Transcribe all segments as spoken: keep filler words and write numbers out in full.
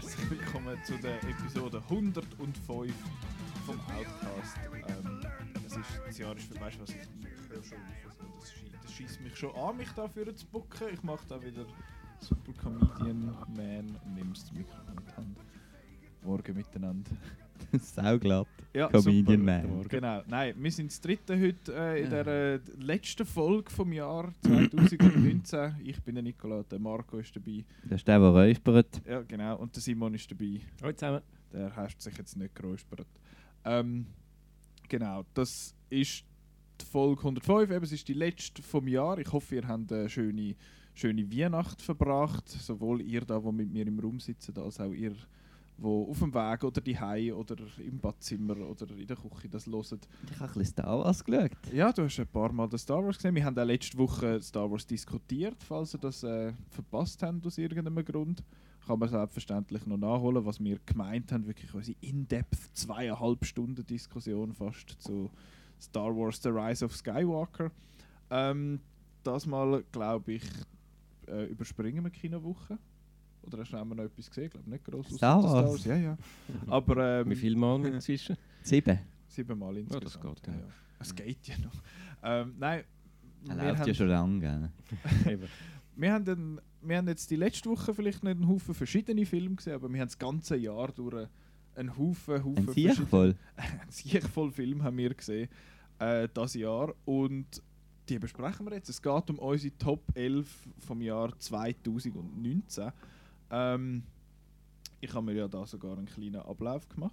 herzlich willkommen zu der Episode hundertfünf vom Outcast. Ähm, es ist, das Jahr ist für, weißt du was, ich höre schon auf, das, schie- das schießt mich schon an, mich dafür zu bucken. Ich mache da wieder Super Comedian Man und nehme das Mikrofon in die Hand. Morgen miteinander. Sauglatt. Ja, Comedian super. Man. Genau. Nein, wir sind das dritte heute äh, in der äh, letzten Folge vom Jahr zwanzig neunzehn. Ich bin der Nicola, der Marco ist dabei. Das ist der, der räuspert. Ja, genau. Und der Simon ist dabei. Hallo zusammen. Der hast sich jetzt nicht geräuspert. Ähm, genau, das ist die Folge hundertfünf. Eben, es ist die letzte vom Jahr. Ich hoffe, ihr habt eine schöne, schöne Weihnacht verbracht. Sowohl ihr da, die mit mir im Raum sitzen, als auch ihr, wo auf dem Weg oder daheim oder im Badzimmer oder in der Küche das hören. Ich habe ein bisschen Star Wars geschaut. Ja, du hast ein paar Mal den Star Wars gesehen. Wir haben auch letzte Woche Star Wars diskutiert, falls ihr das äh, verpasst habt aus irgendeinem Grund. Kann man selbstverständlich noch nachholen, was wir gemeint haben. Wirklich unsere in-depth zweieinhalb Stunden Diskussion fast zu Star Wars The Rise of Skywalker. Ähm, das Mal, glaube ich, äh, überspringen wir die Kinowoche. Oder hast du noch etwas gesehen? Ich glaube nicht gross. Star Wars? Ja, ja. Aber, ähm, Wie viele Mal inzwischen? Sieben. Siebenmal Ja, insgesamt. das geht, ja. ja. Es geht ja noch. Ähm, nein, Er wir läuft haben, ja schon lange. Gell? Eben. wir, haben den, wir haben jetzt die letzte Woche vielleicht nicht einen Haufen verschiedene Filme gesehen, aber wir haben das ganze Jahr durch einen Haufen, Haufen Ein Sieg voll. ein Sieg voll Film haben wir gesehen äh, dieses Jahr und die besprechen wir jetzt. Es geht um unsere Top elf vom Jahr zwanzig neunzehn. Ähm, ich habe mir ja da sogar einen kleinen Ablauf gemacht.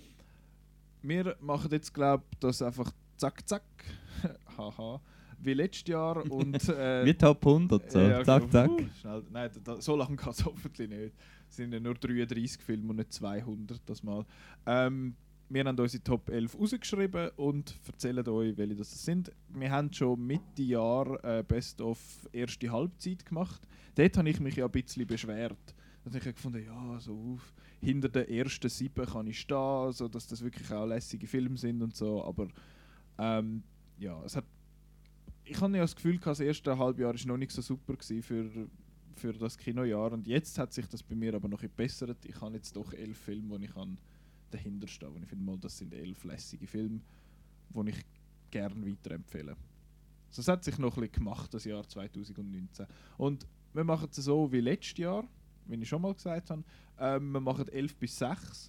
Wir machen jetzt, glaube ich, das einfach zack, zack, haha, wie letztes Jahr und... Äh, Wie Top hundert, so. ja, zack, genau. zack. Uh, schnell. Nein, da, da, so lange geht es hoffentlich nicht. Es sind ja nur dreiunddreißig Filme und nicht zweihundert das Mal. Ähm, wir haben unsere Top elf rausgeschrieben und erzählen euch, welche das sind. Wir haben schon Mitte Jahr äh, Best of erste Halbzeit gemacht. Dort habe ich mich ja ein bisschen beschwert. Da habe ich gefunden, ja, so auf, hinter den ersten sieben kann ich stehen, so dass das wirklich auch lässige Filme sind und so. Aber ähm, ja, es hat ich hatte ja das Gefühl, das erste Halbjahr war noch nicht so super für, für das Kinojahr. Und jetzt hat sich das bei mir aber noch ein bisschen gebessert. Ich habe jetzt doch elf Filme, wo ich kann dahinter stehen kann. Ich finde mal, das sind elf lässige Filme, die ich gerne weiterempfehle. Also es hat sich noch ein bisschen gemacht, das Jahr zwanzig neunzehn. Und wir machen es so wie letztes Jahr, wie ich schon mal gesagt habe. Ähm, wir machen elf bis sechs.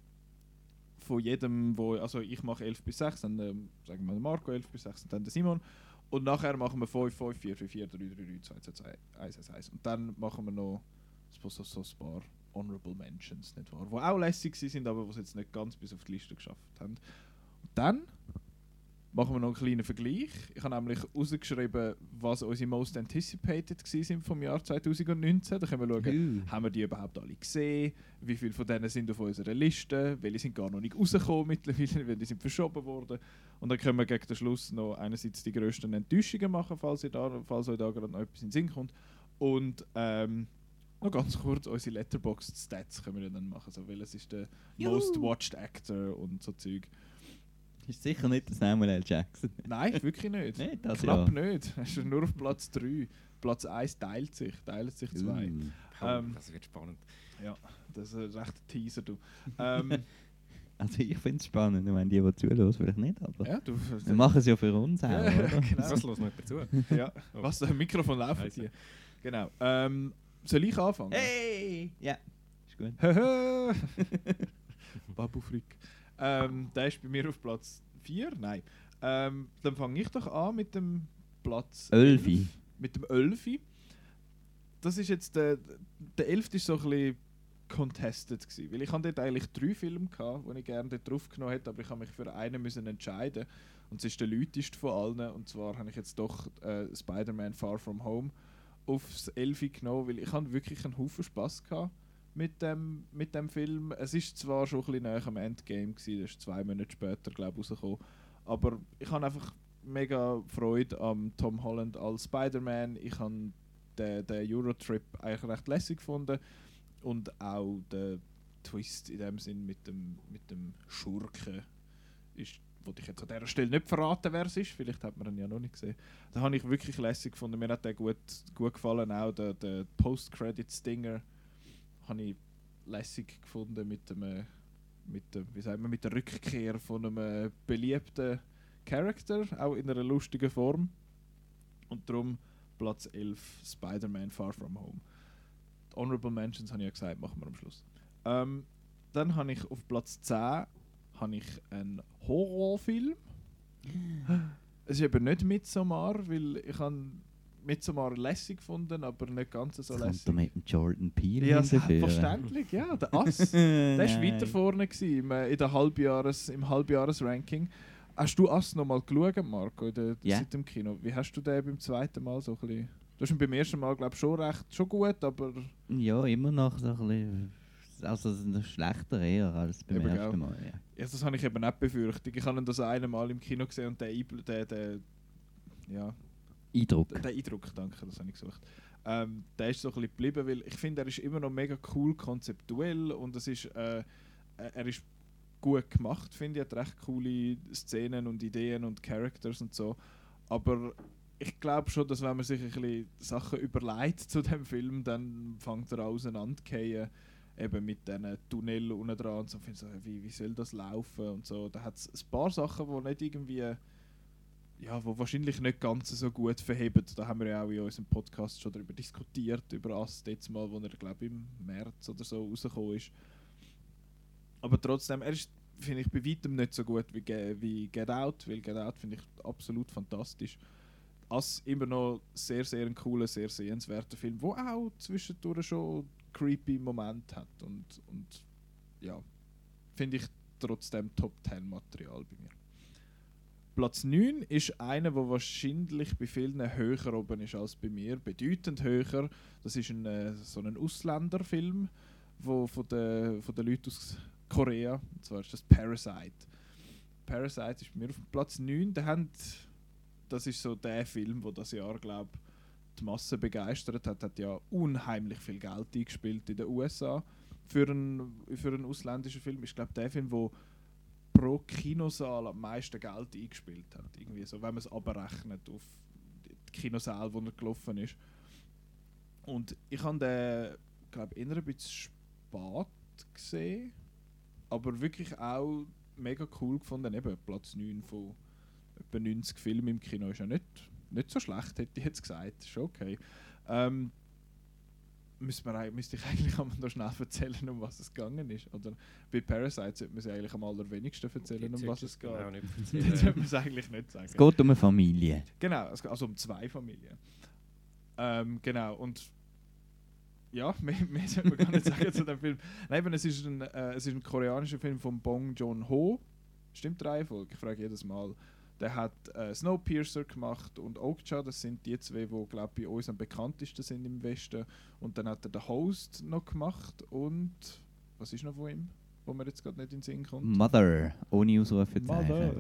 Von jedem, wo, also ich mache elf bis sechs, dann ähm, sagen wir Marco elf bis sechs und dann der Simon. Und nachher machen wir fünf, fünf, vier, vier, vier, drei, drei, drei, zwei, zwei, zwei, eins, eins, eins. Und dann machen wir noch so, so, so ein paar Honorable Mentions, nicht wahr? Die auch lässig sind, aber die es jetzt nicht ganz bis auf die Liste geschafft haben. Und dann machen wir noch einen kleinen Vergleich. Ich habe nämlich rausgeschrieben, was unsere Most Anticipated sind vom Jahr zwanzig neunzehn. Da können wir schauen, Uh. haben wir die überhaupt alle gesehen? Wie viele von denen sind auf unserer Liste? Welche sind gar noch nicht rausgekommen mittlerweile, weil die sind verschoben worden. Und dann können wir gegen den Schluss noch einerseits die grössten Enttäuschungen machen, falls, ihr da, falls euch da gerade noch etwas in den Sinn kommt. Und ähm, noch ganz kurz unsere Letterboxd Stats können wir dann machen. So, welches ist der Juhu. Most Watched Actor und so Zeug. Ist sicher nicht der Samuel L. Jackson. Nein, wirklich nicht. Nicht das Knapp Jahr. nicht. Er ist nur auf Platz drei. Platz eins teilt sich, teilen sich zwei. Uh. Oh, Ähm, das wird spannend. Ja, das ist ein rechter Teaser, du. ähm, Also ich finde es spannend. Ich meine, die, die zuhören, vielleicht nicht, aber ja, du. wir machen es ja für uns auch, Ja, oder? genau. Das lässt noch jemand zu. Ja, was, das Mikrofon läuft Scheiße. hier. Genau. Ähm, soll ich anfangen? Hey! Ja, ist gut. Haha. Babu Frick. Ähm, der ist bei mir auf Platz vier. Nein. Ähm, dann fange ich doch an mit dem Platz Elfi. elf. Mit dem Elfi. Das ist jetzt der, der elfte ist so ein bisschen contested gewesen, weil ich hatte dort eigentlich drei Filme gehabt, die ich gerne dort drauf genommen hätte, aber ich habe mich für einen müssen entscheiden und es ist der lauteste von allen und zwar habe ich jetzt doch äh, Spider-Man Far From Home aufs Elfi genommen, weil ich hatte wirklich einen Haufen Spass gehabt mit dem, mit dem Film. Es ist zwar schon ein bisschen näher am Endgame gewesen, das ist zwei Monate später glaube ich rausgekommen, aber ich habe einfach mega Freude an Tom Holland als Spider-Man. Ich habe den, den Eurotrip eigentlich recht lässig gefunden und auch der Twist in dem Sinn mit dem, mit dem Schurken ist, wollte ich jetzt an dieser Stelle nicht verraten, wer es ist, vielleicht hat man ihn ja noch nicht gesehen. Da habe ich wirklich lässig gefunden, mir hat der gut, gut gefallen, auch der, der Post-Credit-Stinger habe ich lässig gefunden mit dem, mit dem, wie sagt man, mit der Rückkehr von einem beliebten Charakter, auch in einer lustigen Form. Und darum Platz elf, Spider-Man Far From Home. Die Honorable Mentions habe ich ja gesagt, machen wir am Schluss. Ähm, dann habe ich auf Platz zehn habe ich einen Horrorfilm. Es ist eben nicht Midsommar, weil ich habe Midsommar lässig gefunden, aber nicht ganz so Das lässig. kommt da mit dem Jordan Peele Ja, hinterher. selbstverständlich, ja. Der Ass, der war Nein. weiter vorne gewesen, im, äh, in der Halbjahres, im Halbjahresranking. Hast du Ass noch mal geschaut, Marco, in der, Ja. seit dem Kino? Wie hast du den beim zweiten Mal so ein bisschen... Du hast ihn beim ersten Mal, glaube ich, schon recht schon gut, aber... Ja, immer noch so ein bisschen. Also noch schlechter eher als beim Eben, ersten gell. Mal. Ja. Ja, das habe ich eben nicht befürchtet. Ich habe ihn das eine Mal im Kino gesehen und der, Eibl- der, der, ja, Eindruck. der Eindruck, danke, das habe ich gesucht. Ähm, der ist so ein bisschen geblieben, weil ich finde, er ist immer noch mega cool konzeptuell und es ist, äh, er ist gut gemacht, finde ich. Er hat recht coole Szenen und Ideen und Characters und so. Aber ich glaube schon, dass wenn man sich ein bisschen Sachen überlegt zu dem Film, dann fängt er an auseinanderzugehen. Eben mit diesen Tunnel unten dran und so. Ich so, wie, wie soll das laufen und so. Da hat es ein paar Sachen, die nicht irgendwie, ja, wo wahrscheinlich nicht ganz so gut verheben. Da haben wir ja auch in unserem Podcast schon darüber diskutiert, über Ast jetzt mal, wo er, glaube ich, im März oder so rausgekommen ist. Aber trotzdem, er ist, finde ich, bei weitem nicht so gut wie, Ge- wie Get Out, weil Get Out finde ich absolut fantastisch. As immer noch sehr, sehr ein cooler, sehr sehenswerter Film, der auch zwischendurch schon creepy Moment hat und, und ja, finde ich trotzdem Top zehn Material bei mir. Platz neun ist einer, der wahrscheinlich bei vielen höher oben ist als bei mir, bedeutend höher. Das ist ein, äh, so ein Ausländerfilm, wo von den von den Leuten aus Korea, und zwar ist das Parasite. Parasite ist bei mir auf Platz neun. Der haben, das ist so der Film, der das Jahr, glaube ich, die Masse begeistert hat. Hat ja unheimlich viel Geld eingespielt in den U S A. Für einen, für einen ausländischen Film ist, glaube ich, der Film, der pro Kinosaal am meisten Geld eingespielt hat. Irgendwie so, wenn man es abrechnet auf die Kinosaal, wo er gelaufen ist. Und ich habe den, glaube ich, eher ein bisschen spät gesehen, aber wirklich auch mega cool gefunden. Eben Platz neun von etwa neunzig Filmen im Kino ist ja nicht, nicht so schlecht, hätte ich jetzt gesagt. Ist okay. Ähm, müsste, man, müsste ich eigentlich einmal noch schnell erzählen, um was es gegangen ist. Oder bei Parasite sollte man sich eigentlich am allerwenigsten erzählen, um was es geht. Genau, nicht Das erzählen. sollte man es eigentlich nicht sagen. Es geht um eine Familie. Genau, es geht also um zwei Familien. Ähm, genau, und ja, mehr, mehr sollte man gar nicht sagen zu dem Film. Nein, eben, es ist ein, äh, es ist ein koreanischer Film von Bong Joon-ho. Stimmt die Reihenfolge? Ich frage jedes Mal. Der hat äh, Snowpiercer gemacht und Okja, das sind die zwei, die, glaube ich, bei uns am bekanntesten sind im Westen. Und dann hat er den Host noch gemacht und was ist noch von ihm, wo mir jetzt gerade nicht in den Sinn kommt? Mother, ohne Ausrufezeichen. Mother.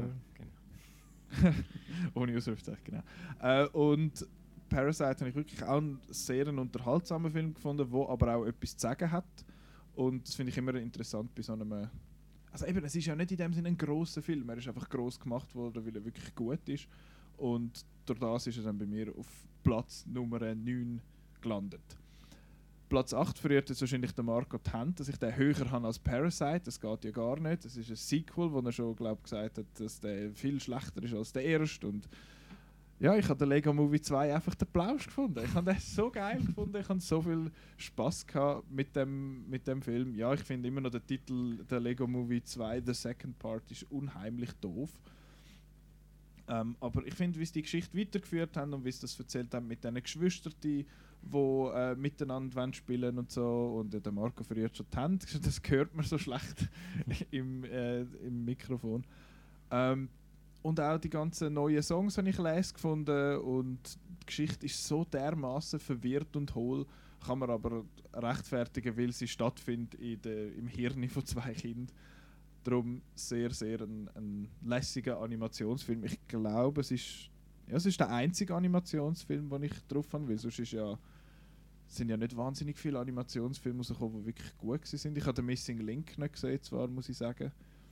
Genau. Ohne Ausrufezeichen, genau. Äh, und Parasite habe ich wirklich auch einen sehr unterhaltsamen Film gefunden, der aber auch etwas zu sagen hat. Und das finde ich immer interessant bei so einem... Also eben, es ist ja nicht in dem Sinne ein grosser Film, er ist einfach gross gemacht worden, weil er wirklich gut ist. Und durch das ist er dann bei mir auf Platz Nummer neun gelandet. Platz acht verliert jetzt wahrscheinlich der Marco die Hand, dass ich den höher habe als Parasite. Das geht ja gar nicht. Das ist ein Sequel, wo er schon, glaub, gesagt hat, dass der viel schlechter ist als der erste. Und ja, ich habe den Lego Movie zwei einfach den Plausch gefunden. Ich habe den so geil gefunden. Ich hatte so viel Spass gehabt mit dem, mit dem Film. Ja, ich finde immer noch den Titel der Lego Movie zwei, The Second Part, ist unheimlich doof. Ähm, aber ich finde, wie sie die Geschichte weitergeführt haben und wie sie das erzählt haben mit diesen Geschwistern, die äh, miteinander spielen und so. Und äh, der Marco verliert schon die Hände. Das hört man so schlecht im, äh, im Mikrofon. Ähm, Und auch die ganzen neuen Songs habe ich les gefunden und die Geschichte ist so dermaßen verwirrt und hohl, kann man aber rechtfertigen, weil sie stattfindet in der, im Hirn von zwei Kindern. Darum sehr, sehr ein, ein lässiger Animationsfilm. Ich glaube, es ist, ja, es ist der einzige Animationsfilm, den ich drauf habe, weil sonst ist ja, sind ja nicht wahnsinnig viele Animationsfilme rausgekommen, die wirklich gut sind. Ich habe den Missing Link nicht gesehen, zwar, muss ich sagen.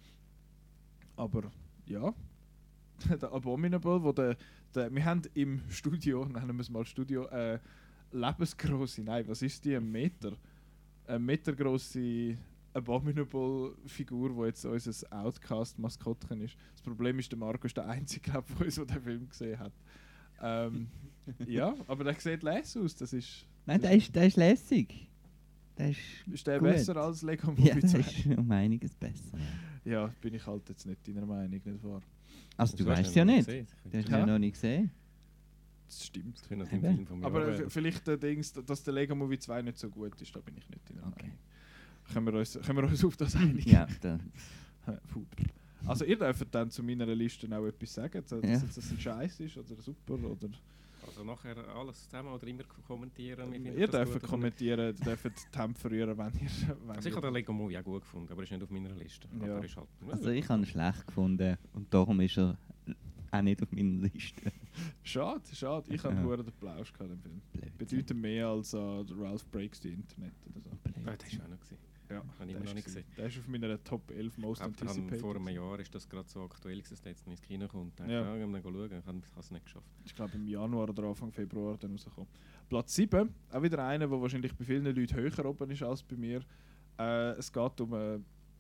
Aber ja, der Abominable, wo der, der, wir haben im Studio, nennen wir es mal Studio, äh, lebensgrosse, nein, was ist die, ein Meter? eine metergrosse Abominable-Figur, die jetzt unser Outcast-Maskottchen ist. Das Problem ist, der Marco ist der Einzige, glaub, von uns, der den Film gesehen hat. Ähm, ja, aber der sieht les aus. Das ist, Nein, das der ist, der ist lässig. Der ist, ist der gut. besser als Lego Ja, Movie der zwei? ist um einiges besser. Ja, bin ich halt jetzt nicht deiner Meinung, nicht wahr? Also du Das hast weißt ja noch nicht. gesehen. Du hast Ja. ja noch nicht gesehen. Das stimmt. Das könnte ein Eben. Film von mir Aber auch äh, werden. vielleicht der Dings, dass der Lego Movie zwei nicht so gut ist, da bin ich nicht deiner Okay. Meinung. Können wir, uns, können wir uns auf das einigen? Ja, da, Puh. Also ihr dürft dann zu meiner Liste auch etwas sagen, dass Ja. jetzt das ein Scheiß ist oder super oder... Also nachher alles zusammen oder immer kommentieren? wie findet Ihr das dürft gut oder kommentieren, ihr dürft die Hemd verrühren, wenn ihr... Wenn nicht? Also ich ihr habe den Lego Movie auch gut gefunden, aber er ist nicht auf meiner Liste. Ja. Aber er ist halt, also ich habe ihn schlecht gefunden und darum ist er auch nicht auf meiner Liste. Schade, schade. Ich habe Ja. einen Applaus gehabt im Film. Blödsinn. Bedeutet mehr als uh, Ralph Breaks the Internet oder so. Ah, der ist auch noch gesehen. Ja, Habe ich der immer noch ist nicht gewesen. gesehen. Der ist auf meiner Top elf Most Aber dann Anticipated. vor einem Jahr ist das gerade so aktuell gewesen, dass der jetzt noch ins Kino kommt. Dann Ja. ja. ja, wir schauen. Ich habe es nicht geschafft. Ich glaube im Januar oder Anfang Februar dann rausgekommen. Platz sieben, auch wieder einer, der wahrscheinlich bei vielen Leuten höher oben ist als bei mir. Äh, es geht um eine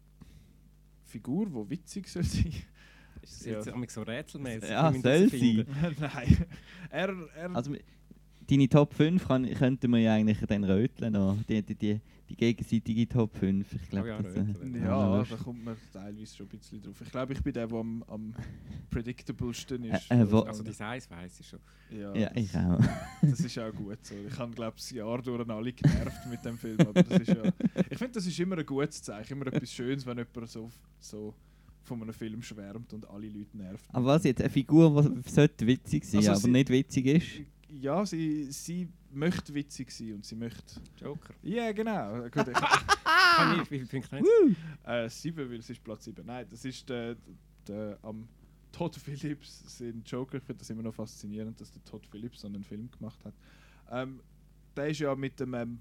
Figur, die witzig soll sein. Ist das Ja. jetzt ja. so rätselmäßig? Ja, wie wir soll das sie. finden? Nein. Er, er, Also deine Top fünf kann, könnten wir ja eigentlich dann röteln noch. Die, die, die, die gegenseitige Top fünf. Ich glaube, Oh ja, das äh, röteln. wäre ja, noch da lustig. kommt man teilweise schon ein bisschen drauf. Ich glaube, ich bin der, der am, am predictablesten ist. Äh, äh, wo- Also die Size weiss ich schon. ja, Ja, das, ich auch. das ist auch gut so. Ich habe, glaube ich, das Jahr durch alle genervt mit dem Film. Aber das ist ja, ich finde, das ist immer ein gutes Zeichen. Immer etwas Schönes, wenn jemand so, so von einem Film schwärmt und alle Leute nervt. Aber was jetzt? Eine Figur, die sollte witzig sein, Also aber sie- nicht witzig ist? Ja, sie, sie möchte witzig sein und sie möchte... Joker. Ja, genau. Gut, ich, Kann ich, wie viele Punkte haben Sie? äh, sieben, weil es ist Platz sieben. Nein, das ist der, der am Todd Phillips sein Joker. Ich finde das immer noch faszinierend, dass der Todd Phillips so einen Film gemacht hat. Ähm, der ist ja mit dem ähm,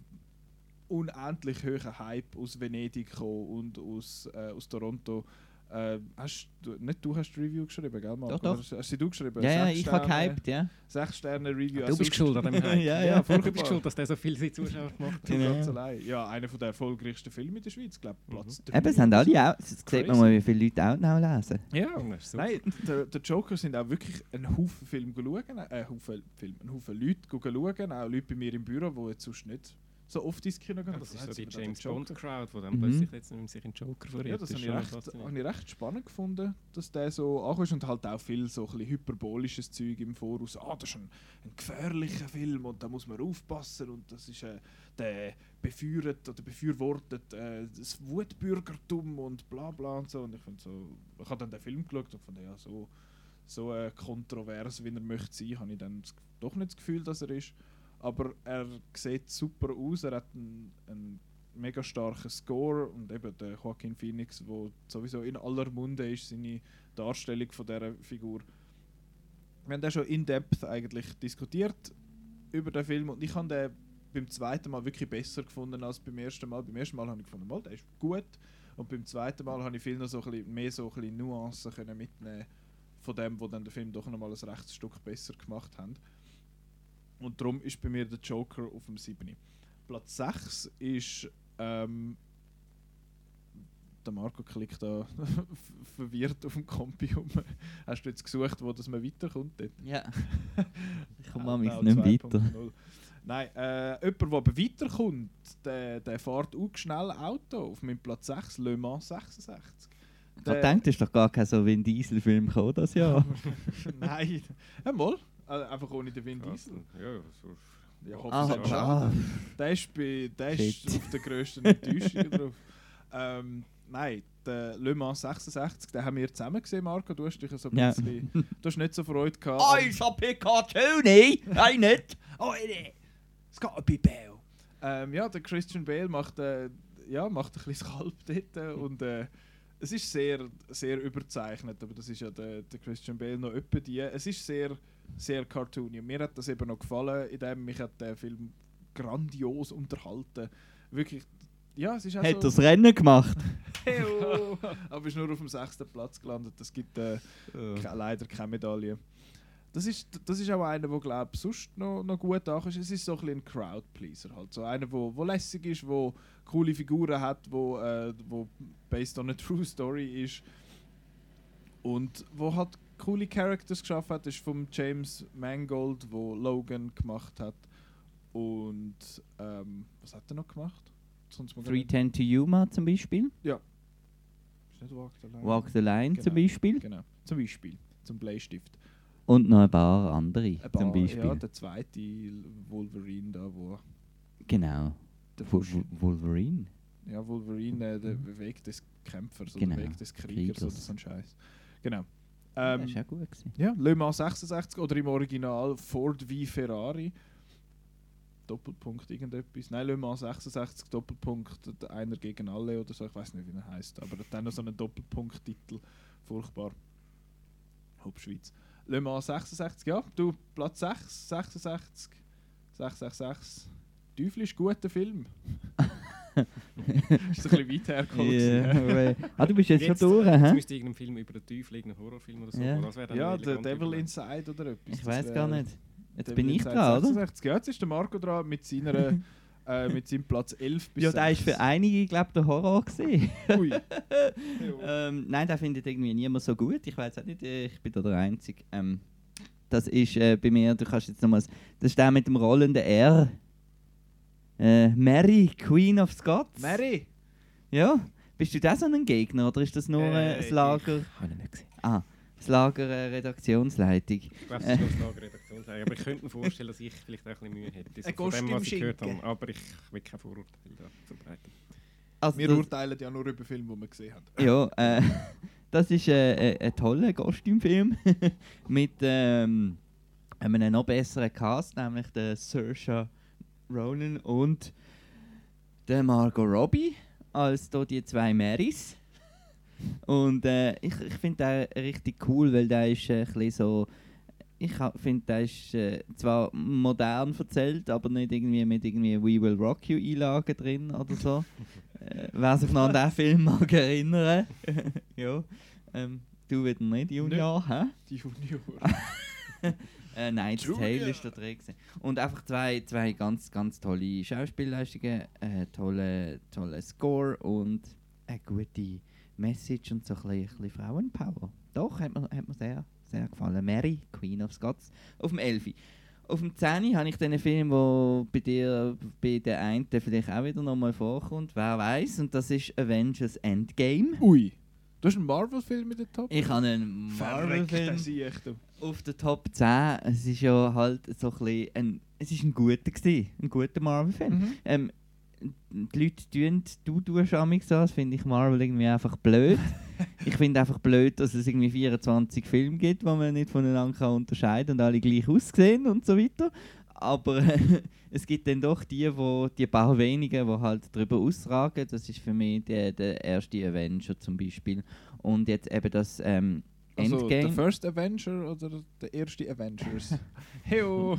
unendlich hohen Hype aus Venedig gekommen und aus, äh, aus Toronto. Äh, hast du, nicht du hast die Review geschrieben, gell, Marco? Doch, doch. Oder Hast, hast sie du geschrieben? Ja, ja, Sechs ich habe Sterne- gehypt, ja. Sechs Sterne Review. Du auch bist sonst- schuld an dem Hype. Ja, ja, Du furchtbar. bist schuld, dass der so viele Zuschauer gemacht hat. Du Genau. ganz allein. Ja, einer der erfolgreichsten Filme in der Schweiz, glaube ich, Platz drei. Eben, es haben alle auch. Jetzt sieht Crazy. man mal, wie viele Leute auch noch lesen. Ja, Das ist super. nein, der, der Joker sind auch wirklich einen Haufen Film schauen, äh, einen Haufen Film, einen Haufen Leute schauen, auch Leute bei mir im Büro, die jetzt sonst nicht so oft ins Kino gehen. Ja, das ist so die Jetzt wieder James der Joker. Bond Crowd, die dann Mhm. plötzlich jetzt nicht mehr sich in Joker verliert. Ja, das habe ist ich, schon recht, faszinierend. habe ich recht spannend gefunden, dass der so ankommt und halt auch viel so ein bisschen hyperbolisches Zeug im Voraus. Ah, das ist ein, ein gefährlicher Film und da muss man aufpassen und das ist äh, der befeuert oder befürwortet äh, das Wutbürgertum und bla bla und so. Und ich finde so, ich habe dann den Film geschaut und fand ja so so äh, kontrovers, wie er möchte sein, habe ich dann das- doch nicht das Gefühl, dass er ist. Aber er sieht super aus, er hat einen, einen mega starken Score und eben der Joaquin Phoenix, der sowieso in aller Munde ist, seine Darstellung von dieser Figur. Wir haben den schon in-depth eigentlich diskutiert über den Film und ich habe den beim zweiten Mal wirklich besser gefunden als beim ersten Mal. Beim ersten Mal habe ich gefunden, mal, der ist gut und beim zweiten Mal habe ich viel noch so ein bisschen, mehr so ein bisschen Nuancen können mitnehmen von dem, wo dann der Film doch nochmal ein rechtes Stück besser gemacht haben. Und darum ist bei mir der Joker auf dem siebten. Platz sechs ist ähm, der Marco klickt da verwirrt auf dem Kompi rum. Hast du jetzt gesucht, wo das man weiterkommt? Dort? Ja. Ich komme Outlaw mal nicht mehr zwei Punkt weiter. null. Nein, äh, jemand, der aber weiterkommt, der, der fährt auch schnell Auto auf meinem Platz sechs, Le Mans sechsundsechzig. Ich denke, es ist doch gar kein so Vin Diesel-Film gekommen das Jahr. Nein, einmal. Äh, einfach ohne den Vin Krass. Diesel. Ja, so. Ja, Ah, hoffentlich ja. ah, Der ist, bei, der ist Shit. auf der grössten Enttäuschung drauf. Ähm, nein, der Le Mans sechsundsechzig, den haben wir zusammen gesehen, Marco. Du hast dich so ein Ja. bisschen... Du hast nicht so Freude gehabt. Oh, am- ist ein Pikachu, nein, nein, nicht. Oh, nee, it's gotta be Bale. Ähm, ja, der Christian Bale macht, äh, ja, macht ein bisschen das Kalb dort äh, und äh, es ist sehr, sehr überzeichnet, aber das ist ja der, der Christian Bale noch öppe die. Es ist sehr, sehr cartoony. Mir hat das eben noch gefallen, in dem mich hat der Film grandios unterhalten. Wirklich, ja, es ist auch Hat so... das Rennen gemacht? aber ist nur auf dem sechsten Platz gelandet. Es gibt äh, ke- leider keine Medaille. das ist, das ist auch einer, der glaube ich sonst noch, noch gut ankommt. Es ist so ein bisschen ein Crowdpleaser halt. So einer, wo, wo lässig ist, wo coole Figuren hat, wo, äh, wo based on a true story ist und wo halt coole Characters geschaffen hat. Das ist von James Mangold, wo Logan gemacht hat und ähm, was hat er noch gemacht? three ten to Yuma zum Beispiel. Ja. Ist nicht Walk the Line? Walk the Line Genau. zum Beispiel. Genau, zum Beispiel. Zum Bleistift. Und noch ein paar andere Ein zum paar, Beispiel. Ja, der zweite Wolverine da, wo... Genau. Der Wo- Fusch- wo- Wolverine. Ja, Wolverine, äh, der Weg des Kämpfers Genau, oder Weg des Kriegers, Kriegers. oder so ein Scheiß. Genau. Ja, Ähm, das war auch gut gewesen. ja, Le Mans sechsundsechzig oder im Original Ford v Ferrari. Doppelpunkt irgendetwas. Nein, Le Mans sechsundsechzig, Doppelpunkt, d- einer gegen alle oder so, ich weiß nicht, wie er heißt, aber dann noch so einen Doppelpunkt-Titel. Furchtbar. Hauptschweiz. Le Mans sechsundsechzig, ja, du, Platz sechs, sechsundsechzig, sechs sechs sechs. Teufel ist ein guter Film. Ist ein bisschen weit hergeholt. Ja, gewesen, aber- ah, du bist jetzt, Jetzt- schon durch, Jetzt hä? müsste irgendein Film über den Teufel, irgendein Horrorfilm oder so. Ja. Das wäre dann ja, eine der elegante Devil Überleitung. Inside oder etwas. Ich das weiß wär- gar nicht. Jetzt Devil bin ich Inside dran, oder? sechsundsechzig. Ja, jetzt ist der Marco dran mit, seiner, äh, mit seinem Platz elf bis Ja, der ist für einige, glaube ich, der Horror gewesen. Ui. ähm, nein, den findet irgendwie niemand so gut. Ich weiß auch nicht, äh, ich bin da der Einzige. Ähm, das ist äh, bei mir, du kannst jetzt nochmals, das ist der mit dem rollenden R. Äh, Mary, Queen of Scots. Mary! Ja. Bist du da so ein Gegner oder ist das nur äh, Äh, das Lager? Ich habe ihn nicht gesehen. Ah, das Lager äh, Redaktionsleitung. Ich glaube, es ist nur das Lager Redaktionsleitung. Aber ich könnte mir vorstellen, dass ich vielleicht auch ein bisschen Mühe hätte. So Ein von dem, was ich gehört Kostümschinken. habe. Aber ich will kein Vorurteil da verbreiten. Also Wir das, urteilen ja nur über Filme, die wir gesehen haben. ja, äh, das ist äh, äh, ein toller Kostümfilm mit ähm, einem noch besseren Cast, nämlich der Saoirse Ronan und der Margot Robbie als da die zwei Marys. Und äh, ich, ich finde den richtig cool, weil der ist äh, ein bisschen so. Ich finde, der ist äh, zwar modern erzählt, aber nicht irgendwie mit irgendwie We Will Rock You Einlagen drin oder so. äh, wer sich noch an diesen Film mag erinnern. Ja. Ähm, du wieder nicht, Junior, hä? Die Junior. Äh, nein, das Julia. Tail ist da drin. gewesen. Und einfach zwei, zwei ganz, ganz tolle Schauspielleistungen, äh, tolle, tolle Score und eine gute Message und so ein bisschen, ein bisschen Frauenpower. Doch, hat mir, hat mir sehr, sehr gefallen. Mary, Queen of Scots, auf dem Elfi. Auf dem zehn habe ich den Film, der bei dir, bei der einen vielleicht auch wieder nochmal vorkommt, wer weiß, und das ist Avengers Endgame. Ui. Du hast einen Marvel-Film in der Top? Ich habe einen Marvel-Film Verreckter Sieg, du. auf der Top zehn. Es ist ja halt so ein bisschen ein, es ist ein guter gewesen, ein guter Marvel-Film. Mhm. Ähm, die Leute tun, du tust amigs so, das finde ich Marvel irgendwie einfach blöd. Ich finde einfach blöd, dass es irgendwie vierundzwanzig Filme gibt, die man nicht voneinander kann unterscheiden und alle gleich aussehen und so weiter. Aber äh, es gibt dann doch die, wo, die paar wenigen, die halt darüber ausragen. Das ist für mich der, der erste Avenger zum Beispiel. Und jetzt eben das ähm, Also Endgame. der First Avenger oder der erste Avengers? Heyo!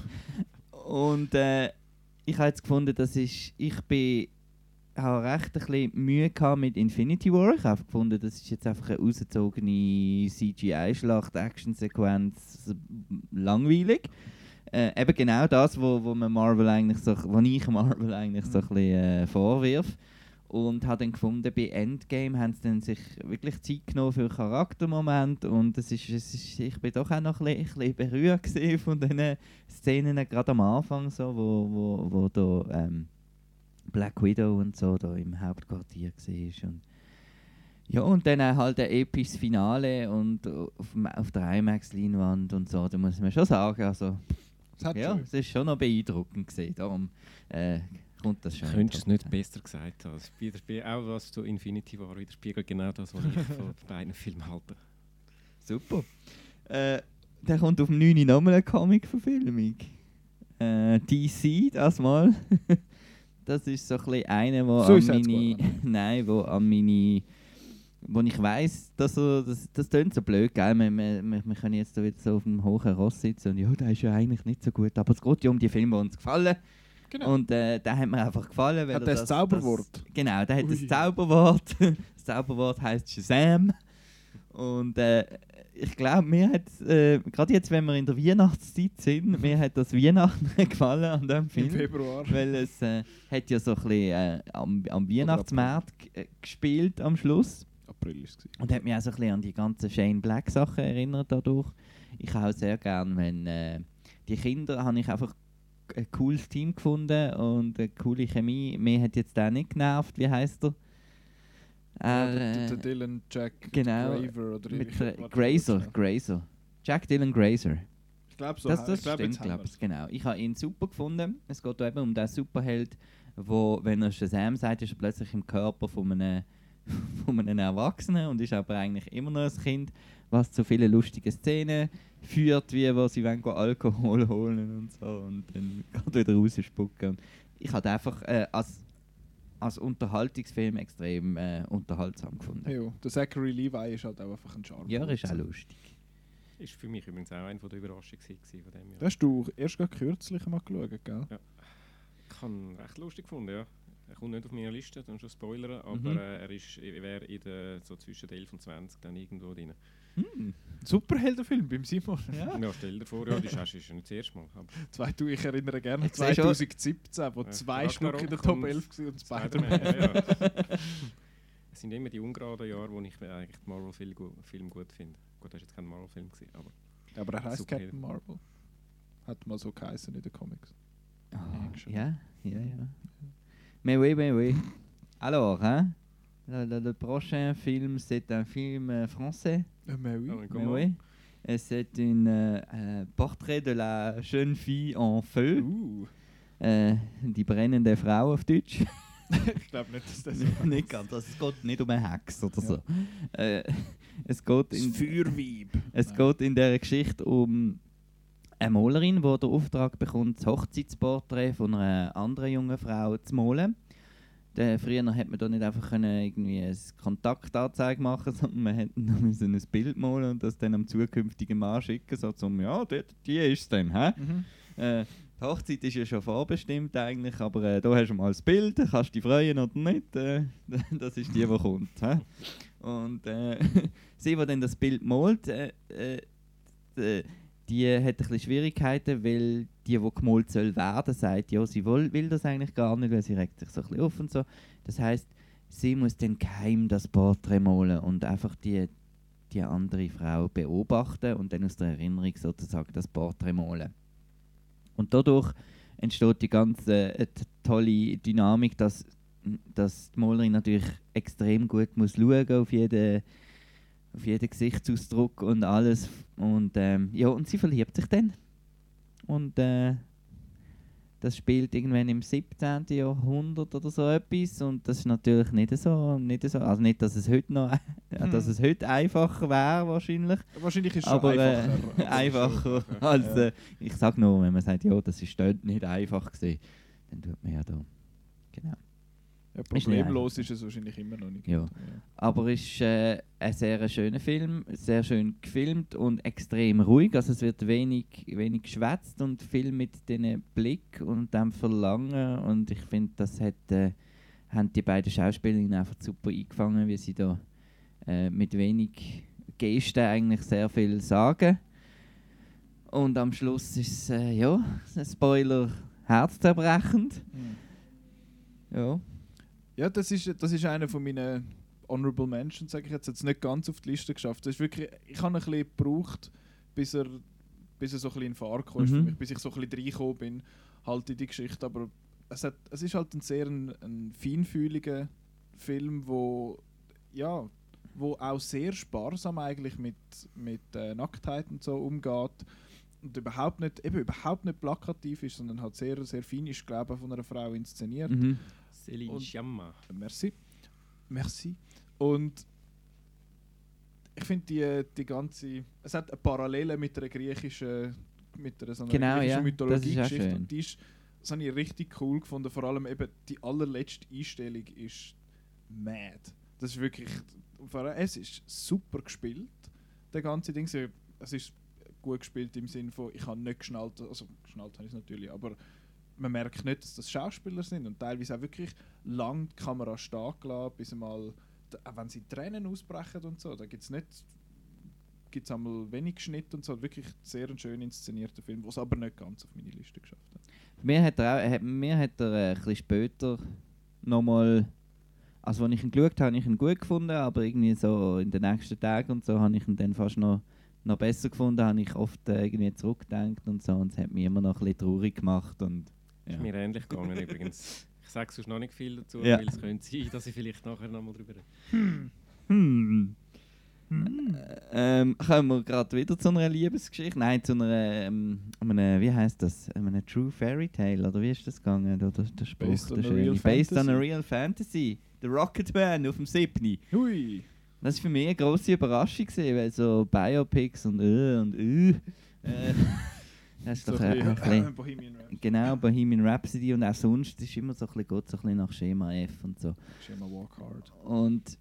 Und äh, ich habe jetzt gefunden, dass ich, ich bin, habe recht ein bisschen Mühe gehabt mit Infinity War. Ich habe gefunden, das ist jetzt einfach eine rausgezogene C G I-Schlacht, Action-Sequenz, langweilig. Äh, eben genau das, wo, wo man Marvel eigentlich so, wo ich Marvel eigentlich so ein bisschen äh, vorwirf. Und habe dann gefunden, bei Endgame haben sie dann sich wirklich Zeit genommen für Charaktermomente und es ist, es ist, ich bin doch auch noch ein bisschen, ein bisschen berührt gewesen von diesen Szenen, gerade am Anfang, so, wo, wo, wo da ähm, Black Widow und so da im Hauptquartier war. Und ja, und dann auch halt ein episches Finale und auf, dem- auf der IMAX-Leinwand und so, da muss man schon sagen, also Das hat ja, schon. es ist schon noch beeindruckend gewesen, darum äh, kommt das schon. Könntest du es nicht besser? besser gesagt haben. Es widerspie- auch was zu Infinity War widerspiegelt genau das, was ich von beiden Filmen halte. Super. Äh, der kommt auf dem neun nochmal eine Comic-Verfilmung. Äh, D C, das mal. Das ist so ein bisschen einer, wo an Suicide meine... Squad. Nein, wo an meine... Wo ich weiss, dass er... Das, das klingt so blöd, gell? Wir, wir, wir wir können jetzt da wieder so auf dem hohen Ross sitzen und ja, der ist ja eigentlich nicht so gut. Aber es geht ja um die Filme, die uns gefallen. Genau. Und äh, der hat mir einfach gefallen, weil Hat er der das das Zauberwort? Das, genau, der hat Ui. das Zauberwort. Das Zauberwort heisst Shazam. Und äh, ich glaube, mir hat äh, gerade jetzt, wenn wir in der Weihnachtszeit sind, mir hat das Weihnachten gefallen an diesem Im Film. Februar. Weil es äh, hat ja so ein bisschen äh, am, am Weihnachtsmarkt g- äh, gespielt am Schluss. April ist es. Und hat mich auch so ein bisschen an die ganzen Shane Black Sachen erinnert dadurch. Ich habe auch sehr gerne, wenn äh, die Kinder, habe ich einfach ein cooles Team gefunden und eine coole Chemie. Mir hat jetzt der nicht genervt, wie heisst er? Ja, Er, der, der, äh, der Dylan Jack genau, Graver oder mit ich- der warte, Grazer, warte, Grazer. Jack Dylan Grazer. Ich glaube so. Das, ich das glaub, stimmt, jetzt haben glaube wir's. ich. Genau. Ich habe ihn super gefunden. Es geht eben um den Superheld, wo, wenn er Shazam sagt, ist er plötzlich im Körper von einem, von einem Erwachsenen und ist aber eigentlich immer noch ein Kind, was zu vielen lustigen Szenen führt, wie wo sie wollen, go Alkohol holen und so und dann geht wieder rausspucken. Und ich habe einfach äh, als, als Unterhaltungsfilm extrem äh, unterhaltsam gefunden. Ja, der Zachary Levi ist halt auch einfach ein Charme. Ja, er ist auch lustig. Ist für mich übrigens auch eine der Überraschungen gewesen von dem Jahr. Das hast du erst gerade kürzlich mal geschaut, gell? Ich habe ihn recht lustig gefunden, ja. Er kommt nicht auf meine Liste, dann schon spoilern, aber Mhm. äh, er ist, er wäre in der, so zwischen elf und zwanzig dann irgendwo drin. Hm. Superheldenfilm beim Simon. Ja. Ja, stell dir vor, ja, das ist, ist ja nicht das erste Mal. Aber Zwei- ich erinnere gerne Ich seh schon- zwanzig siebzehn, wo Ja, zwei Stück in der Ragnarok Top und elf waren und Spider-Man, Spider-Man. ja, ja. Es sind immer die ungeraden Jahre, wo ich eigentlich die Marvel-Filme gu Film gut finde. Gut, das war jetzt kein Marvel-Film, gewesen, aber Aber er heißt Superhelden. Captain Marvel. Hat mal so geheißen in den Comics. Ah, schon. ja, ja, ja. Mais oui, mais oui. Alors, hein? Le, le, le prochain film, c'est un film euh, français. Äh, mais oui. Oh, Mais Comment? oui. Et c'est un euh, euh, portrait de la jeune fille en feu. Uh. Äh, die brennende Frau auf Deutsch. Ich glaube nicht, dass das so nicht ganz. Also, es geht nicht um eine Hex oder so. Äh, es geht Das in, Feuerweib. es Nein. geht in dieser Geschichte um eine Malerin, die den Auftrag bekommt, das Hochzeitsporträt von einer anderen jungen Frau zu malen. Der, früher hat man da nicht einfach können irgendwie eine Kontaktanzeige machen, sondern man hätte noch müssen ein Bild malen und das dann am zukünftigen Mann schicken, so zum «Ja, die, die ist es dann, hä?» Mhm. Äh, die Hochzeit ist ja schon vorbestimmt eigentlich, aber äh, da hast du mal das Bild, kannst du dich freuen oder nicht. Äh, das ist die, die kommt. Hä? Und äh, sie, die dann das Bild malt, äh, äh, äh, die hat ein bisschen Schwierigkeiten, weil die, die gemalt soll werden, sagt, ja, sie will, will das eigentlich gar nicht, weil sie regt sich so ein bisschen auf und so. Das heisst, sie muss dann geheim das Porträt malen und einfach die, die andere Frau beobachten und dann aus der Erinnerung sozusagen das Porträt malen. Und dadurch entsteht die ganze äh, t- tolle Dynamik, dass, dass die Malerin natürlich extrem gut muss schauen auf jeden, auf jeden Gesichtsausdruck und alles. Und, ähm, ja, und sie verliebt sich dann. Und äh, das spielt irgendwann im siebzehnten. Jahrhundert oder so etwas. Und das ist natürlich nicht so. Nicht so also nicht, dass es heute noch Hm. dass es heute einfacher wäre wahrscheinlich. Wahrscheinlich ist es Aber schon äh, einfacher. einfacher Ja. als, Ja. äh, ich sag nur, wenn man sagt, ja, das ist dort nicht einfach gewesen, dann tut man ja da. Genau. Ja, nicht problemlos einfach. ist es wahrscheinlich immer noch nicht. Ja. Aber es ist äh, ein sehr schöner Film, sehr schön gefilmt und extrem ruhig. Also es wird wenig, wenig geschwätzt und viel mit diesem Blick und dem Verlangen. Und ich finde, das hat, äh, haben die beiden Schauspielerinnen einfach super eingefangen, wie sie da äh, mit wenig Gesten eigentlich sehr viel sagen. Und am Schluss ist es, äh, ja, ein Spoiler, herzzerbrechend. Mhm. Ja. Ja, das ist, das ist einer von meinen Honorable Mentions, sage ich jetzt. Hat es nicht ganz auf die Liste geschafft. Das ist wirklich, ich habe ein bisschen gebraucht, bis er, bis er so ein bisschen in Fahrt kam, Mhm. für mich, bis ich so ein bisschen reingekommen bin halt in die Geschichte. Aber es, hat, es ist halt ein sehr ein, ein feinfühliger Film, wo, ja, wo auch sehr sparsam eigentlich mit, mit äh, Nacktheit und so umgeht. Und überhaupt nicht, eben überhaupt nicht plakativ ist, sondern halt sehr, sehr fein ist, glaube ich, von einer Frau inszeniert. Mhm. Céline Und- Sciamma. Merci. Merci. Und ich finde die, die ganze. Es hat eine Parallele mit einer griechischen, mit einer, so einer Genau, griechischen ja. Das ist auch Mythologie-Geschichte. schön. Und die ist, das habe ich richtig cool gefunden. Vor allem eben die allerletzte Einstellung ist mad. Das ist wirklich. Vor allem, es ist super gespielt, der ganze Ding. Es ist gut gespielt im Sinne von, ich habe nicht geschnallt, also geschnallt habe ich es natürlich, aber man merkt nicht, dass das Schauspieler sind und teilweise auch wirklich lang die Kamera stehen gelassen, bis einmal, auch wenn sie Tränen ausbrechen und so, da gibt es nicht, gibt es einmal wenig Schnitt und so. Wirklich sehr ein schön inszenierter Film, was aber nicht ganz auf meine Liste geschafft hat. Mir hat er, auch, hat, mir hat er äh, ein bisschen später nochmal, also als ich ihn geschaut habe, habe ich ihn gut gefunden, aber irgendwie so in den nächsten Tagen und so habe ich ihn dann fast noch, noch besser gefunden, habe ich oft äh, irgendwie zurückgedacht und so und es hat mich immer noch ein bisschen traurig gemacht und Ja. Ist mir ähnlich gegangen übrigens. Ich sage sonst noch nicht viel dazu, Ja. weil es könnte sein, dass ich vielleicht nachher noch mal drüber rede. Hm. Hm. Ähm, kommen wir gerade wieder zu einer Liebesgeschichte? Nein, zu einer, ähm, einem, wie heißt das? Einem True Fairy Tale, oder wie ist das gegangen? Der, der, der Spruch, Based der on a schöne. real Based on a fantasy. real fantasy. Der Rocketman auf dem siebten. Hui! Das war für mich eine grosse Überraschung, gewesen, weil so Biopics und äh und äh. äh das ist So doch ein ein, ein bisschen bisschen, Bohemian Rhapsody. genau, Bohemian Rhapsody und auch sonst ist immer so ein bisschen, geht so ein bisschen nach Schema F und so. Schema Walk Hard. Und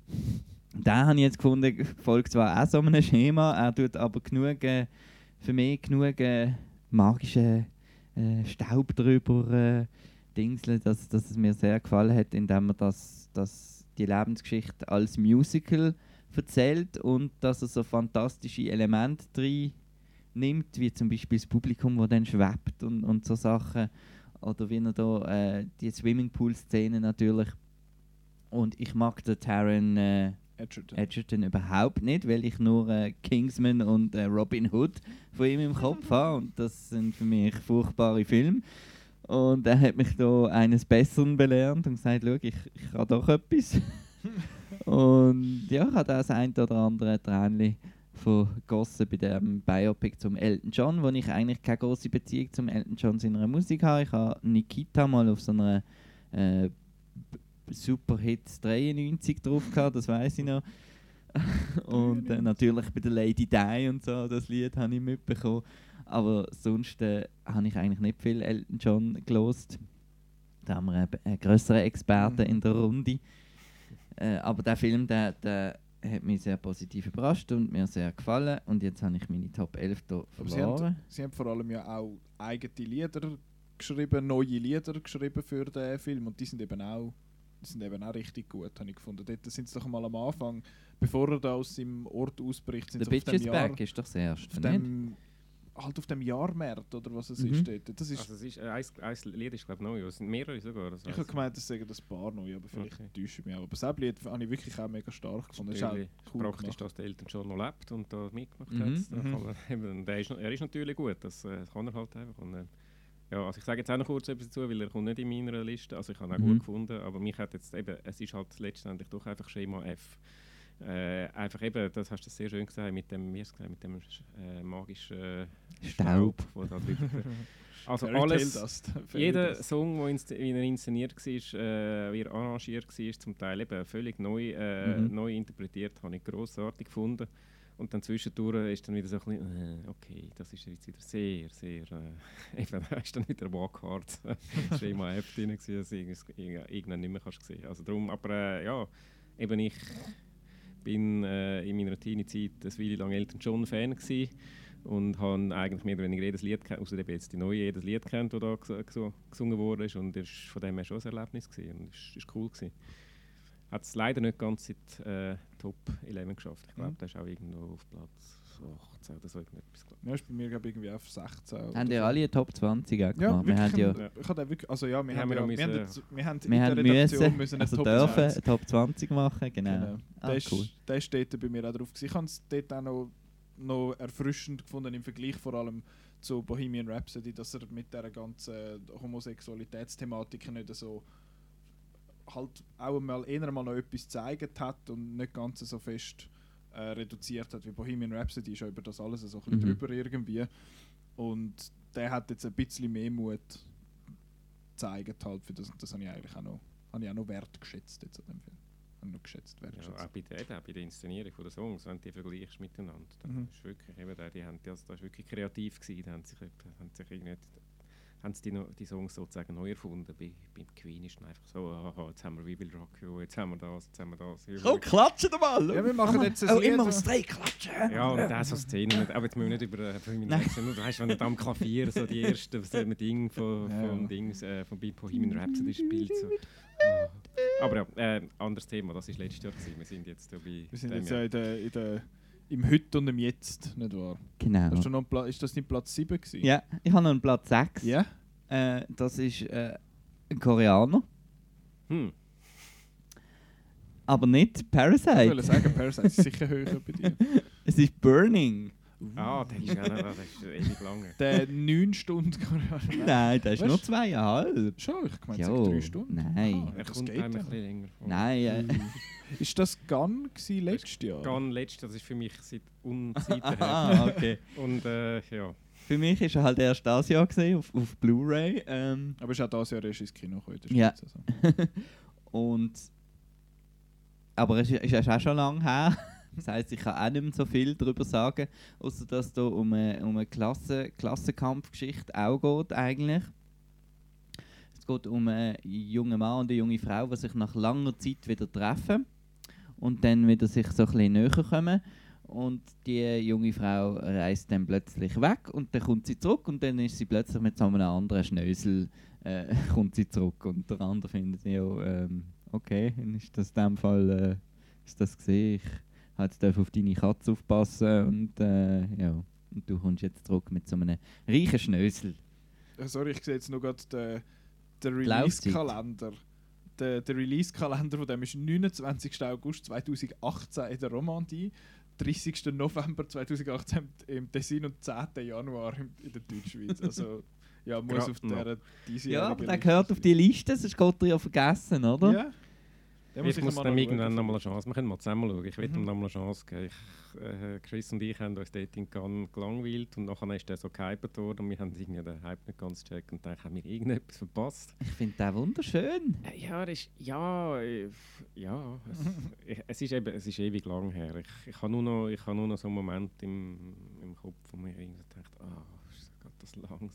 da habe ich jetzt gefunden, folgt zwar auch so einem Schema, er tut aber genug, äh, für mich genug äh, magische äh, Staub drüber äh, dingseln, dass, dass es mir sehr gefallen hat, indem er das, das, die Lebensgeschichte als Musical erzählt und dass er so fantastische Elemente drin nimmt, wie zum Beispiel das Publikum, das dann schwebt und, und so Sachen. Oder wie er da äh, die Swimmingpool-Szene natürlich. Und ich mag den Taron äh, Edgerton. Edgerton überhaupt nicht, weil ich nur äh, Kingsman und äh, Robin Hood von ihm im Kopf habe. Und das sind für mich furchtbare Filme. Und er hat mich da eines Besseren belehrt und gesagt, schau, ich, ich kann doch etwas. Und ja, ich habe das ein oder andere Tränchen vergossen bei dem Biopic zum Elton John, wo ich eigentlich keine große Beziehung zum Elton John seiner Musik habe. Ich habe Nikita mal auf so einer äh, Superhits dreiundneunzig drauf gehabt, das weiß ich noch. Und äh, natürlich bei der Lady Di und so, das Lied habe ich mitbekommen. Aber sonst äh, habe ich eigentlich nicht viel Elton John gelost. Da haben wir einen, einen grösseren Experten Mhm. in der Runde. Äh, aber der Film, der, der hat mich sehr positiv überrascht und mir sehr gefallen. Und jetzt habe ich meine Top elf hier Aber sie verloren. haben, sie haben vor allem ja auch eigene Lieder geschrieben, neue Lieder geschrieben für den Film und die sind eben auch, die sind eben auch richtig gut, habe ich gefunden. Dort sind sie doch mal am Anfang, bevor er da aus seinem Ort ausbricht, sind The sie auf dem Bitches Jahr, Back ist doch das erste, auf nicht? dem, halt auf dem Jahrmarkt oder was es Mhm. ist dort. Das ist, Also es ist, äh, ein, ein Lied ist glaube ich neu, es sind mehrere sogar. Das ich weiss habe gemeint, das sagen das Paar neu, aber vielleicht Okay. täusche ich mich auch. Aber das Lied habe ich wirklich auch mega stark gefunden. Das ist auch Natürlich cool praktisch, gemacht. dass der Elton John noch lebt und da mitgemacht Mhm. hat. Da Mhm. kann man, eben, der ist, er ist natürlich gut, das äh, kann er halt einfach. Und, äh, ja, also ich sage jetzt auch noch kurz etwas dazu, weil er kommt nicht in meiner Liste. Also ich habe ihn auch Mhm. gut gefunden, aber mich hat jetzt eben, es ist halt letztendlich doch einfach Schema F. Äh, einfach eben, das hast du sehr schön gesagt, mit dem, wie hast du gesagt, mit dem äh, magischen äh, Staub. wo da drüber Also Fairy Tale alles, Dust. Fairy jeder Dust. Song, der inst- wie er inszeniert war, äh, wie er arrangiert war, zum Teil eben völlig neu, äh, Mhm. neu interpretiert, habe ich grossartig gefunden. Und dann zwischendurch ist dann wieder so ein bisschen, äh, okay, das ist jetzt wieder sehr, sehr, äh, eben, da ist dann wieder Walk Hard, Schema F drin gewesen, dass du irgend- irgend- irgendwann nicht mehr kannst sehen. Also darum, aber äh, ja, eben ich bin äh, in meiner Teenie-Zeit eine Weile lang Elton John Fan gewesen und habe eigentlich mehr oder weniger jedes Lied kennt, außer jetzt die neue, jedes Lied kennt, das da ges ges gesungen wurde und das war von dem her schon ein Erlebnis gewesen und es ist, ist cool gewesen. Hat es leider nicht ganz in die äh, Top elf geschafft. Ich glaube, Mhm. der ist auch irgendwo auf Platz achtzehn oder so irgendetwas. Glaub. Ja, ist bei mir glaube ich irgendwie auf sechzehn. oder Haben die so. alle eine Top zwanzig auch Ja, gemacht? Wir haben wirklich. ja, ein- Ich habe wirklich, also ja, wir Ja, haben, wir ja, haben wir haben, müssen- jetzt- wir haben in wir der haben Redaktion müssen, müssen eine also Top dürfen zwanzig. eine Top zwanzig machen, genau. Genau. Ah, der, ist, cool. der ist dort bei mir auch drauf gewesen. Ich habe es dort auch noch, noch erfrischend gefunden im Vergleich vor allem zu Bohemian Rhapsody, dass er mit dieser ganzen Homosexualitätsthematik nicht so halt auch mal eher mal noch etwas gezeigt hat und nicht ganz so fest äh, reduziert hat wie Bohemian Rhapsody, ist ja über das alles so ein bisschen Mhm. drüber irgendwie. Und der hat jetzt ein bisschen mehr Mut gezeigt halt für das, und das habe ich eigentlich auch noch, habe ich auch noch wertgeschätzt jetzt an dem Film. Habe noch geschätzt, Ja, wertgeschätzt. auch, bei der, eben, auch bei der Inszenierung der Songs, wenn du die vergleichst miteinander, dann Mhm. ist wirklich, eben, der, die haben, das, das ist wirklich kreativ gewesen. Da haben sich, haben sich irgendwie, haben sie die, no- die Songs sozusagen neu erfunden. Bei, beim Queen ist dann einfach so, aha, jetzt haben wir We Will Rock You, jetzt haben wir das, jetzt haben wir das. Komm, klatschen mal! Ja, wir machen jetzt ein Oh, Lied. immer aufs Drei klatschen! Ja, und das so Szenen, nicht- aber jetzt müssen wir nicht über äh, Bohemian Nein. Rhapsody, nur, du weißt, wenn er da am Klavier so die ersten so mit Ding von, Ja. von Dings, äh, von Bohemian Rhapsody spielt. So. Ah. Aber ja, äh, anderes Thema, das war letztes Jahr gewesen. Wir sind jetzt da bei Wir sind dem jetzt Jahr. ja in der, in der, im Heute und im Jetzt, nicht wahr? Genau. Hast du noch einen Pla- ist das nicht Platz sieben gewesen? Ja, ich habe noch einen Platz sechs. Ja? Äh, das ist äh, ein Koreaner. Hm. Aber nicht Ich Parasite. wollte sagen, Parasite ist sicher höher bei dir. Es ist Burning. Ah, der ist, auch noch, das ist ewig lange. Der neun Stunden Koreaner. Nein, das ist Weißt nur du? zweieinhalb. Schon, ich meine, Jo, drei Stunden. nein. Ah, Er das kommt geht einem ja. ein bisschen länger vor. Nein, äh, Ist das Gun gewesen, letztes Jahr? Ganz letzt, das ist für mich seit Unzeiten her. ah, okay. Und äh, ja, Für mich war er halt erst dieses Jahr gesehen, auf, auf Blu-ray. Ähm, Aber ist auch dieses Jahr erst ins Kino gekommen. in der Ja. Schweiz, also. und aber es ist, ist auch schon lange her. Das heisst, ich kann auch nicht mehr so viel darüber sagen, außer dass es hier um eine, um eine Klasse, Klassenkampfgeschichte auch geht eigentlich. Es geht um einen jungen Mann und eine junge Frau, die sich nach langer Zeit wieder treffen und dann wieder sich so ein bisschen näher kommen. Und die junge Frau reist dann plötzlich weg und dann kommt sie zurück und dann ist sie plötzlich mit so einem anderen Schnösel äh, kommt sie zurück und der andere findet ja, ähm, okay, dann ist das in dem Fall äh, ist das gesehen. Ich halt darf auf deine Katze aufpassen und äh, ja und du kommst jetzt zurück mit so einem reichen Schnösel. Äh, Sorry, ich sehe jetzt noch gerade den, den Laufzeit. Release-Kalender. Der, der Release-Kalender von dem ist neunundzwanzigsten August zweitausendachtzehn in der Romandie, dreißigsten November zweitausendachtzehn im Tessin und zehnten Januar in in der Deutschschweiz. Also ja, muss Gerade auf noch. der diesjährigen Ja, aber der Liste gehört auf sein. die Liste, sonst geht er ja vergessen, oder? Ja. Den ich muss mal dem noch irgendwann schauen. nochmal eine Chance. Wir können mal zusammen schauen. Ich will Mhm. ihm nochmal eine Chance geben. Ich, äh, Chris und ich haben uns dort in Cannes gelangweilt und nachher ist der so gehypt worden und wir haben irgendwie den Hype nicht ganz gecheckt und dann haben wir irgendetwas verpasst. Ich finde den wunderschön. Äh, Ja, das ist, ja, äh, ja, es, ich, es, ist eben, es ist ewig lang her. Ich, ich habe nur noch, ich habe nur noch so einen Moment im, im Kopf, wo mir irgendwie denkt, ah, geht das langsam.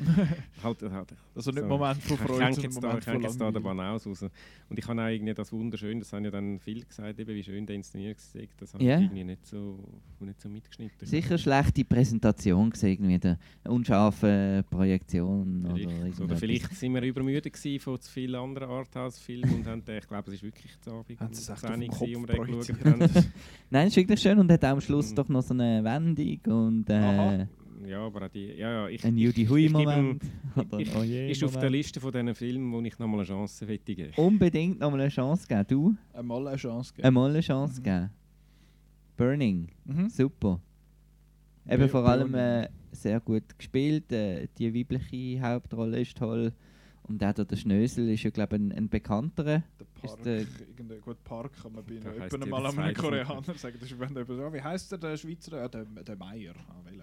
halt, halt, Also nicht so, Moment von ich Freude, hänge sondern jetzt da, Moment ich hänge von jetzt da den Langweile. Banaus raus. Und ich habe auch irgendwie das wunderschön, das haben ja dann viele gesagt, eben, wie schön der inszeniert war. Das habe Ja. ich irgendwie nicht so, nicht so mitgeschnitten. Sicher schlechte Präsentation gesehen, irgendwie eine unscharfe Projektion oder Vielleicht. irgendetwas. Oder vielleicht sind wir übermüdet gewesen von zu vielen anderen Arthouse-Filmen und haben, ich glaube, es ist wirklich zu Abend Haben um sie es echt zehn auf den Uhr Kopf gewesen, um den geschaut projiziert? haben. Nein, es ist wirklich schön und hat auch am Schluss Mhm. doch noch so eine Wendung und äh, Aha. Ja, aber auch die, ja, ja, ich, ein ich, Judy ich, Hui ich gebe ihm- Moment. Oder ich- oh je ist auf der Moment. Liste von diesen Filmen, wo ich nochmal eine Chance möchte geben. Unbedingt noch mal eine Chance geben. Du? Einmal eine Chance geben. Einmal eine Chance Mhm. geben. Burning. Mhm. Super. Eben Bur- vor allem Burning. äh, sehr gut gespielt. Äh, die weibliche Hauptrolle ist toll. Und auch der Schnösel ist ja, glaube ich, ein, ein bekannterer. Der Park, der- irgendein gut Park kann man bei Da einem heisst jemandem jeder mal einem Zweite. Koreaner sagen. Das ist, wenn der über- oh, wie heisst der, der Schweizer? Ja, der, der Meier. Ah, welcher?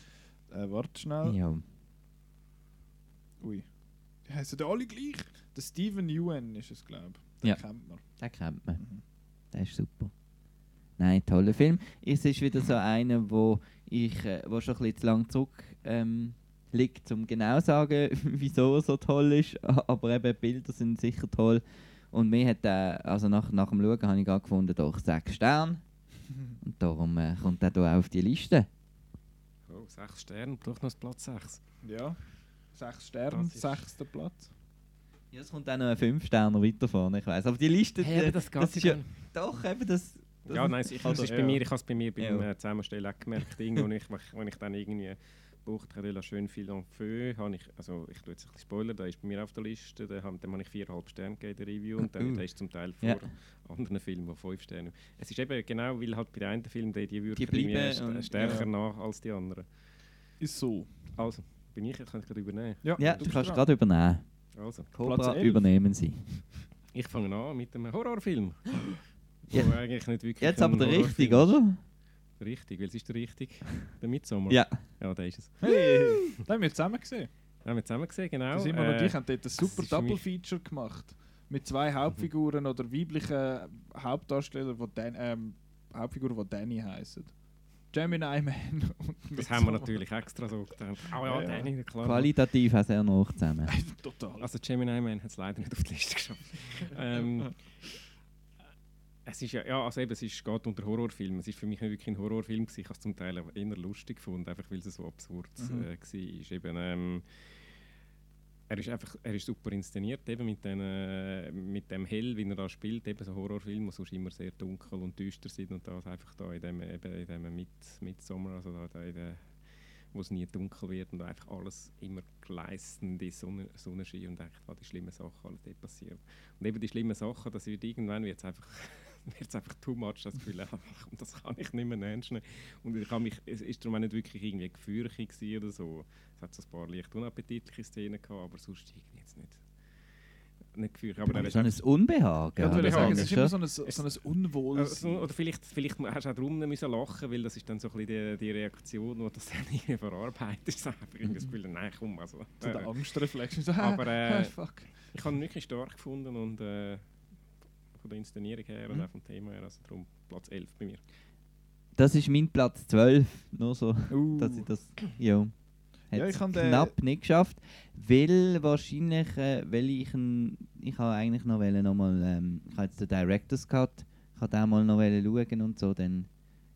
Äh, warte schnell. Ja. Ui. Die heißen ja alle gleich. Der Steven Yeun ist es, glaube ich. Den Ja. kennt man. Den kennt man. Mhm. Der ist super. Nein, toller Film. Es ist wieder so einer, wo ich äh, wo schon ein bisschen zu lang zurück ähm, liegt, um genau zu sagen, wieso er so toll ist. Aber eben die Bilder sind sicher toll. Und mir hat der, also nach, nach dem Schauen habe ich gerade gefunden, doch sechs Sterne. Und darum äh, kommt er hier auch auf die Liste. Oh, sechs Sterne, doch noch Platz sechs. Ja. Sechs Sterne, Das ist- sechster Platz. Ja, es kommt auch noch ein fünf Sterne weiter vorne, ich weiss. Aber die Liste, Hey, äh, das geht das ist ja ja doch eben das. das Ja, nein, ich, oder- das ist bei ja. mir, ich habe es bei mir beim Ja. äh, Zusammenstellen auch gemerkt, irgendwo, ich, wenn ich dann irgendwie Bucht de la schön viel en feu, habe ich, also ich tue jetzt ein bisschen Spoiler, der ist bei mir auf der Liste, dem habe ich viereinhalb Sterne gegeben, der Review, und dann, Uh. der ist zum Teil vor Ja. anderen Filmen, die fünf Sterne. Es ist eben genau, weil halt bei den einen Filmen, die, die wirken bleiben irgendwie st und- stärker ja. nach als die anderen. Ist so. Also, bin ich, ich kann es gerade übernehmen. Ja, du bist kannst dran. gerade übernehmen. Also, Cobra elf. übernehmen sie. ich fange an mit einem Horrorfilm. Ja. Wo eigentlich nicht wirklich Jetzt ein aber der Horrorfilm richtige, ist. oder? Richtig, welches ist der richtige? Der Midsommar? Ja. Ja, der ist es. Hey, den haben wir zusammen gesehen. Haben wir zusammen gesehen, genau. Der Simon und Äh, ich haben dort ein super ist für mich- Double-Feature gemacht. Mit zwei Hauptfiguren oder weiblichen Hauptdarstellern, die Dan ähm, Hauptfiguren, die Danny heißen. Gemini Man und Das haben wir Midsommar. natürlich extra so gedacht. Ah ja, Ja, ja. Danny, klar. Qualitativ auch sehr noch zusammen. Total. Also Gemini Man hat es leider nicht auf die Liste geschafft. ähm, es ist ja, ja, also eben, es ist, geht unter Horrorfilm. Es ist für mich nicht wirklich ein Horrorfilm gewesen. Ich habe es zum Teil eher lustig gefunden, einfach weil es so absurd Mhm. äh, war. Eben, ähm, er ist einfach, er ist super inszeniert, eben mit, den, äh, mit dem Hell, wie er da spielt, eben so Horrorfilme, die sonst immer sehr dunkel und düster sind und das einfach da in dem, eben in dem Mid, Midsommar, also da, da in der, wo es nie dunkel wird und einfach alles immer gleißende Sonne, Sonnenschein und echt, was die schlimmen Sachen alles dort passieren. Und eben die schlimmen Sachen, das wird irgendwann wird's einfach wird es einfach too much, das Gefühl, ach, das kann ich nicht mehr ernst nehmen. Und ich habe mich, es ist darum auch nicht wirklich irgendwie gefürchtig oder so. Es hat so ein paar leicht unappetitliche Szenen gehabt, aber sonst irgendwie jetzt nicht, nicht gefürchtig. Aber so ein Unbehagen. Ja, oder? sagen, So es ist immer so ein, so ein Unwohles. Also, oder vielleicht, vielleicht hast du auch darum nicht müssen lachen, weil das ist dann so ein bisschen die, die Reaktion, die das dann irgendwie verarbeitet ist. Einfach irgendwie das Gefühl, nein, komm, also. So Äh, der Angstreflex. So, aber äh, fuck. ich habe ihn wirklich stark gefunden und äh, von der Inszenierung her und Mhm. auch vom Thema her, also darum Platz elf bei mir. Das ist mein Platz zwölf. Nur so, Uh. dass ich das. Ja. Hat Ja, ich kann den- knapp nicht geschafft. Weil wahrscheinlich, äh, weil ich ein, ich habe eigentlich noch wollen, noch mal, ähm, ich habe jetzt den Director's Cut, ich habe den mal noch wollen schauen und so, dann,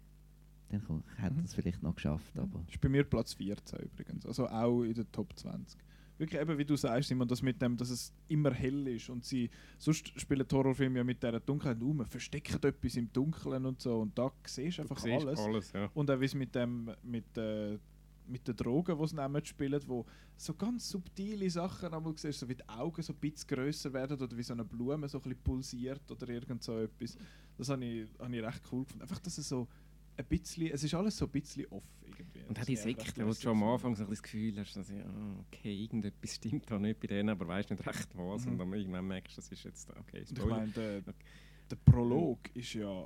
dann komm, ich hätte Mhm. das vielleicht noch geschafft, aber. Das ist bei mir Platz vierzehn übrigens. Also auch in der Top zwanzig. Wirklich eben, wie du sagst, Simon, das mit dem, dass es immer hell ist und sie, sonst spielen Horrorfilme ja mit dieser Dunkelheit um, verstecken etwas im Dunkeln und so und da siehst du Du einfach siehst alles. alles ja. Und auch wie es mit dem, mit, äh, mit den Drogen, die sie nehmen, spielen, wo so ganz subtile Sachen einmal siehst, so wie die Augen so ein bisschen grösser werden oder wie so eine Blume so ein bisschen pulsiert oder irgend so etwas. Das habe ich, habe ich recht cool gefunden. Einfach, dass es so ein bisschen, es ist alles so ein bisschen off irgendwie. Und Das auch die habe ich recht Sekte, wo du lässig schon am gefunden. Anfang so ein bisschen das Gefühl hast, dass ich, ah, okay, irgendetwas stimmt da nicht bei denen, aber weißt nicht recht was. Mhm. Und dann irgendwann merkst du, das ist jetzt, okay, Und ich Spoiler. meine, der, der Prolog ist ja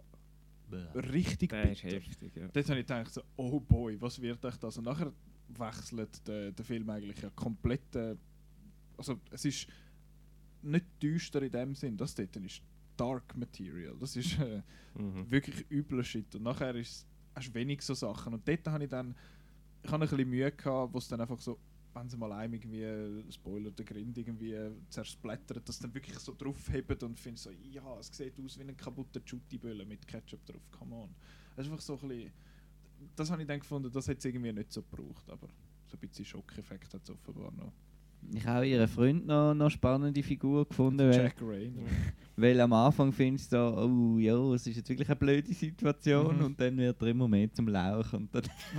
richtig Der ist bitter. heftig, ja. Dort habe ich gedacht, so, oh boy, was wird echt das? Und nachher wechselt der, der Film eigentlich ja komplett. Äh, also, es ist nicht düster in dem Sinn. Das dort ist Dark Material. Das ist äh, Mhm. wirklich übler Shit. Und nachher ist, hast du wenig so Sachen. Und dort habe ich dann. Ich habe ein bisschen Mühe gehabt, wo es dann einfach so. Wenn sie mal einem irgendwie, äh, Spoiler, der Grind irgendwie äh, zersplattert, dass dann wirklich so draufhebt und finde so, ja, es sieht aus wie ein kaputter Chutti-Böller mit Ketchup drauf, come on. Das ist einfach so ein bisschen, das habe ich dann gefunden, das hat es irgendwie nicht so gebraucht, aber so ein bisschen Schockeffekt hat es offenbar noch. Ich habe ihren Freund noch noch spannende Figur gefunden, weil, Jack Rayner. weil am Anfang findest du so, oh ja, es ist jetzt wirklich eine blöde Situation Mhm. und dann wird er immer mehr zum Lauch und dann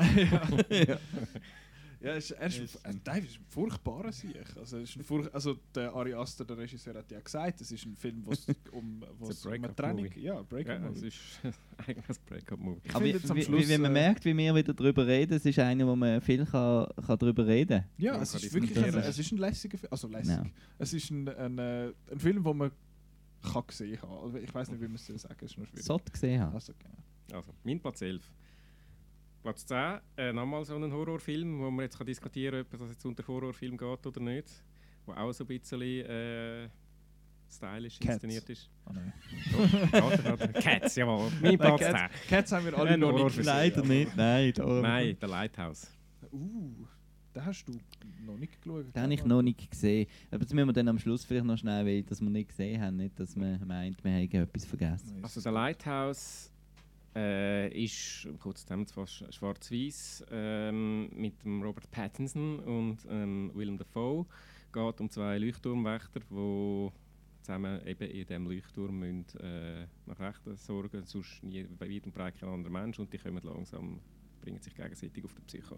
ja. Ja, es ist, er ist, Ist- ein, Dave ist ein furchtbarer Sieg. Also, es ist ein furch also der Ari Aster, der Regisseur, hat ja gesagt, es ist ein Film, wo es um, wo's It's a um eine breakup Trennung movie. Ja, Breakup Ja, es Movie. ist eigentlich ein Breakup-Movie. Ich Aber finde wie, jetzt am wie, Schluss, wie man äh, merkt, wie wir wieder darüber reden, es ist einer, wo man viel kann, kann darüber reden kann. Ja, Ja, es kann ist ich wirklich sagen. ein, es ist ein lässiger Film. Also lässig. Ja. Es ist ein, ein, äh, ein Film, den man kann gesehen haben. Also ich weiß nicht, wie man es sagen, es ist nur schwierig. Sott gesehen habe. Also, genau. Also, mein Platz elf. Platz zehn, äh, nochmal so ein Horrorfilm, wo man jetzt kann diskutieren kann, ob das jetzt unter Horrorfilm geht oder nicht. Wo auch so ein bisschen äh, stylisch Cats. inszeniert ist. Oh nein. So, geht er noch? Cats, jawohl. Mein Platz Cats, zehn. Cats haben wir alle Ein noch nicht Horrorfilm. gesehen. Leider aber- nicht, nein. Da, Nein, The Lighthouse. Uh, den hast du noch nicht geschaut. Den habe ich noch nicht gesehen. Aber das müssen wir dann am Schluss vielleicht noch schnell, weil das wir nicht gesehen haben, nicht, dass man meint, wir hätten etwas vergessen. Also The Lighthouse äh, ist, kurz zusammenzufassen, schwarz-weiß ähm, mit dem Robert Pattinson und ähm, Willem Dafoe. Geht um zwei Leuchtturmwächter, die zusammen eben in diesem Leuchtturm müssen, äh, nach Rechten sorgen, sonst nie weit und breit kein anderer Mensch und die kommen langsam, bringen sich gegenseitig auf den Psycho.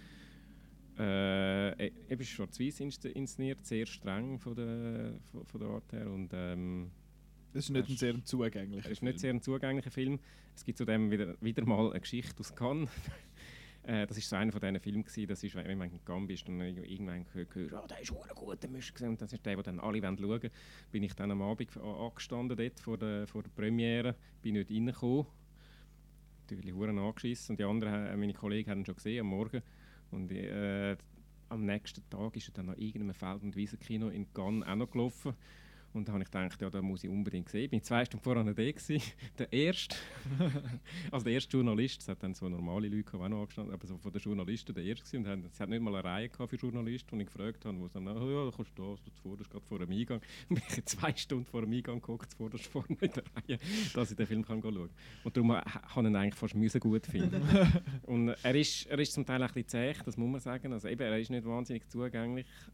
Äh, e- eben schwarz-weiß insz- inszeniert, sehr streng von der, von, von der Art her und ähm, Das ist nicht ein sehr zugänglicher es ist nicht sehr ein zugänglicher Film. Es gibt zudem wieder, wieder mal eine Geschichte aus Cannes. äh, das war so einer von diesen Filmen, gewesen, das ist, wenn man in Cannes bist und irgendwann gehört, oh, der ist verdammt gut, den musst du sehen. Und das ist der, den dann alle schauen wollen. Bin ich dann am Abend a- angestanden dort vor der, vor der Premiere, bin nicht reingekommen. Natürlich verdammt angeschissen. Und die anderen, äh, meine Kollegen haben ihn schon gesehen am Morgen. Und äh, am nächsten Tag ist er dann nach irgendeinem Feld- und Wiesenkino in Cannes auch noch gelaufen. Und da habe ich gedacht, ja, da muss ich unbedingt sehen. Ich bin zwei Stunden vorher noch da gewesen. Der erste, also der erste Journalist, es hat dann so normale Leute gehabt, die auch noch angestanden, aber so von den Journalisten der erste gewesen. Und haben, es hat nicht mal eine Reihe gehabt für Journalisten, die ich gefragt habe, wo sie dann, oh ja, da kannst du da, du zuvor, das ist gerade vor dem Eingang. Und bin ich zwei Stunden vor dem Eingang geguckt, zuvor, das ist vorne in der Reihe, dass ich den Film kann schauen kann. Und darum ha- habe ich ihn eigentlich fast müssen gut finden. Und er ist, er ist zum Teil ein bisschen zäh, das muss man sagen. Also eben, er ist nicht wahnsinnig zugänglich.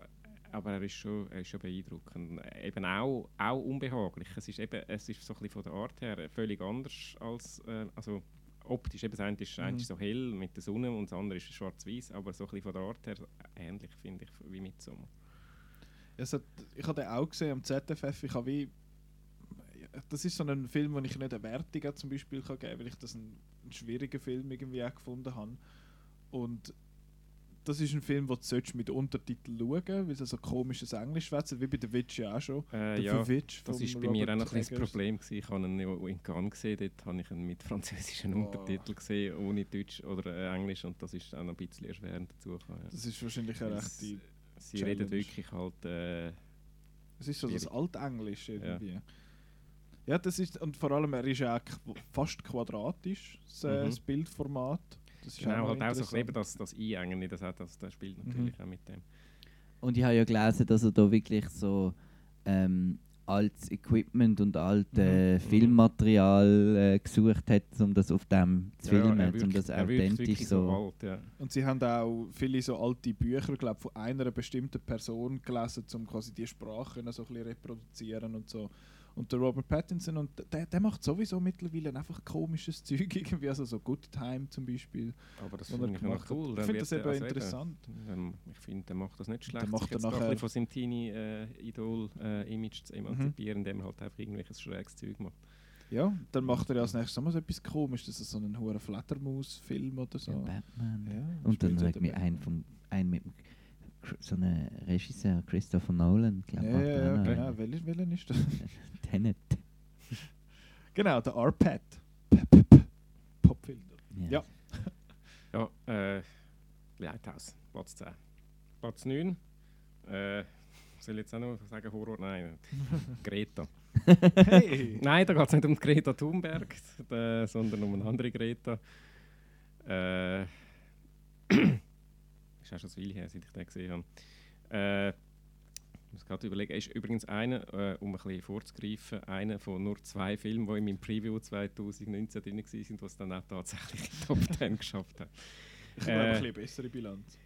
aber er ist schon, er ist schon beeindruckend. Eben auch, auch unbehaglich. Es ist, eben, es ist so ein bisschen von der Art her völlig anders als, äh, also optisch, eben das eine ist, Mhm. ist so hell mit der Sonne und das andere ist schwarz-weiß, aber so ein bisschen von der Art her ähnlich, finde ich, wie Midsommar. Es hat, ich habe den auch gesehen am Z F F. Ich habe wie, das ist so ein Film, wo ich nicht eine Wertung zum Beispiel kann geben kann, weil ich das einen, einen schwierigen Film irgendwie auch gefunden habe. Und das ist ein Film, den du mit Untertiteln schauen solltest, weil es so komisches Englisch schwätzt, wie bei The Witch ja auch schon. Äh, The ja, Witch das vom ist bei mir auch noch ein Robert bisschen das Problem gewesen. Ich habe ihn ja in Cannes gesehen, dort habe ich ihn mit französischen Oh. Untertiteln gesehen, ohne Deutsch oder äh, Englisch, und das ist auch noch ein bisschen erschwerend dazu gekommen. Ja. Das ist wahrscheinlich eine Weil rechte... s- Sie Challenge. reden wirklich halt... Äh, Es ist so das schwierig. Altenglisch irgendwie. Ja. ja, das ist... Und vor allem, er ist ja auch qu- fast quadratisch, das, äh, Mhm. das Bildformat. Das ist genau, noch halt auch so ein bisschen interessant. eben das, das Einengen, das, hat, das, das spielt natürlich auch mit dem. Und ich habe ja gelesen, dass er da wirklich so ähm, altes Equipment und altes Mhm. Filmmaterial äh, gesucht hat, um das auf dem zu Ja, filmen, er um wirkt- das er wirkt authentisch wirklich so... alt, ja. Und sie haben auch viele so alte Bücher, glaube von einer bestimmten Person gelesen, um quasi die Sprache so ein bisschen reproduzieren und so. Und der Robert Pattinson, und der, der macht sowieso mittlerweile einfach komisches Zeug, irgendwie, also so Good Time zum Beispiel. Aber das was er finde ich ja gemacht noch hat. cool. Ich Der finde das wird- eben also interessant. Ähm, ich finde, der macht das nicht Und schlecht, dann macht sich er jetzt da ein nachher- bisschen von seinem Teenie-Idol-Image zu emanzipieren, indem er halt einfach irgendwelches schräges Zeug macht. Ja, dann macht er ja als nächstes mal so etwas Komisches, das ist so ein hoher Fledermaus-Film oder so. Ja, Batman. Ja, Und dann spielt so hat der mir Batman. ein vom ein mit dem Cr- so einem Regisseur, Christopher Nolan, Ja, glaube ja, ja, ich. genau. Welcher, welcher ist das? Tenet. Genau, der R-Pad. Popfilter. Ja. Ja, äh, Lighthouse, Platz zehn. Platz neun, äh, soll ich jetzt auch noch sagen Horror? Nein, Greta. Hey! Nein, da geht es nicht um Greta Thunberg, äh, sondern um eine andere Greta. Äh, ist auch schon eine Weile her, seit ich den gesehen habe. Äh, ich muss gerade überlegen, ist übrigens einer, äh, um ein bisschen vorzugreifen, einer von nur zwei Filmen, die in meinem Preview zwanzig neunzehn drin waren, die es dann auch tatsächlich in die Top zehn geschafft haben. Ich habe Äh, ein bisschen bessere Bilanz.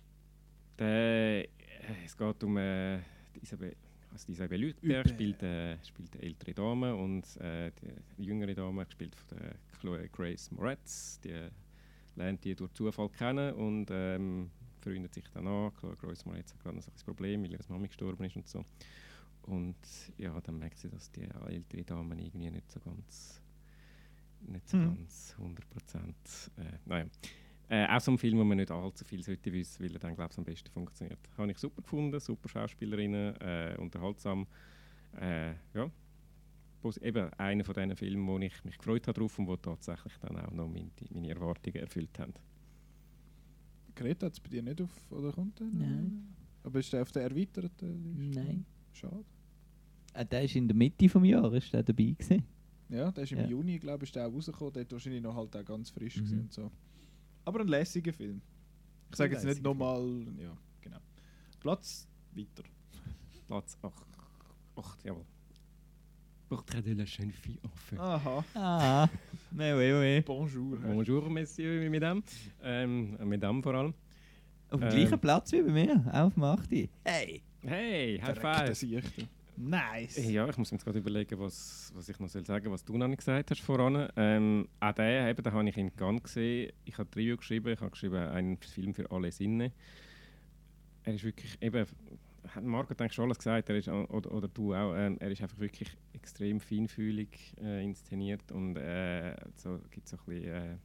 Der, äh, es geht um äh, die Isabel, also die Isabel Lütberg Hübert. spielt, äh, spielt eine ältere Dame und äh, die jüngere Dame gespielt von der Chloe Grace Moretz. Die lernt die durch Zufall kennen und ähm, freundet sich dann an. Chloe Grace Moretz hat gerade noch so ein Problem, weil ihre Mami gestorben ist und so. Und ja, dann merkt sie, dass die ältere Dame irgendwie nicht so ganz, nicht so Hm. ganz hundert Prozent. Äh, naja. Äh, auch so ein Film, wo man nicht allzu viel sollte wissen, weil er dann, glaube ich, am besten funktioniert. Habe ich super gefunden, super Schauspielerinnen, äh, unterhaltsam. Äh, ja, Pos- eben einer von diesen Filmen, wo ich mich gefreut habe drauf und wo tatsächlich dann auch noch meine, meine Erwartungen erfüllt haben. Greta hat es bei dir nicht auf, oder kommt der? Nein. Aber ist der auf der erweiterten Liste? Nein. Schade. Ah, der ist in der Mitte des Jahres ist der dabei gewesen. Ja, der ist im Ja. Juni, glaube ich, ist der auch rausgekommen. Der hat wahrscheinlich noch halt auch ganz frisch Mhm. gewesen und so. Aber ein lässiger Film. Ich sage jetzt nicht lässiger nochmal, ja, genau. Platz weiter. Platz acht. acht, jawohl. Portrait de la jeune fille en feu. Aha. Ah, mais oui, oui. Bonjour. Bonjour, Messieurs, Mesdames. Ähm, Mesdames vor allem. Auf dem Ähm. gleichen Platz wie bei mir, auch auf dem achten. Hey! Hey, High Verreckte Five! Sichte. Nice. Ja, ich muss mir jetzt gerade überlegen, was, was ich noch soll sagen soll, was du noch nicht gesagt hast voran. Ähm, auch den, eben, den habe ich in Cannes gesehen. Ich habe ein Review geschrieben, ich habe geschrieben, einen Film für alle Sinne. Er ist wirklich, eben, hat Margot eigentlich schon alles gesagt, er ist, oder, oder du auch, ähm, er ist einfach wirklich extrem feinfühlig äh, inszeniert und äh, so, gibt so ein bisschen, äh,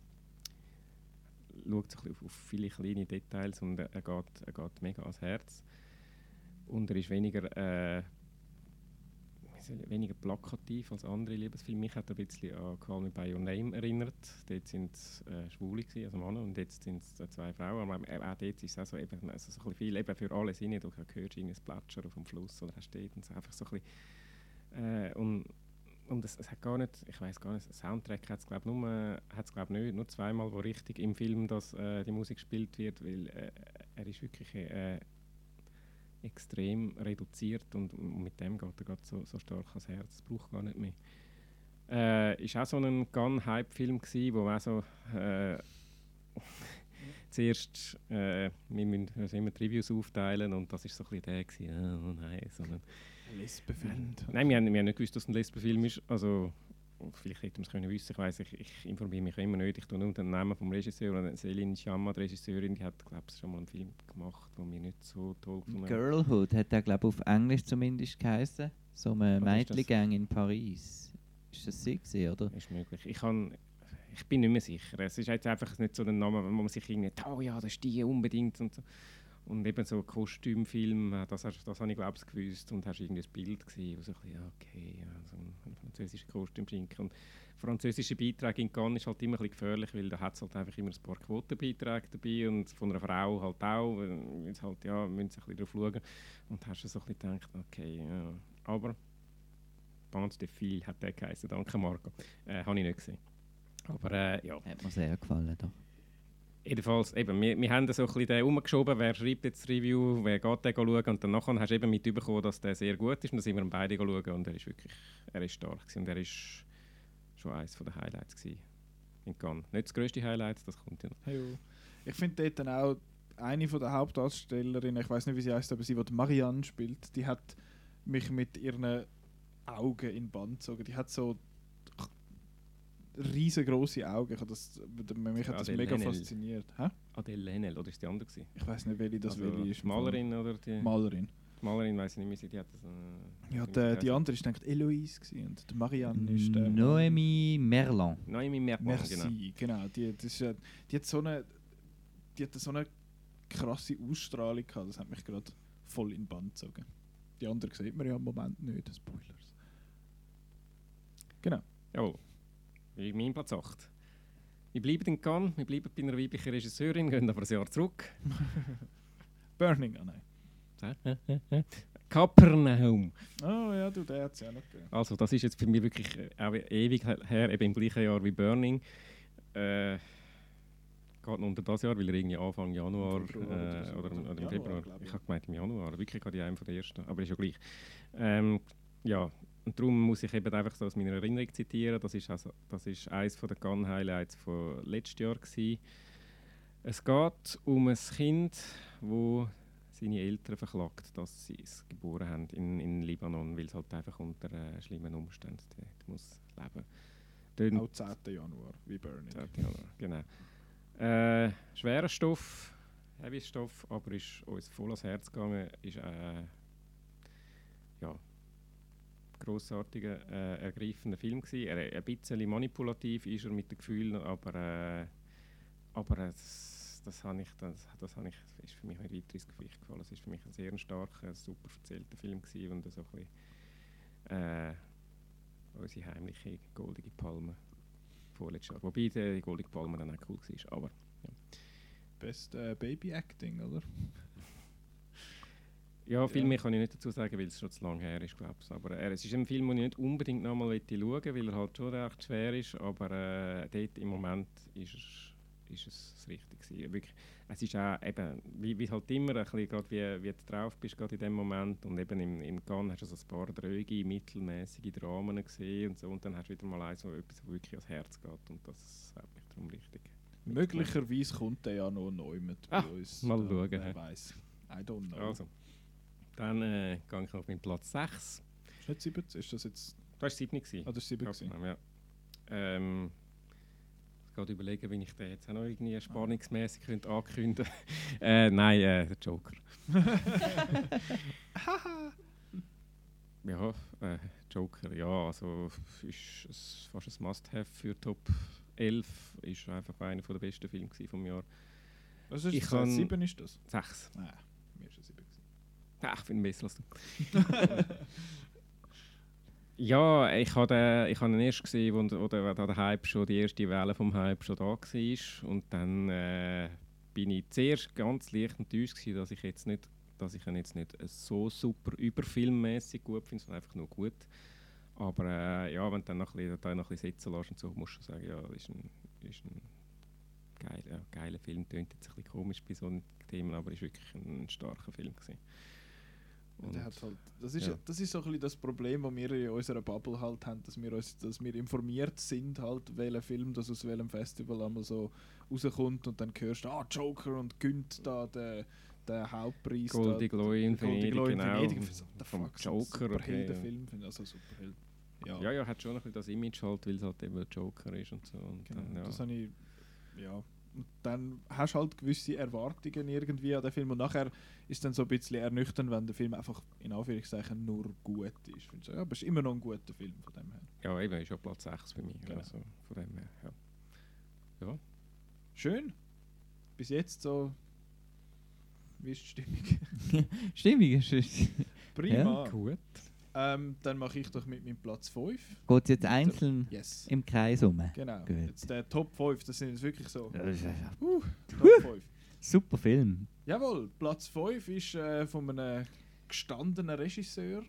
schaut so ein bisschen auf, auf viele kleine Details und er geht, er geht mega ans Herz. Und er ist weniger... Äh, weniger plakativ als andere Liebesfilme. Mich hat er ein bisschen an Call Me By Your Name erinnert. Dort waren es äh, Schwule, gewesen, also Männer, und jetzt sind es äh, zwei Frauen. Aber äh, auch dort ist es auch so, eben, also so ein bisschen viel eben für alle Sinne. Du hörst irgendwie ein Plätschern auf dem Fluss oder hast dort und so einfach so ein bisschen... Äh, und und es, es hat gar nicht, ich weiß gar nicht, der Soundtrack hat es glaube nur, hat's, glaub, nicht, nur zweimal, wo richtig im Film dass, äh, die Musik gespielt wird, weil äh, er ist wirklich... Äh, extrem reduziert und mit dem geht er gerade so, so stark ans Herz, das braucht gar nicht mehr. Äh, ist auch so ein Gun-Hype-Film gsi, wo auch so äh, zuerst, äh, wir müssen also immer die Reviews aufteilen und das war so ein bisschen der gewesen, oh nein, so ein Lesbenfilm. Nein, wir haben, wir haben nicht gewusst, dass es ein Lesbenfilm ist, also vielleicht hätten wir es können wissen, ich weiss, ich, ich informiere mich immer nicht, ich tue nur den Namen vom Regisseur und Céline Sciamma, die Regisseurin, die hat, glaube ich, schon mal einen Film gemacht, der mir nicht so toll gefunden hat. Girlhood hat der, glaube ich, auf Englisch zumindest geheißen. So ein Mädchengang in Paris. Ist das sie gewesen, oder? Ist möglich. Ich, kann, ich bin nicht mehr sicher. Es ist jetzt einfach nicht so der Name, wo man sich irgendwie, oh ja, das ist die unbedingt und so. Und eben so Kostümfilm, das, das, das habe ich glaube ich gewusst und hast irgendwie ein Bild gesehen, wo so ein bisschen, okay, ja, so ein, ein französischer Kostümschinken. Und französische Beiträge in Cannes ist halt immer ein bisschen gefährlich, weil da hat es halt einfach immer ein paar Quotenbeiträge dabei und von einer Frau halt auch, weil halt, ja, müssen sie ein bisschen drauf schauen. Und hast du so ein bisschen gedacht, okay, ja, aber Bande de Filles hat der geheißen, danke Marco. Äh, habe ich nicht gesehen. Aber äh, ja. Hat mir sehr gefallen, doch. Jedenfalls, eben, wir, wir haben so ein bisschen den umgeschoben, wer schreibt jetzt das Review, wer geht den schauen und dann nachher hast du eben mitbekommen, dass der sehr gut ist und dann sind wir beide schauen und er ist wirklich, er ist stark gewesen und er ist schon eines der Highlights gewesen in Cannes. Nicht das grösste Highlight, das kommt ja noch. Hey, ich finde dort dann auch eine von der Hauptdarstellerinnen, ich weiß nicht wie sie heißt, aber sie, die Marianne spielt, die hat mich mit ihren Augen in den Bann gezogen. Die hat so riesengroße Augen. Ich habe das, mich hat das Adele mega Haenel. fasziniert. Hä? Adele Haenel, oder ist die andere gewesen? Ich weiß nicht, welche das Also, welche ist. die Malerin oder die? Malerin. Die Malerin weiss ich nicht mehr, die hat das... Äh, Ja, die, die andere ist denkt Eloise gewesen, und die Marianne ist der... Noémie Merlan. Noémie Merlan, Merci, genau. genau. Die, das ist, äh, die hat so eine, die hat so eine krasse Ausstrahlung gehabt. Das hat mich gerade voll in den Bann gezogen. Die andere sieht man ja im Moment nicht. Spoilers. Genau. Jawohl. Wie mein Platz acht. Wir bleiben in Cannes, wir bleiben bei einer weiblichen Regisseurin, gehen aber ein Jahr zurück. Burning, ah nein. Kapernaum. Oh ja, du, der hat es ja noch gegeben. Also das ist jetzt für mich wirklich äh, auch ewig her, eben im gleichen Jahr wie Burning. Äh, geht noch unter das Jahr, weil er irgendwie Anfang Januar, Februar äh, oder so. oder, oder im Januar, Februar. glaub ich. Ich habe gemeint im Januar, wirklich gerade in einem von der ersten, aber ist ja gleich. Ähm, ja, und darum muss ich eben einfach so aus meiner Erinnerung zitieren. Das ist also, das ist eines der Cannes-Highlights von letztes Jahr gewesen. Es geht um ein Kind, das seine Eltern verklagt, dass sie es geboren haben in, in Libanon, weil es halt einfach unter äh, schlimmen Umständen dort muss leben. Dann, Auch zehnten Januar, wie Burning. zehnten Januar, genau. Äh, schwerer Stoff, heavy Stoff, aber ist uns voll ans Herz gegangen. Ist äh, ja, grossartiger, äh, ergreifender Film gewesen. Er, ein bisschen manipulativ ist er mit den Gefühlen, aber, äh, aber äh, das, das, habe ich, das, das habe ich, ist für mich nicht weiter ins Gewicht gefallen. Es ist für mich ein sehr starker, super erzählter Film gewesen und so ein bisschen, äh, unsere heimliche goldige Palme vorletztes Jahr. Wobei die goldige Palme dann auch cool war, aber ja. Best äh, Baby Acting, oder? Ja, viel Ja. mehr kann ich nicht dazu sagen, weil es schon zu lange her ist, glaube ich. Aber äh, es ist ein Film, den ich nicht unbedingt nochmal schauen will, weil er halt schon recht schwer ist. Aber äh, dort im Moment ist es, ist es das Richtige gewesen. Wirklich, es ist auch eben, wie, wie halt immer, ein bisschen, grad wie, wie du drauf bist gerade in dem Moment. Und eben im, im Cannes hast du so ein paar dröge, mittelmäßige Dramen gesehen und so. Und dann hast du wieder mal eins, wo etwas wo wirklich ans Herz geht. Und das hat mich darum richtig mitgenommen. Möglicherweise kommt der ja noch neu mit Ah, bei uns. mal Dann, schauen, Wer ja. weiß. I don't know. Also, dann äh, gehe ich auf meinen Platz sechs. Ist nicht siebzehn? Ist das jetzt... Du warst sieben gewesen. Ah, das war sieben. gewesen. Kapernaum, ja. Ähm, ich kann überlegen, wie ich den jetzt auch noch irgendwie spannungsmäßig könnte ankündigen könnte. äh, nein, äh, der Joker. ja, äh, Joker, ja, also ist es fast ein Must-Have für Top elf. Ist einfach einer der besten Filme gewesen vom Jahr. Was ist Ich das? kann- sieben ist das? Sechs. Nein, mir ist es sieben. gewesen. Ach, ich finde besser als du. Ja, ich habe den, ich habe ihn erst gesehen, wo, wo der, wo der Hype schon, die erste Welle vom Hype schon da war. Und dann äh, bin ich zuerst ganz leicht enttäuscht gewesen, dass ich jetzt nicht, dass ich ihn jetzt nicht so super überfilmmäßig gut finde, sondern einfach nur gut. Aber äh, ja, wenn du dann noch ein bisschen, da noch ein bisschen sitzen lässt und so, musst du sagen, ja, das ist ein, ist ein geil, ja, geiler Film. Tönt jetzt ein bisschen komisch bei so einem Thema, aber es war wirklich ein, ein starker Film gewesen. Und Der hat halt, das, ist, ja. das ist so ein bisschen das Problem, das wir in unserer Bubble halt haben, dass wir, uns, dass wir informiert sind, halt, welcher Film das aus welchem Festival einmal so rauskommt und dann hörst du, ah, Joker und gönnt da den, den Hauptpreis. Golden da, Globe in Golden Venedig, Globe in genau. Venedig. Ich find so, what the Vom fuck, so ein Joker, okay, Superheldenfilm, finde ich, also Superheld. Ja, Ja, ja, hat schon ein bisschen das Image halt, weil es halt eben Joker ist und so. Und genau. dann, ja. Das habe ich, ja. Und dann hast du halt gewisse Erwartungen irgendwie an den Film und nachher ist es dann so ein bisschen ernüchternd, wenn der Film einfach in Anführungszeichen nur gut ist. Findest du, ja, aber es ist immer noch ein guter Film von dem her. Ja, eben, ist ja Platz sechs bei mir. Genau. Also von dem her, ja. Ja. Schön. Bis jetzt so. Wie ist die Stimmung? Stimmig ist es. Prima. Gut. Ähm, dann mache ich doch mit meinem Platz fünf. Geht es jetzt einzeln Yes. im Kreis rum? Genau. Gut. Jetzt der Top fünf, das sind jetzt wirklich so. Das ist ein Uh, Top fünf. super Film. Jawohl, Platz fünf ist äh, von einem gestandenen Regisseur.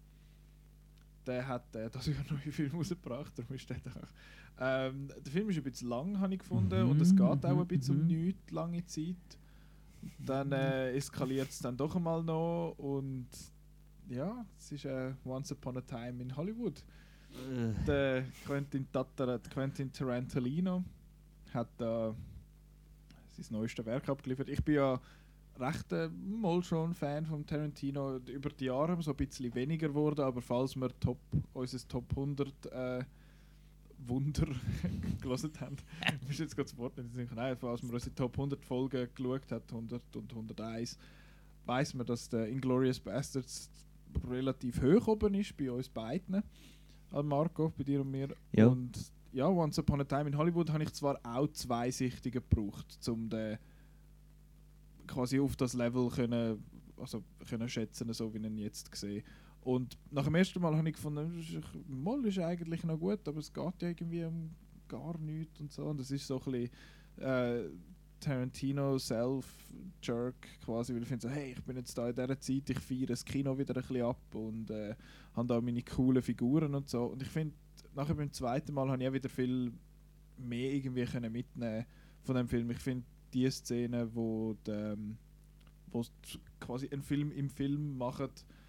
Der hat äh, das Jahr einen neuen Film rausgebracht, darum ist der da. Ähm, der Film ist ein bisschen lang, habe ich gefunden, Mhm, und es geht auch ein mhm, bisschen um mhm. nichts, lange Zeit. Dann äh, eskaliert es dann doch einmal noch und ja, es ist äh, Once Upon a Time in Hollywood. Der Quentin, Tatar Quentin Tarantino hat da sein neuestes Werk abgeliefert. Ich bin ja recht äh, mal schon Fan von Tarantino, über die Jahre so ein bisschen weniger geworden, aber falls wir Top, unser Top hundert äh, Wunder gelesen haben, ich muss jetzt gerade das Wort nicht sagen, nein, falls man unsere Top hundert Folgen geschaut hat, hundert und hunderteins, weiss man, dass der Inglourious Basterds relativ hoch oben ist bei uns beiden. Marco, bei dir und mir. Ja. Und ja, Once Upon a Time in Hollywood habe ich zwar auch zwei Sichtungen gebraucht, um den quasi auf das Level können, also können schätzen, so wie ich ihn jetzt sehe. Und nach dem ersten Mal habe ich gefunden, Moll ist eigentlich noch gut, aber es geht ja irgendwie um gar nichts und so. Und das ist so ein bisschen äh, Tarantino Self-Jerk quasi, weil ich finde so, hey, ich bin jetzt da in dieser Zeit, ich feiere das Kino wieder ein bisschen ab und äh, habe da meine coolen Figuren und so. Und ich finde, nachher beim zweiten Mal habe ich auch wieder viel mehr irgendwie können mitnehmen von dem Film. Ich finde die Szene, wo die, ähm, wo s- quasi einen Film im Film machen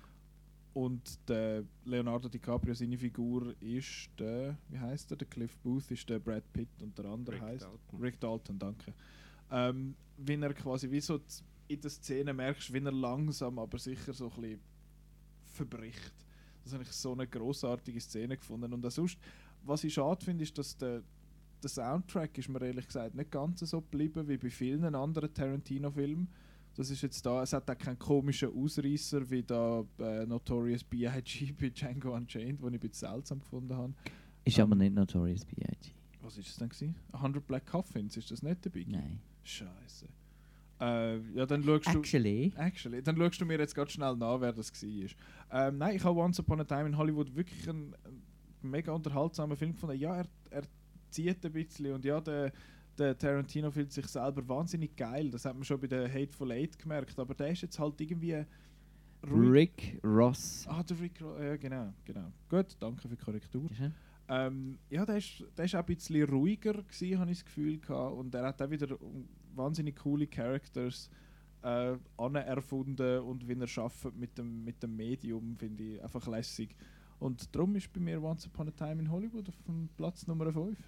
und der Leonardo DiCaprio, seine Figur ist der, wie heißt der, der Cliff Booth ist der Brad Pitt und der andere Rick heißt Dalton. Rick Dalton, danke. Ähm, wenn er quasi wie so z- in der Szene merkst, wenn er langsam aber sicher so ein bisschen verbricht. Das habe ich so eine grossartige Szene gefunden. Und auch sonst, was ich schade finde, ist, dass der, der Soundtrack ist mir ehrlich gesagt nicht ganz so geblieben wie bei vielen anderen Tarantino-Filmen. Das ist jetzt da, es hat auch keinen komischen Ausreißer wie da äh, Notorious B I G bei Django Unchained, den ich ein bisschen seltsam gefunden habe. Ist Ähm, aber nicht Notorious B I G Was ist es denn gewesen? hundert Black Coffins, ist das nicht dabei? Nein. Scheiße. Äh, ja, dann schaust du... Actually. Actually, dann schaust du mir jetzt ganz schnell nach, wer das war. Ähm, nein, ich habe Once Upon a Time in Hollywood wirklich einen, einen mega unterhaltsamen Film gefunden. Ja, er, er zieht ein bisschen und ja, der, der Tarantino fühlt sich selber wahnsinnig geil. Das hat man schon bei der Hateful Eight gemerkt, aber der ist jetzt halt irgendwie... ruhig. Rick Ross. Ah, der Rick Ro- ja, genau, genau. Gut, danke für die Korrektur. Ist er? Ähm, ja, der ist, der ist auch ein bisschen ruhiger gewesen, habe ich das Gefühl gehabt. Und er hat auch wieder wahnsinnig coole Characters äh, anerfunden und wie er arbeitet mit dem, mit dem Medium, finde ich einfach lässig. Und darum ist bei mir Once Upon a Time in Hollywood auf dem Platz Nummer fünf.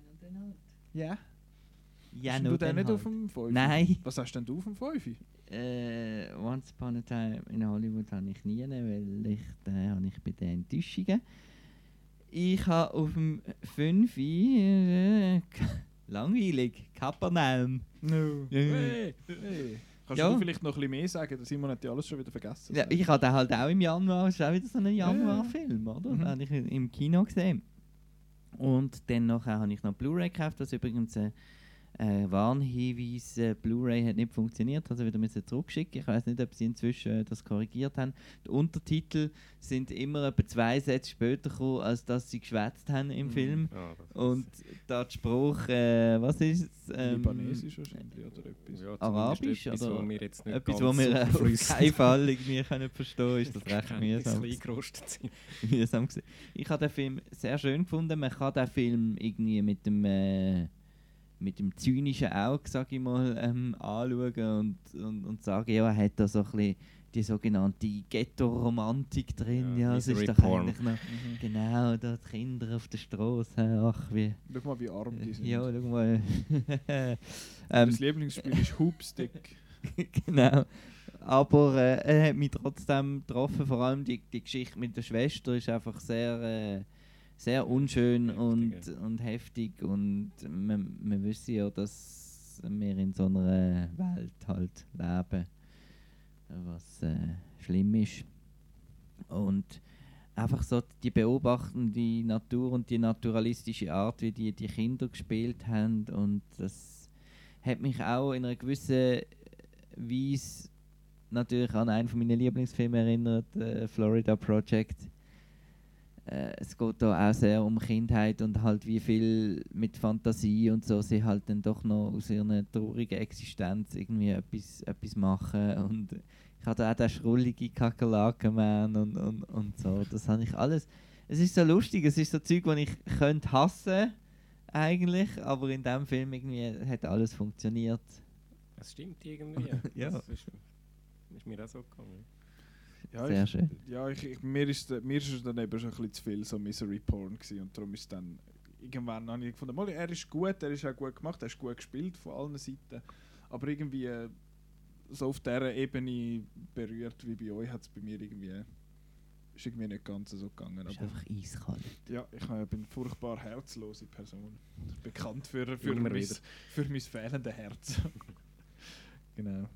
Ja. Ja, Hast nur du den den nicht halt. auf dem fünf? Nein. Was hast denn du auf dem fünf? Äh, Once Upon a Time in Hollywood habe ich nie, weil ich, da habe ich bei den Enttäuschungen. Ich habe auf dem fünf äh, langweilig, Kapernaum. No. Hey. Hey. Kannst Ja. du vielleicht noch ein bisschen mehr sagen? Der Simon hat ja alles schon wieder vergessen. Ja, ich habe den halt auch im Januar, das ist auch wieder so ein Januarfilm, oder? Mhm. Den habe ich im Kino gesehen. Und dann nachher habe ich noch Blu-ray gekauft, was übrigens ein äh, Warnhinweis, äh, Blu-ray hat nicht funktioniert, also wieder müssen zurückschicken. Ich weiß nicht, ob sie inzwischen äh, das korrigiert haben. Die Untertitel sind immer etwa zwei Sätze später gekommen, als dass sie geschwätzt haben im Mhm. Film. Ja, das ist- Und da der Spruch, äh, was ist es? Ähm, Libanesisch wahrscheinlich oder etwas. ja, Arabisch zumindest etwas, oder wo wir jetzt nicht etwas, ganz was wir so äh, auf flüssig- keinen Fall irgendwie können verstehen, ist das recht Ein mühsam. bisschen eingerostet sind. mühsam gewesen. Ich habe den Film sehr schön gefunden. Man kann den Film irgendwie mit dem äh, mit dem zynischen Auge, sag ich mal, ähm, anschauen und, und, und sagen, ja, er hat da so ein bisschen die sogenannte Ghetto-Romantik drin. Ja, Ja, es ist Misery doch Porn. eigentlich noch, Mhm. genau, da die Kinder auf der Straße, ach wie, Schau mal, wie arm die sind. ja, schau mal. ähm, Das Lieblingsspiel ist Hoopstick. genau. Aber äh, er hat mich trotzdem getroffen, vor allem die, die Geschichte mit der Schwester ist einfach sehr, äh, sehr unschön Heftig, und, ja. und heftig und wir, wir wissen ja, dass wir in so einer Welt halt leben, was äh, schlimm ist. Und einfach so die beobachtende Natur und die naturalistische Art, wie die, die Kinder gespielt haben und das hat mich auch in einer gewissen Weise natürlich an einen von meinen Lieblingsfilmen erinnert, äh, Florida Project. Äh, es geht da auch sehr um Kindheit und halt wie viel mit Fantasie und so sie halt dann doch noch aus ihrer traurigen Existenz irgendwie etwas, etwas machen und ich hatte auch den schrulligen Kakerlakenman und, und, und so, das habe ich alles, es ist so lustig, es ist so Zeug, das ich könnte hassen eigentlich, aber in diesem Film irgendwie hat alles funktioniert. Es stimmt irgendwie. Ja. Das ist, ist mir auch so gegangen. Ja, Sehr ich, schön. Ja, ich, ich, mir, ist, de- mir ist es dann eben schon ein bisschen zu viel so Misery Porn gewesen und darum ist dann irgendwann habe ich gefunden, mal, er ist gut, er ist auch gut gemacht, er ist gut gespielt von allen Seiten, aber irgendwie äh, so auf dieser Ebene berührt wie bei euch hat es bei mir irgendwie ist irgendwie nicht ganz so gegangen. Das ist Aber einfach eiskalt. ja, ich äh, bin eine furchtbar herzlose Person, bekannt für, für, Immer mein, wieder. für mein fehlendes Herz. Genau.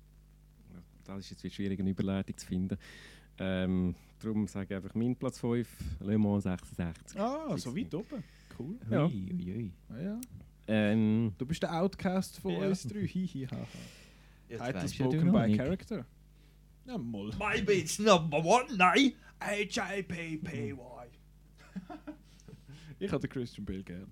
Das ist jetzt wieder schwierig, eine Überleitung zu finden. Ähm, darum sage ich einfach mein Platz fünf, Le Mans sechsundsechzig. Ah, so weit oben. Cool. Ja. Ui, ui, ui. Ah, ja. Ähm, Du bist der Outcast von Ja. uns drei. Hihi, haha. Jetzt Title weisst ja du spoken noch by nicht. character. Ja, moll. My bitch number one, nein! H I P P Y. Ich habe den Christian Bale gern.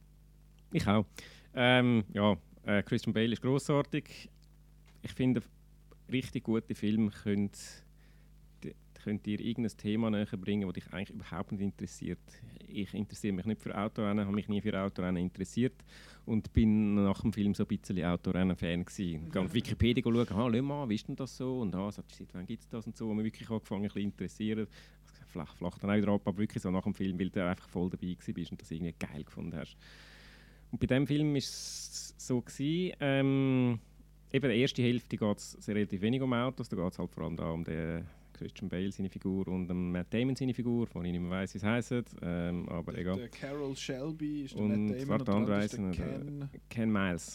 ich auch. Ähm, ja, äh, Christian Bale ist grossartig. Ich finde, richtig gute Filme können, die, können dir irgendein Thema näher bringen, das dich eigentlich überhaupt nicht interessiert. Ich interessiere mich nicht für Autorennen, habe mich nie für Autorennen interessiert und bin nach dem Film so ein bisschen Autorennen-Fan gewesen. Ich gehe auf Wikipedia schauen, ah, Le Mans, wie ist denn das so? Und ah, seit wann gibt es das und so, und mich wirklich angefangen ein bisschen interessieren. Vielleicht flacht dann auch wieder ab, aber wirklich so nach dem Film, weil du einfach voll dabei bist und das irgendwie geil gefunden hast. Und bei diesem Film war es so gewesen, ähm, eben die erste Hälfte geht es relativ wenig um Autos, da geht es halt vor allem da um den Christian Bale, seine Figur, und um Matt Damon, seine Figur, von ich nicht mehr weiss, wie es heisst, ähm, aber Der, egal. der Carol Shelby ist der Und Matt Damon warte, und der andere ist der andere Ken Ken Miles.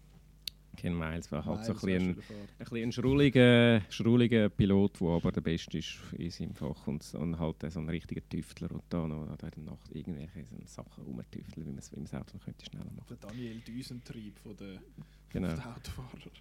Ken Miles war halt so ein Miles, bisschen ein, weißt du, der ein, bisschen ein schrulliger, schrulliger Pilot, der aber der Beste ist in seinem Fach und, und halt so ein richtiger Tüftler und da noch da in der Nacht irgendwelche so Sachen rumtüfteln, wie man es das Auto könnte schneller machen. Der Daniel Düsentrieb von der, Genau. von der Autofahrer.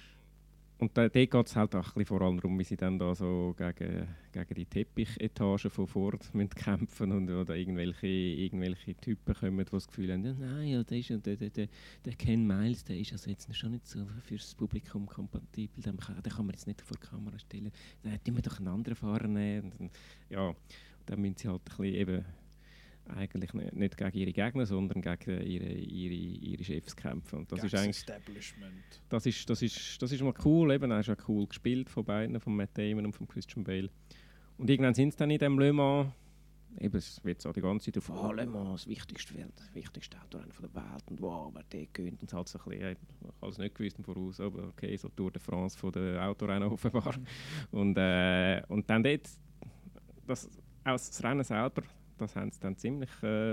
Und da, dort geht es halt auch ein bisschen vor allem darum, wie sie dann da so gegen, gegen die Teppichetagen von Ford müssen kämpfen und oder irgendwelche, irgendwelche Typen kommen, die das Gefühl haben, ja, nein, ja, der, ist, ja- der, der, der, der Ken Miles, der ist also jetzt schon nicht so fürs Publikum kompatibel, den kann, den kann man jetzt nicht vor die Kamera stellen, dann tun wir doch einen anderen Fahrer nehmen. Und dann, ja, und dann müssen sie halt ein bisschen eben eigentlich nicht, nicht gegen ihre Gegner, sondern gegen ihre, ihre, ihre Chefs kämpfen. Und das ist eigentlich Establishment. das ist, das ist, das ist mal cool, eben, er ist auch cool gespielt von beiden, von Matt Damon und von Christian Bale. Und irgendwann sind sie dann in dem Le Mans, eben, es wird so die ganze Zeit auf, ah, Le Mans, das wichtigste Welt, das wichtigste Autorennen von der Welt und wow, wer der gönnt. Und es halt so ein bisschen, ja, ich habe alles nicht gewusst im Voraus, aber okay, so Tour de France von den Autorennen offenbar. Und, äh, und dann dort, das, auch das Rennen selber, das haben sie dann ziemlich... Äh,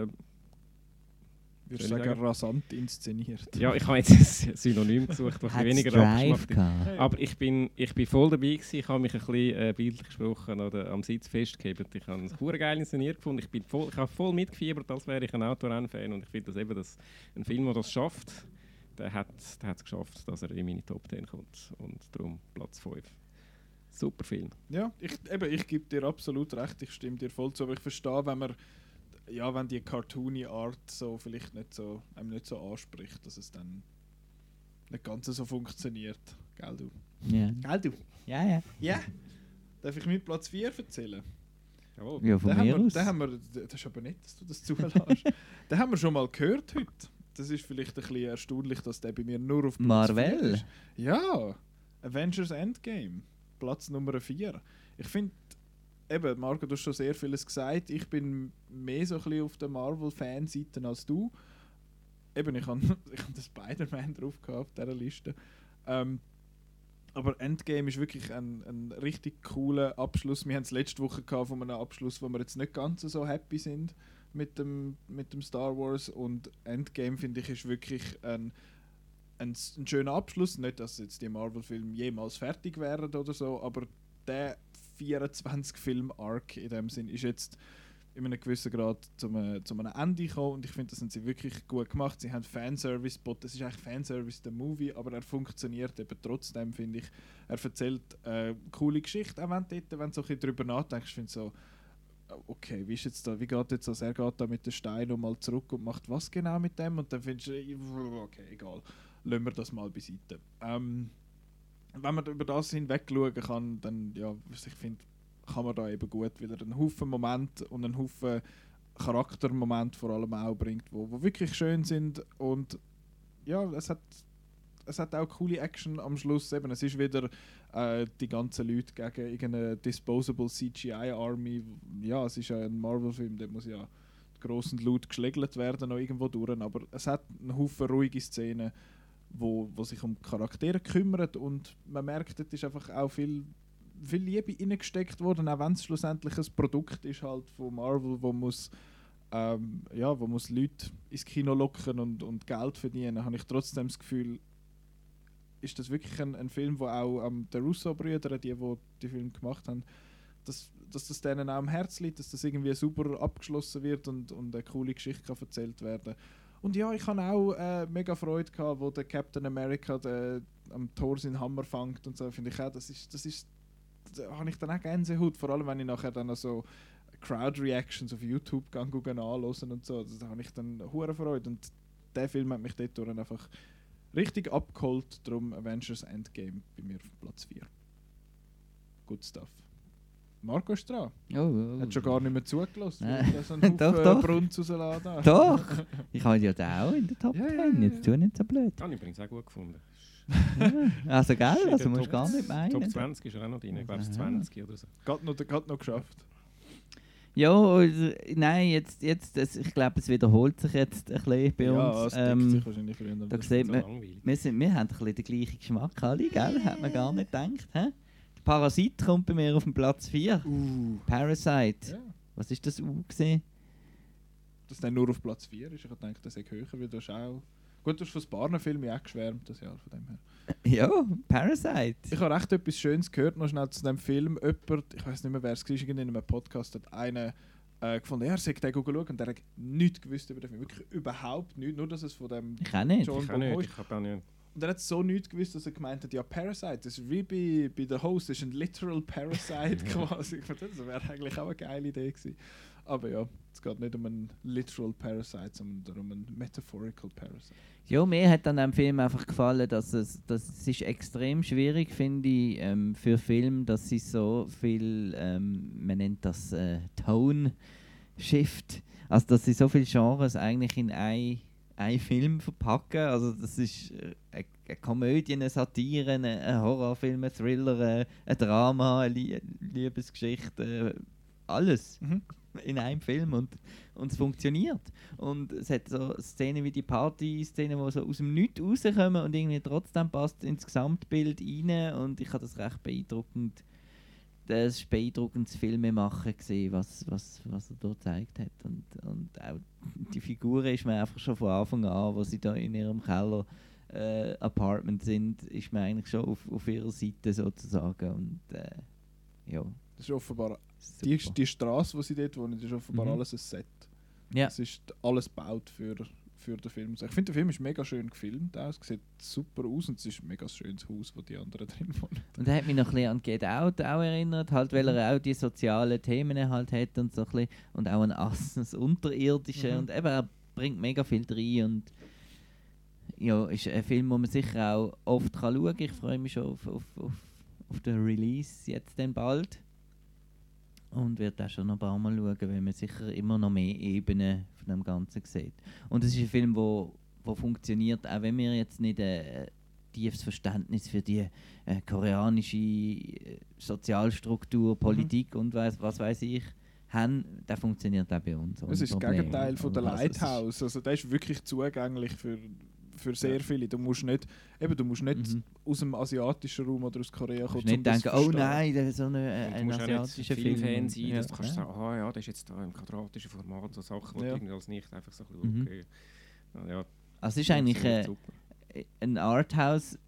Würdest Soll du ich sagen, sagen? rasant inszeniert. ja, ich habe jetzt ein Synonym gesucht, das ein Hat's bisschen weniger Drive abgeschmackt ist. gehabt? Aber ich bin, ich bin voll dabei gewesen. Ich habe mich ein bisschen äh, bildlich gesprochen oder am Sitz festgehalten. Ich habe es sehr geil inszeniert gefunden. Ich, bin voll, ich habe voll mitgefiebert, als wäre ich ein Autorennen-Fan. Und ich finde, dass eben das, ein Film, der das schafft, der hat es der geschafft, dass er in meine Top zehn kommt. Und darum Platz fünf. Super Film. Ja, ich, eben, ich gebe dir absolut recht, ich stimme dir voll zu, aber ich verstehe, wenn man ja, wenn die cartoony Art so vielleicht nicht so, einem nicht so anspricht, dass es dann nicht ganz so funktioniert. Gell, du? Ja. Gell, du? Ja, ja. Ja. Darf ich mit Platz vier erzählen? Jawohl. Ja, von Den haben, mir wir, aus. den haben wir, das ist aber nicht, dass du das zulässt. Den haben wir schon mal gehört heute. das ist vielleicht ein bisschen erstaunlich, dass der bei mir nur auf Platz Marvel? vier ist. Ja, Avengers Endgame, Platz Nummer vier. Ich finde, eben, Marco, du hast schon sehr vieles gesagt. Ich bin mehr so ein bisschen auf der Marvel-Fanseite als du. Eben, ich habe ich hab den Spider-Man drauf gehabt auf dieser Liste. Ähm, aber Endgame ist wirklich ein, ein richtig cooler Abschluss. Wir haben es letzte Woche gehabt von einem Abschluss, wo wir jetzt nicht ganz so happy sind mit dem, mit dem Star Wars. Und Endgame, finde ich, ist wirklich ein, ein, ein schöner Abschluss. Nicht, dass jetzt die Marvel-Filme jemals fertig wären oder so, aber der vierundzwanzig-Film-Arc in dem Sinn ist jetzt in einem gewissen Grad zu einem, zu einem Ende gekommen und ich finde, das haben sie wirklich gut gemacht. Sie haben Fanservice geboten. Es ist eigentlich Fanservice der Movie, aber er funktioniert eben trotzdem, finde ich. Er erzählt eine coole Geschichte, auch wenn du dort, wenn du so ein bisschen drüber nachdenkst, finde ich so, okay, wie ist jetzt da, wie geht jetzt das? Er geht da mit den Steinen mal zurück und macht was genau mit dem und dann findest du, okay, egal, lassen wir das mal beiseite. Ähm, wenn man über das hinweg schauen kann, dann, ja, was ich finde, kann man da eben gut wieder einen Haufen Moment und einen Haufen Charaktermoment vor allem auch bringt, wo, wo wirklich schön sind und ja, es hat, es hat auch coole Action am Schluss. Eben, es ist wieder äh, die ganzen Leute gegen irgendeine Disposable C G I-Army. Ja, es ist ja ein Marvel-Film, der muss ja gross und laut geschlägelt werden noch irgendwo durch, aber es hat einen Haufen ruhige Szenen, wo, wo sich um Charaktere kümmert und man merkt, es ist einfach auch viel viel Liebe reingesteckt worden, auch wenn es schlussendlich ein Produkt ist halt von Marvel, wo muss, ähm, ja, wo muss Leute ins Kino locken und, und Geld verdienen, habe ich trotzdem das Gefühl, ist das wirklich ein, ein Film, wo auch ähm, der Russo-Brüder, die, die die Film gemacht haben, dass, dass das denen auch am Herzen liegt, dass das irgendwie super abgeschlossen wird und, und eine coole Geschichte kann erzählt werden. Und ja, ich hatte auch äh, mega Freude gehabt, wo der Captain America der, am Thor seinen Hammer fängt und so, finde ich auch, das ist, das ist da habe ich dann auch Gänsehaut, vor allem wenn ich nachher dann so Crowd-Reactions auf YouTube anhören und so, da habe ich dann hure Freude und der Film hat mich dort durch einfach richtig abgeholt, darum Avengers Endgame bei mir auf Platz vier. Good stuff. Marco ist dran. Oh, oh. Hat schon gar nicht mehr zugelassen, Nein. weil er so einen Doch, Haufen doch. Brunz rauslassen hat. Doch! Ich habe ja den auch in der Top Ja, ja, Ten, ja, jetzt ja. tu nicht so blöd. Habe ich übrigens auch gut gefunden. Ja. Also Ist geil, in also der musst du Top- gar nicht meinen. Top zwanzig ist er auch noch drin, ich glaube Aha. zwanzig oder so. Gerade noch, gerade noch geschafft. Ja, also, nein, jetzt, jetzt, es, ich glaube, es wiederholt sich jetzt ein bisschen bei Ja, uns. es deckt Ähm, sich wahrscheinlich früher. da Das sieht ist so man, langweilig. wir, sind, wir haben ein bisschen den gleichen Geschmack, alle, gell? Hat man gar nicht gedacht. Hä? Der Parasit kommt bei mir auf den Platz vier. Uh, Parasite. ja. Was ist das U gesehen? Dass der nur auf Platz vier ist. Ich denke, das ist höher, weil du hast auch... Gut, du hast von ein paar Filmen auch geschwärmt das Jahr, von dem her. Ja, Parasite. Ich habe recht etwas Schönes gehört, noch schnell zu dem Film. Jemand, ich weiß nicht mehr, wer es war, in einem Podcast hat einer äh, gefunden, er sagt, der schauen und der hat nichts gewusst über den Film. Wirklich überhaupt nichts, nur dass es von dem Ich auch nicht. John Ich auch nicht, Boy. ich habe auch nicht. Und er hat so nichts gewusst, dass er gemeint hat, ja, Parasite, das ist wie bei, bei The Host, das ist ein literal Parasite quasi. Ich fand, das wäre eigentlich auch eine geile Idee gewesen. Aber ja, es geht nicht um einen literal Parasite, sondern um einen metaphorical Parasite. Ja, mir hat an dem Film einfach gefallen, dass es, dass es ist extrem schwierig, finde ich, ähm, für Filme, dass sie so viel, ähm, man nennt das äh, Tone Shift, also dass sie so viele Genres eigentlich in ein einen Film verpacken. Also das ist äh, eine, eine Komödie, eine Satire, ein ein Horrorfilm, ein Thriller, äh, ein Drama, eine Lie Liebesgeschichte, äh, alles Mhm. in einem Film und, und es funktioniert. Und es hat so Szenen wie die Party-Szenen, die so aus dem Nichts rauskommen und irgendwie trotzdem passt ins Gesamtbild rein und ich habe das recht beeindruckend, das ist beeindruckendes Filmemachen gesehen, was, was, was er da gezeigt hat. Und, und auch die Figuren ist mir einfach schon von Anfang an, wo sie da in ihrem Keller äh, Apartment sind, ist mir eigentlich schon auf, auf ihrer Seite sozusagen. Und äh, ja. Das ist offenbar, die, super. die Straße, wo sie dort wohnen, das ist offenbar Mhm. alles ein Set. Ja. Es ist alles gebaut für, für den Film. Ich finde, der Film ist mega schön gefilmt, auch. Es sieht super aus und es ist ein mega schönes Haus, wo die anderen drin wohnen. Und er hat mich noch ein bisschen an Get Out auch erinnert, halt, weil er auch die sozialen Themen halt hat und so ein bisschen, und auch an Ass, das Unterirdische Mhm. und eben, er bringt mega viel rein und ja, ist ein Film, den man sicher auch oft kann schauen kann. Ich freue mich schon auf, auf, auf, auf den Release jetzt dann bald und werde auch schon noch ein paar Mal schauen, weil man sicher immer noch mehr Ebenen von dem Ganzen sieht. Und es ist ein Film, wo wo funktioniert, auch wenn wir jetzt nicht ein tiefes Verständnis für die äh, koreanische äh, Sozialstruktur, Politik mhm. und weiss, was weiß ich haben, der funktioniert auch bei uns. Es ist das Gegenteil von der Lighthouse. Also der ist wirklich zugänglich für, für sehr ja. viele. Du musst nicht, eben, du musst nicht mhm. aus dem asiatischen Raum oder aus Korea kommen. Du musst nicht denken, oh nein, das ist so eine, äh, ein asiatischer Film. Du musst Fan sein, ja. dass du kannst ja. sagen, ah oh, ja, das ist jetzt da im quadratischen Format, so Sachen, die ja. irgendwie als nicht einfach so ein bisschen okay. Mhm. Ja, also es ist eigentlich äh, ein Arthouse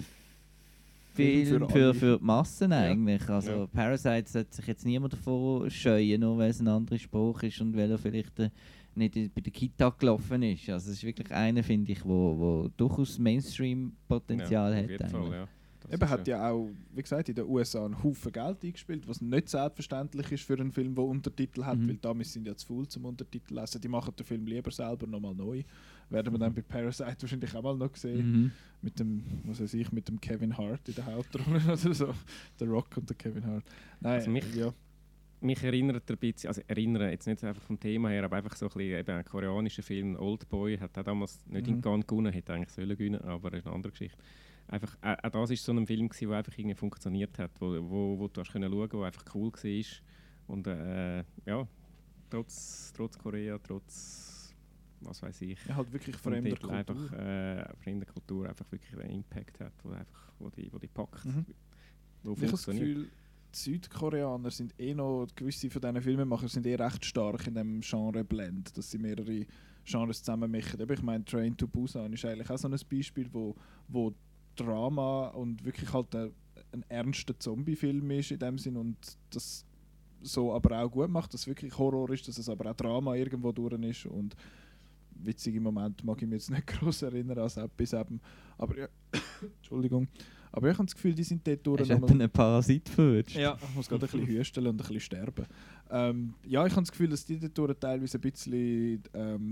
Film für, für, für die Massen eigentlich. Ja. Also ja. Parasite sollte sich jetzt niemand davon scheuen, nur weil es ein anderer Spruch ist und weil er vielleicht äh, nicht bei der Kita gelaufen ist. Also es ist wirklich einer, finde ich, wo, wo durchaus Mainstream-Potenzial ja, hat. Fall, ja. Eben hat ja auch, wie gesagt, in den U S A einen Haufen Geld eingespielt, was nicht selbstverständlich ist für einen Film, der Untertitel hat, mhm. weil damals sind ja zu faul zum Untertitel lesen. Die machen den Film lieber selber nochmal neu. Werden wir dann bei Parasite wahrscheinlich auch mal noch sehen. Mhm. Mit dem, was weiß ich, mit dem Kevin Hart in der Hauptrolle oder so. Der Rock und der Kevin Hart. Nein, also mich, ja. mich erinnert ein bisschen, also erinnere jetzt nicht einfach vom Thema her, aber einfach so ein bisschen eben ein koreanischer Film, Oldboy, hat auch damals nicht mhm. in Cannes gewonnen, hätte eigentlich sollen gewinnen, aber das ist eine andere Geschichte. Einfach, äh, auch das war so ein Film, der einfach irgendwie funktioniert hat, wo, wo, wo du hast können schauen, wo einfach cool war. Und äh, ja, trotz, trotz Korea, trotz was weiß ich. Ja, halt wirklich fremder Kultur. Einfach äh, fremder Kultur einfach wirklich einen Impact hat, wo, einfach, wo, die, wo die packt. Mhm. Wo ich habe das Gefühl, die Südkoreaner sind eh noch, gewisse von diesen Filmemachern sind eh recht stark in dem Genre-Blend, dass sie mehrere Genres zusammenmischen. Ich meine, Train to Busan ist eigentlich auch so ein Beispiel, wo, wo Drama und wirklich halt ein, ein ernster Zombie-Film ist in dem Sinn und das so aber auch gut macht, dass es wirklich Horror ist, dass es aber auch Drama irgendwo durch ist und witzige Momente mag ich mich jetzt nicht groß erinnern als bis eben, aber ja, Entschuldigung, aber ich habe das Gefühl, die sind dort durch. Hast du einen Parasit verwünscht? Ja, ich muss gerade ein bisschen hüsteln und ein bisschen sterben. Ähm, ja, ich habe das Gefühl, dass die dort durch teilweise ein bisschen ähm,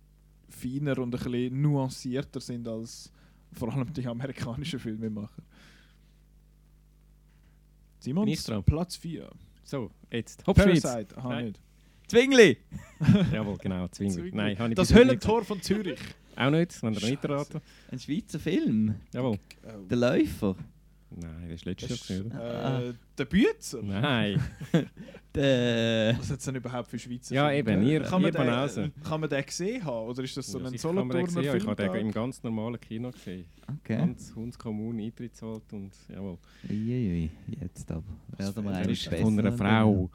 feiner und ein bisschen nuancierter sind als vor allem die amerikanischen Filmemacher. Simon, Platz vier. So, jetzt Hauptschweiz. Parasite, aha, nicht. Zwingli! Jawohl, genau, Zwingli. Zwingli. Nein, habe ich das Höllentor von Zürich. Auch nicht, wenn ihr nicht raten. Ein Schweizer Film? Jawohl. Oh. Der Läufer? Nein, das ist letztes Jahr. Äh, der Bützer? Nein. der... Was hat es denn überhaupt für Schweizer Ja, Filme? eben, ihr, kann, man ihr den, kann man den gesehen haben? Oder ist das so ja, ein Solothurner Film? Ich habe den im ganz normalen Kino gesehen. Okay. Ganz Hundskommun Eintritt zahlt und jawohl. Uiuiui, jetzt aber. Werden wir das ist von einer Frau.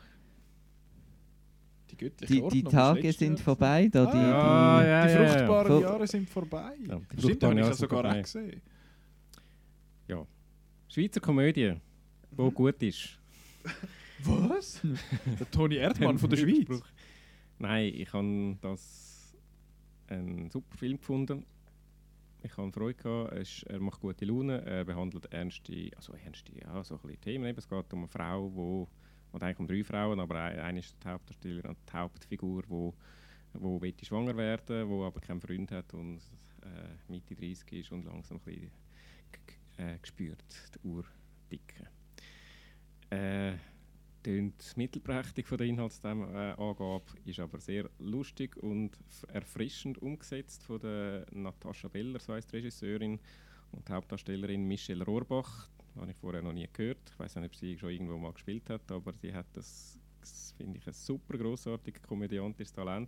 Die göttliche Die, die Ordnung, Tage sind vorbei. Da, ah, die, ja, die, ja, die ja, fruchtbaren ja. Jahre sind vorbei. Ja, die Stimmt, habe ich ja sogar vorbei. auch gesehen. Ja. Schweizer Komödie, die mhm. gut ist. Was? Der Toni Erdmann von der Schweiz? Nein, ich habe das einen super Film gefunden. Ich hatte Freude gehabt. Es, er macht gute Laune. Er behandelt ernste, also ernste, ja, so ein bisschen Themen. Es geht um eine Frau, wo, und eigentlich um drei Frauen, aber eine ist die Hauptdarstellerin und die Hauptfigur, wo, wo will schwanger werden, wo aber keinen Freund hat und äh, Mitte dreißig ist und langsam ein bisschen äh, gespürt, die Urdicke. Äh, tönt mittelprächtig von der Inhaltsangabe, ist aber sehr lustig und erfrischend umgesetzt von der Natascha Beller, so heisst die Regisseurin, und die Hauptdarstellerin Michelle Rohrbach. Habe ich vorher noch nie gehört. Ich weiß nicht, ob sie schon irgendwo mal gespielt hat, aber sie hat das, das finde ich, ein super grossartiges komödiantisches Talent,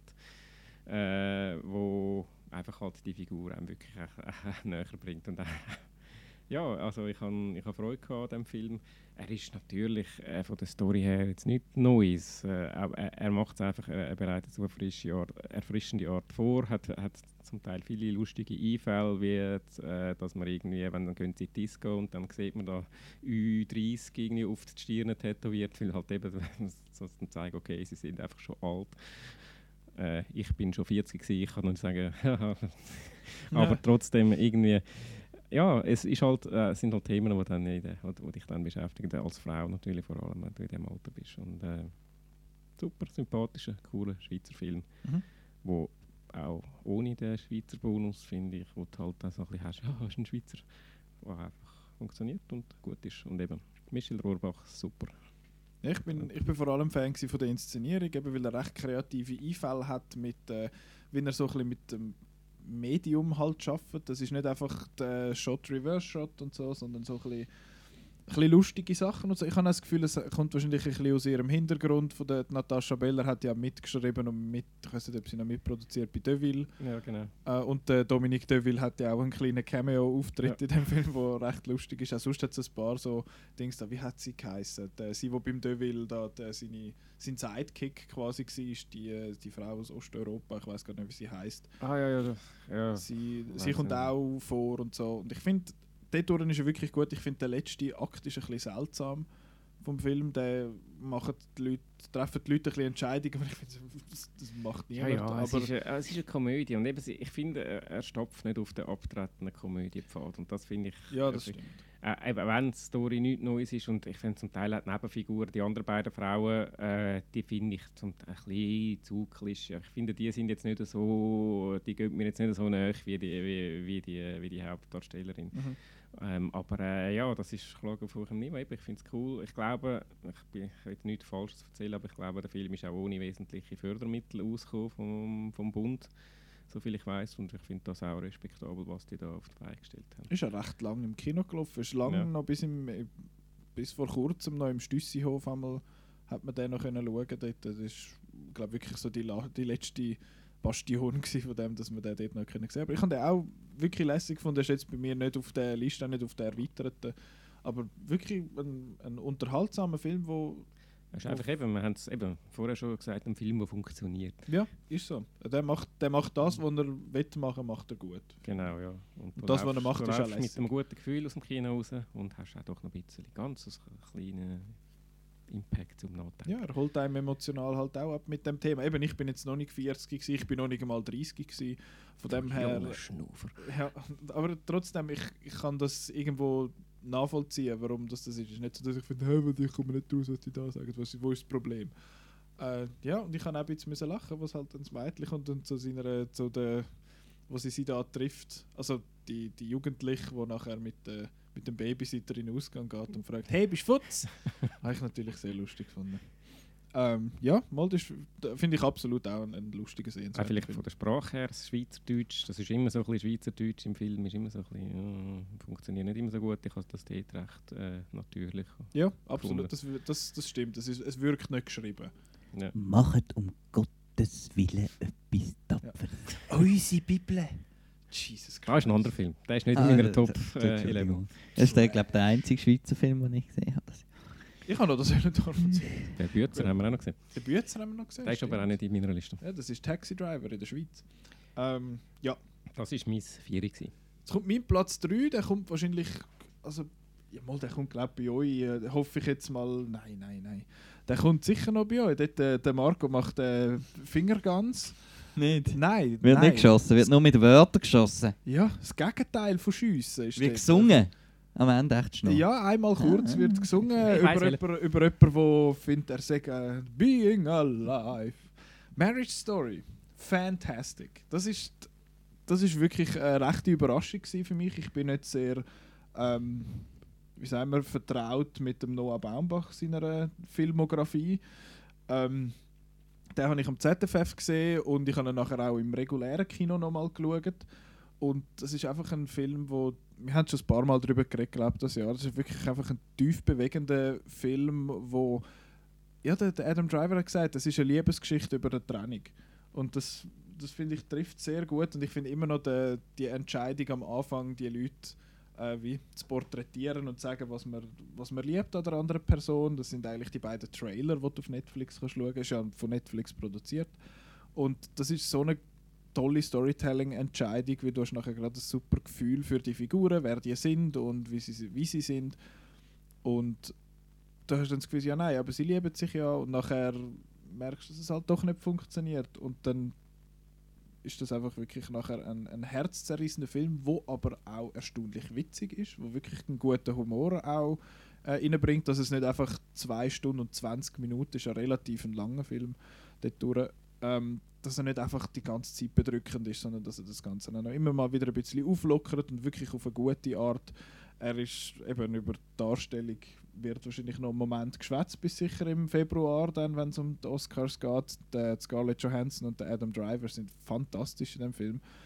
äh, wo einfach halt die Figur einem wirklich äh, äh, näher bringt. Und, äh, ja, also ich habe ich hab Freude an diesem Film. Er ist natürlich äh, von der Story her jetzt nichts Neues. Äh, er, er macht es einfach, äh, er bereitet so eine frische Art, erfrischende Art vor, hat, hat zum Teil viele lustige Einfälle, wie äh, dass man irgendwie, wenn dann gehen sie in die Disco und dann sieht man da Ü dreißig irgendwie auf die Stirn tätowiert, weil halt eben so dann zeigen, okay, sie sind einfach schon alt. Äh, ich bin schon vierzig gewesen, ich kann nur sagen, aber ja. Trotzdem irgendwie. Ja, es ist halt, äh, sind halt Themen, die, dann nicht, äh, die dich dann beschäftigen, als Frau natürlich, vor allem, wenn du in diesem Alter bist. Und, äh, super sympathischer, cooler Schweizer Film, mhm. wo auch ohne den Schweizer Bonus, finde ich, wo du halt dann so ein bisschen hast, ja, ist ein Schweizer, der einfach funktioniert und gut ist. Und eben, Michelle Rohrbach, super. Ich bin, ich bin vor allem Fan von der Inszenierung, eben weil er recht kreative Einfälle hat, mit, äh, wie er so ein bisschen mit dem Medium halt schaffen. Das ist nicht einfach der Shot, Reverse Shot und so, sondern so ein bisschen, ein bisschen lustige Sachen und so. Ich habe das Gefühl, es kommt wahrscheinlich ein bisschen aus ihrem Hintergrund. Von der Natascha Beller hat ja mitgeschrieben und mit, ich weiß nicht, ob sie noch mitproduziert bei Deville. Ja, genau. Äh, und der Dominique Deville hat ja auch einen kleinen Cameo-Auftritt Ja. in dem Film, der recht lustig ist. Auch sonst hat es ein paar so Dings da, wie hat sie geheißen? Der, sie, die beim Deville da der, seine, sein Sidekick quasi war, die, die Frau aus Osteuropa, ich weiß gar nicht, wie sie heißt. Ah ja, ja. ja. Sie, Weiss sie kommt nicht. auch vor und so. Und ich finde, dort ist er wirklich gut. Ich finde, der letzte Akt ist ein bisschen seltsam vom Film. Der macht die Leute, treffen die Leute ein bisschen Entscheidungen, aber ich finde, das, das macht Ja, niemand. ja, aber es, ist eine, es ist eine Komödie und eben, sie- ich finde, er er stopft nicht auf den abtretenden Komödienpfad und das finde ich... ja, das also, stimmt. Äh, eben, wenn die Story nichts Neues ist und ich finde zum Teil auch die Nebenfiguren, die anderen beiden Frauen, äh, die finde ich zum Teil ein bisschen zu klischee. Ich finde, die sind jetzt nicht so, die gehen mir jetzt nicht so nahe wie die, wie, wie die, wie die Hauptdarstellerin. Mhm. Ähm, aber äh, ja, das ist Schlag auf hohem Niveau. Eben, ich finde es cool. Ich glaube, ich, bin, ich will nichts Falsches erzählen, aber ich glaube, der Film ist auch ohne wesentliche Fördermittel ausgekommen vom, vom Bund, so viel ich weiß. Und ich finde das auch respektabel, was die da auf die Beine gestellt haben. Ist ja recht lange im Kino gelaufen. Ist lange Ja. noch bis, im, bis vor kurzem noch im Stüssihof einmal hat man den noch können schauen. Dort. Das ist, glaube wirklich so die, La- die letzte Bastion gsi von dem, dass man den dort noch können sehen. Aber ich habe den auch wirklich lässig gefunden. Der ist jetzt bei mir nicht auf der Liste, nicht auf der erweiterten. Aber wirklich ein, ein unterhaltsamer Film, wo Es ist einfach eben, wir haben es eben vorher schon gesagt, ein Film, der funktioniert. ja, ist so. Der macht, der macht das, was er will machen, macht er gut. Genau, ja. Und du Das, was er läufst- macht, du ist auch läufst mit lässig. einem guten Gefühl aus dem Kino raus und hast auch doch noch ein bisschen ganz einen kleinen Impact zum Nachdenken. Ja, er holt einem emotional halt auch ab mit dem Thema. Eben, ich bin jetzt noch nicht vierzig gewesen, ich bin noch nicht einmal dreißig gewesen. Von dem her... Junge Schnaufer. Ja, aber trotzdem, ich, ich kann das irgendwo nachvollziehen, warum das, das ist. Es ist nicht so, dass ich finde, hey, ich komme nicht raus, was die da sagen. Was, wo ist das Problem? Äh, ja, und ich kann auch ein bisschen müssen lachen, was halt ins Mädchen kommt und zu seiner, zu der, wo sie sie da trifft. Also die, die Jugendliche, die nachher mit, äh, mit dem Babysitter in den Ausgang geht und fragt, hey, bist du futz? Habe ich natürlich sehr lustig gefunden. Ähm, ja, mal, das ist- da finde ich absolut auch ein, ein lustiger Auch Sehenswert. vielleicht von der Sprache her, das Schweizerdeutsch, das ist immer so ein bisschen Schweizerdeutsch im Film, ist immer so ein bisschen, ja, funktioniert nicht immer so gut. Ich habe das dort recht äh, natürlich. Ja, gefunden. absolut, das, w- das, das stimmt. Das ist, es wirkt nicht geschrieben. Ja. Macht um Gottes Willen etwas Tapferes. Unsere Bibel. Jesus Ah, ist ein anderer Film. Der ist nicht Ah, in meiner d- Top d- äh, Entschuldigung. elf. Das ist, glaube ich, der einzige Schweizer Film, den ich gesehen habe. Ich habe noch das Elementarmuseum. Der Bützer haben wir auch noch gesehen. Den Bützer haben wir noch gesehen. Der ist aber auch stimmt. nicht in meiner Liste. Ja, das ist Taxi Driver in der Schweiz. Ähm, ja, Das war mein Vieri. gewesen. jetzt kommt mein Platz drei, der kommt wahrscheinlich, also, ja mal, der kommt glaube ich bei euch, äh, hoffe ich jetzt mal, nein, nein, nein. Der kommt sicher noch bei euch. Dort, äh, der Marco macht äh, Fingerguns. Nicht? Nein, Wird nein. nicht geschossen, wird nur mit Wörtern geschossen. Ja, das Gegenteil von Schiessen ist Wird dort. gesungen. Am Ende echt schnell. Ja, einmal kurz Ah. wird gesungen Ich weiss über, welche. über, über jemanden, der findet, er sagt äh, «Being alive». Marriage Story. Fantastic. Das ist, das ist wirklich eine rechte Überraschung gewesen für mich. Ich bin nicht sehr, ähm, wie sagen wir, vertraut mit dem Noah Baumbach, seiner Filmografie. Ähm, den habe ich am Z F F gesehen und ich habe ihn nachher auch im regulären Kino nochmal geschaut. Und das ist einfach ein Film, wo wir haben schon ein paar Mal darüber geredet, glaube ich, das Jahr. Das ist wirklich einfach ein tief bewegender Film, wo ja, der, der Adam Driver hat gesagt, das ist eine Liebesgeschichte über eine Trennung. Und das, das finde ich trifft sehr gut. Und ich finde immer noch de, die Entscheidung am Anfang, die Leute äh, wie zu porträtieren und zu sagen, was man, was man liebt an der anderen Person. Das sind eigentlich die beiden Trailer, die du auf Netflix kannst schauen kannst. Ist ja von Netflix produziert. Und das ist so eine tolle Storytelling-Entscheidung, weil du hast nachher gerade ein super Gefühl für die Figuren, wer die sind und wie sie, wie sie sind. Und du hast dann das Gefühl, ja nein, aber sie lieben sich ja und nachher merkst du, dass es halt doch nicht funktioniert. Und dann ist das einfach wirklich nachher ein, ein herzzerrissender Film, wo aber auch erstaunlich witzig ist, wo wirklich einen guten Humor auch äh, reinbringt, dass es nicht einfach zwei Stunden und zwanzig Minuten ist, ein relativ ein langer Film dort durch, ähm, dass er nicht einfach die ganze Zeit bedrückend ist, sondern dass er das Ganze dann auch immer mal wieder ein bisschen auflockert und wirklich auf eine gute Art. Er ist eben über die Darstellung, wird wahrscheinlich noch einen Moment geschwätzt, bis sicher im Februar, dann, wenn es um die Oscars geht. Der Scarlett Johansson und der Adam Driver sind fantastisch in dem Film.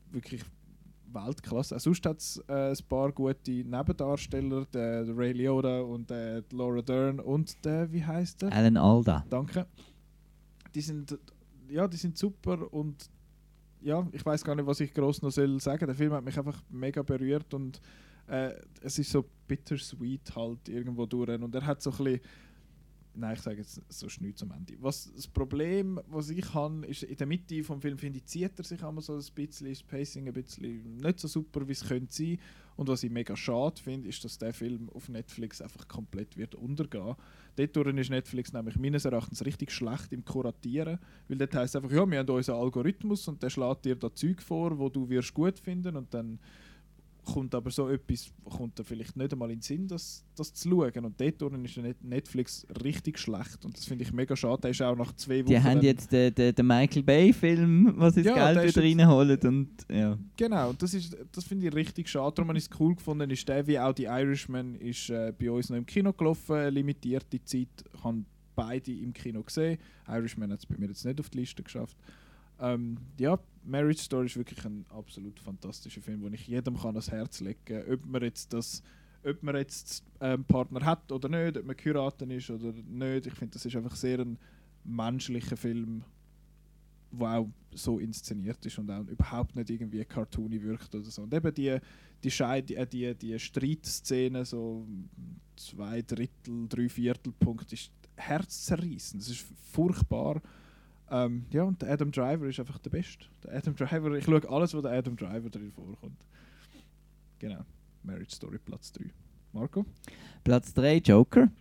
wirklich Weltklasse. Auch sonst hat es äh, ein paar gute Nebendarsteller, der, der Ray Liotta und äh, die Laura Dern und der, wie heißt der? Alan Alda. Danke. Die sind, ja, die sind super und ja, ich weiß gar nicht, was ich gross noch soll sagen. Der Film hat mich einfach mega berührt und äh, es ist so bittersweet halt irgendwo durch und er hat so ein bisschen, nein, ich sage jetzt so nichts am Ende. Was das Problem, was ich habe, ist, in der Mitte vom Film finde ich, zieht er sich immer so ein bisschen, ist das Pacing ein bisschen nicht so super, wie es könnte sein. Und was ich mega schade finde, ist, dass der Film auf Netflix einfach komplett wird untergehen. Dort ist Netflix nämlich meines Erachtens richtig schlecht im Kuratieren, weil dort heisst einfach, ja, wir haben unseren Algorithmus und der schlägt dir da Zeug vor, wo du wirst gut finden und dann kommt aber so etwas, kommt da vielleicht nicht einmal in den Sinn, das, das zu schauen. Und dort ist der Netflix richtig schlecht. Und das finde ich mega schade. Der ist auch nach zwei Wochen... Die haben jetzt den, den, den Michael Bay-Film, was sie das Ja, der Geld ist wieder jetzt- reinholen. Und, ja. Genau, das, ist, das finde ich richtig schade. Darum habe ich es cool gefunden, ist der, wie auch die Irishman, ist äh, bei uns noch im Kino gelaufen, eine limitierte Zeit. Ich habe beide im Kino gesehen. Irishman hat es bei mir jetzt nicht auf die Liste geschafft. Ähm, ja, Marriage Story ist wirklich ein absolut fantastischer Film, den ich jedem kann ans Herz legen kann. Ob man jetzt das, ob man jetzt einen ähm, Partner hat oder nicht, ob man geheiratet ist oder nicht. Ich finde, das ist einfach sehr ein menschlicher Film, der auch so inszeniert ist und auch überhaupt nicht irgendwie cartoony wirkt oder so. Und eben die, die, Scheid äh, die, die Streitszene, so zwei Drittel, drei Viertel Punkt, ist herzzerreißend. Das ist furchtbar. Ähm, ja, und der Adam Driver ist einfach der Beste. Der Adam Driver, ich schaue alles, wo der Adam Driver drin vorkommt. Genau. Marriage Story Platz drei. Marco? Platz drei, Joker.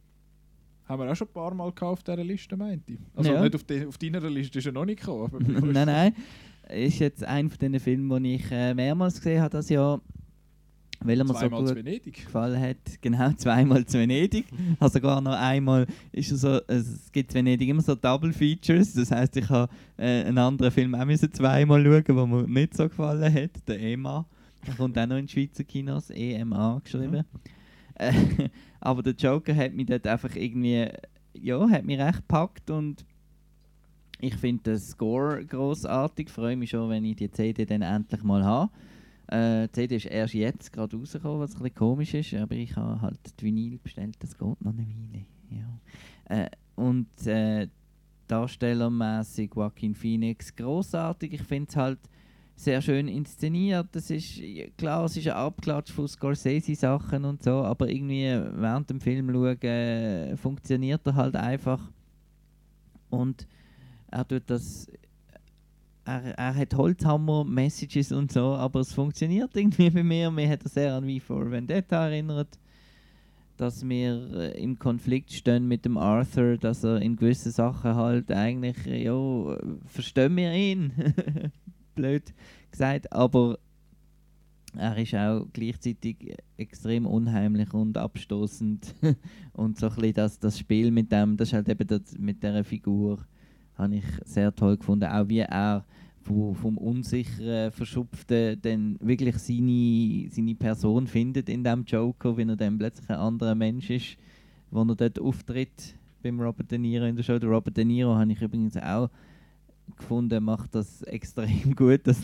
Haben wir auch schon ein paar Mal gehabt auf dieser Liste, meinte ich. Also Ja. nicht auf, de, auf deiner Liste ist er noch nicht gekommen. Aber nein, nein. Ist jetzt einer von den Filmen, die ich äh, mehrmals gesehen habe das Jahr. Weil er mir so zweimal gut zu Venedig. gefallen hat. Genau, zweimal zu Venedig. Also gar noch einmal ist er so, also es gibt in Venedig immer so Double Features. Das heisst, ich habe äh, einen anderen Film auch müssen zweimal schauen, der mir nicht so gefallen hat. Der E M A. Der kommt auch noch in Schweizer Kinos. E M A geschrieben. Äh, aber der Joker hat mich dort einfach irgendwie, ja, hat mich recht gepackt und ich finde den Score grossartig. Ich freue mich schon, wenn ich die C D dann endlich mal habe. Äh, die C D ist erst jetzt gerade rausgekommen, was ein bisschen komisch ist, aber ich habe halt die Vinyl bestellt, das geht noch eine Weile. Ja. Äh, und äh, darstellermäßig Joaquin Phoenix grossartig. Ich finde es halt sehr schön inszeniert. Das ist, ja, klar, es ist ein Abklatsch von Scorsese-Sachen und so, aber irgendwie während dem Film schauen äh, funktioniert er halt einfach. Und er tut das. Er, er hat Holzhammer-Messages und so, aber es funktioniert irgendwie bei mir. Mir hat er sehr an V for Vendetta erinnert, dass wir äh, im Konflikt stehen mit dem Arthur, dass er in gewissen Sachen halt eigentlich, äh, ja, verstehen wir ihn, blöd gesagt, aber er ist auch gleichzeitig extrem unheimlich und abstoßend und so ein bisschen das, das Spiel mit dem, das ist halt eben das, mit dieser Figur, habe ich sehr toll gefunden, auch wie er vom, vom Unsicheren, Verschupften dann wirklich seine, seine Person findet in dem Joker, wenn er dann plötzlich ein anderer Mensch ist, wo er dort auftritt beim Robert De Niro in der Show. Der Robert De Niro habe ich übrigens auch gefunden, macht das extrem gut, das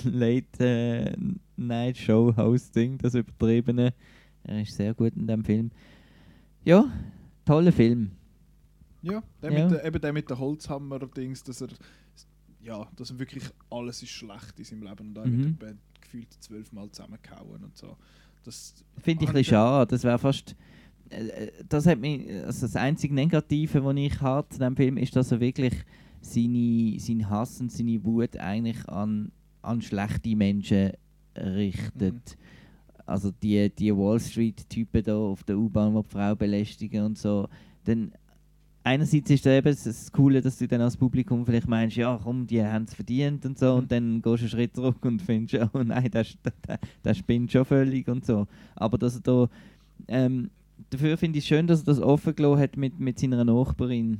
Late-Night-Show-Hosting, das Übertriebene. Er ist sehr gut in dem Film. Ja, toller Film. Ja, der Ja. Mit der, eben der mit der Holzhammer-Dings, dass er, ja, dass er wirklich alles ist schlecht in seinem Leben und auch Mhm. wird gefühlt zwölfmal zusammengehauen und so. Das Finde ich ein hat bisschen schade. Das wäre fast. äh, Das hat mich. Also das einzige Negative, was ich habe zu diesem Film, ist, dass er wirklich seine, seinen Hass und seine Wut eigentlich an, an schlechte Menschen richtet. Mhm. Also die, die Wall Street-Typen da auf der U-Bahn, die die Frau belästigen und so. Dann einerseits ist das eben das Coole, dass du dann als Publikum vielleicht meinst, ja komm, die haben es verdient und so, Mhm. und dann gehst du einen Schritt zurück und findest, oh nein, der, der, der spinnt schon völlig und so. Aber dass er da, ähm, dafür finde ich es schön, dass er das offen gelassen hat mit, mit seiner Nachbarin,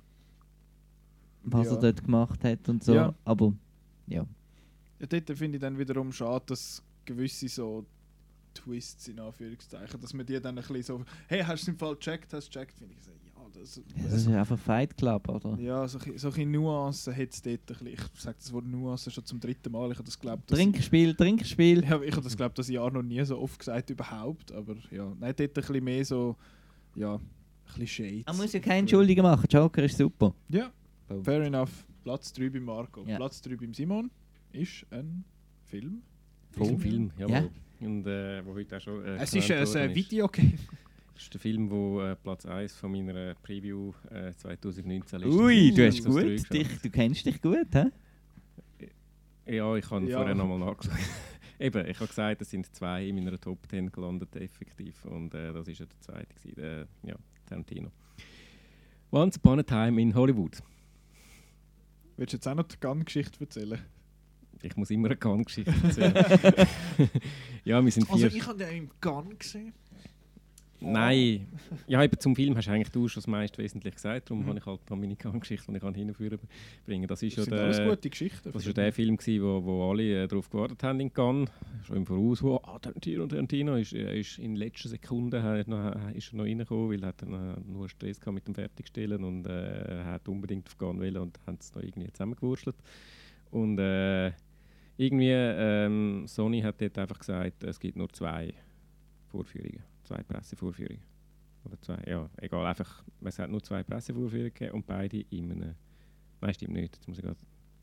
was Ja. er dort gemacht hat und so, Ja. aber ja. Ja, dort finde ich dann wiederum schade, dass gewisse so Twists in Anführungszeichen, dass man die dann ein bisschen so, hey, hast du es im Fall gecheckt, hast du gecheckt, finde ich so, ja, das, Das ist einfach Fight Club, oder? ja, solche, solche Nuancen hat es dort ein bisschen. Ich sage das Wort Nuancen schon zum dritten Mal. Ich habe das glaubt, Trinkspiel, Trinkspiel. Ja, ich habe das glaube das Jahr noch nie so oft gesagt überhaupt, aber ja, nein, dort ein bisschen mehr so, ja, ein bisschen Shades. Man muss ja keine Entschuldigung machen, Joker ist super. Ja, Boom. fair enough. Platz drei bei Marco. Ja. Platz drei beim Simon ist ein Film. Das ist ein Film, Ja. jawohl. Und äh, wo heute auch schon äh, Es ist genannt ein worden äh, Videogame. Das ist der Film, wo äh, Platz eins von meiner Preview äh, zwanzig neunzehn ist. Ui, du Uh, hast das drei gut, geschafft. dich, du kennst dich gut, hä? Ja, ich habe Ja. vorher nochmal nachgeschaut. Eben, ich habe gesagt, es sind zwei in meiner Top zehn gelandet, effektiv. Und äh, das war ja der zweite, gewesen, der, ja, Tarantino. Once Upon a Time in Hollywood. Willst du jetzt auch noch die Gun-Geschichte erzählen? Ich muss immer eine Kann-Geschichte erzählen. Ja, wir sind vier... ich habe den im Gun gesehen. Nein, ja, eben zum Film hast du eigentlich du schon das meist wesentlich gesagt, darum Mhm. habe ich halt noch meine Kann-Geschichte, die ich kann hinführen bringen. Das ist Das ja sind alles der... gute Geschichten. Das war ja der Film, gewesen, wo, wo alle äh, darauf gewartet haben in Cannes. Schon im Voraus, wo ah, Tarantino, Tarantino ist, äh, ist in letzter Sekunde hat noch, äh, ist er noch reingekommen, weil er hat dann, äh, nur Stress gehabt mit dem Fertigstellen und äh, er hat unbedingt auf Cannes wollen und haben es noch irgendwie zusammengewurschtelt. Und äh, irgendwie, ähm, Sony hat dort einfach gesagt, es gibt nur zwei Vorführungen, zwei Pressevorführungen. Oder zwei, ja, egal, einfach, es hat nur zwei Pressevorführungen gegeben und beide in einem... Nein, stimmt nicht, jetzt muss ich gerade...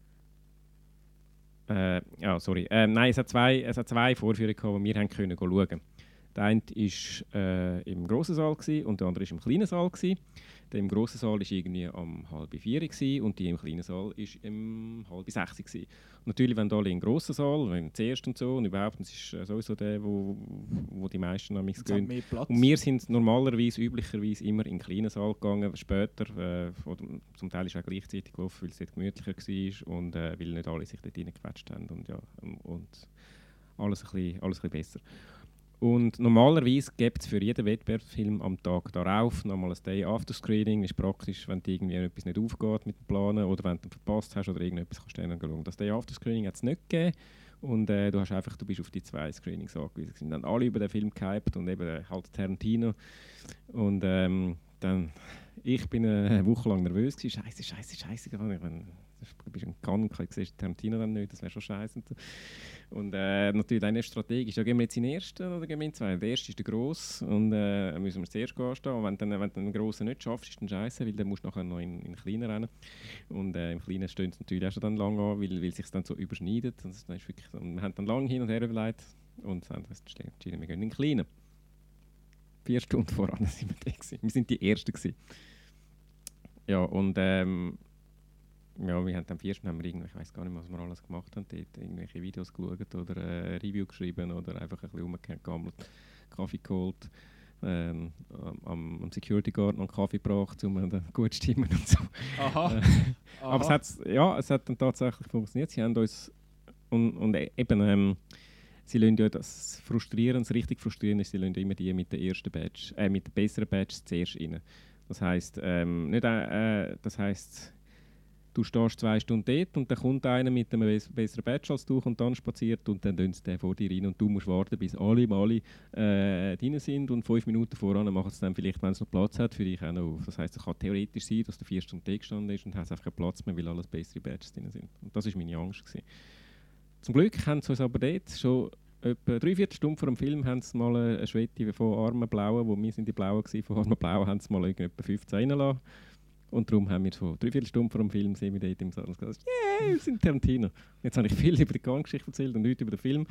Äh, ja, sorry. Ähm, nein, es hat zwei, es hat zwei Vorführungen gehabt, die wir haben können schauen. Der eine war äh, im grossen Saal gewesen, und der andere war im kleinen Saal gewesen. Der im grossen Saal war irgendwie um halb vier gewesen, und die im kleinen Saal war um halb sechs gewesen. Und natürlich, wenn alle im grossen Saal, wenn zuerst und so, und überhaupt, das ist äh, sowieso der, wo, wo die meisten am Jetzt haben gehen. mehr Platz. Und wir sind normalerweise, üblicherweise immer in den kleinen Saal gegangen, später, äh, oder zum Teil ist auch gleichzeitig gelaufen, weil es dort gemütlicher war und äh, weil nicht alle sich dort reingequetscht haben und, ja, ähm, und alles, ein bisschen, alles ein bisschen besser. Und normalerweise gibt es für jeden Wettbewerbsfilm am Tag darauf nochmal ein Day-After-Screening. Das ist praktisch, wenn dir irgendwie etwas nicht aufgeht mit dem Planen oder wenn du ihn verpasst hast oder irgendetwas kannst du dann schauen. Das Day-After-Screening hat es nicht gegeben. Und äh, du, hast einfach, du bist auf die zwei Screenings angewiesen. Es sind dann alle über den Film gehypt und eben äh, halt Tarantino. Und ähm, dann, ich bin eine Woche lang nervös gewesen. Scheiße, scheiße, scheiße. Ich meine, du bist ein Cannes, du siehst Tarantino dann nicht, das wäre schon scheiße. Und äh, natürlich dann erst strategisch. Ja, gehen wir jetzt in den ersten oder gehen wir in den zweiten? Der erste ist der grosse und äh, müssen wir zuerst anstehen. Und wenn du dann, wenn du den grossen nicht schaffst, ist dann scheiße, weil dann musst du nachher noch in, in den kleinen rennen. Und äh, im kleinen stehen sie natürlich auch schon dann lang an, weil, weil es sich dann so überschneidet. Und, das ist wirklich, und wir haben dann lange hin und her überlegt und haben uns entschieden, wir gehen in den kleinen. Vier Stunden voran sind wir da gewesen. Wir sind die Ersten gewesen. Ja, und ähm, ja, wir haben dann vier Stunden, haben wir irgendwie, ich weiß gar nicht mehr, was wir alles gemacht haben, dort irgendwelche Videos geschaut oder äh, Review geschrieben oder einfach ein bisschen rumgegammelt, Kaffee geholt, ähm, am, am Security Guard noch einen Kaffee gebracht, um ihn dann gut zu stimmen und so. Aha. Äh, Aha. Aber es, hat's, ja, es hat dann tatsächlich funktioniert. Sie haben uns und, und eben, ähm, sie lassen ja das frustrieren, das richtig frustrierend ist, sie lassen immer die mit der ersten Badge, äh, mit den besseren Badges zuerst rein. Das heisst, ähm, nicht, äh, das heisst, du stehst zwei Stunden dort und dann kommt einer mit einem bess- besseren Badge als du und dann spaziert und dann tun sie den vor dir rein und du musst warten, bis alle mal äh, drin sind und fünf Minuten voran machen sie dann vielleicht, wenn es noch Platz hat, für dich auch noch auf. Das heisst, es kann theoretisch sein, dass du vier Stunden dort gestanden ist und hast einfach keinen Platz mehr, weil alles bessere Badges drin sind. Und das war meine Angst gewesen. Zum Glück haben sie uns aber dort schon etwa dreiviertel Stunde vor dem Film haben sie mal eine Schwette von armen Blauen, wo wir sind die Blauen gewesen, von armen Blauen haben sie mal etwa fünfzehn reingelassen. Und darum haben wir so dreiviertel Stunde vor dem Film sind wir dort im Saal und gesagt, yeah, wir sind Tarantino. Jetzt habe ich viel über die Cannes-Geschichte erzählt und heute über den Film.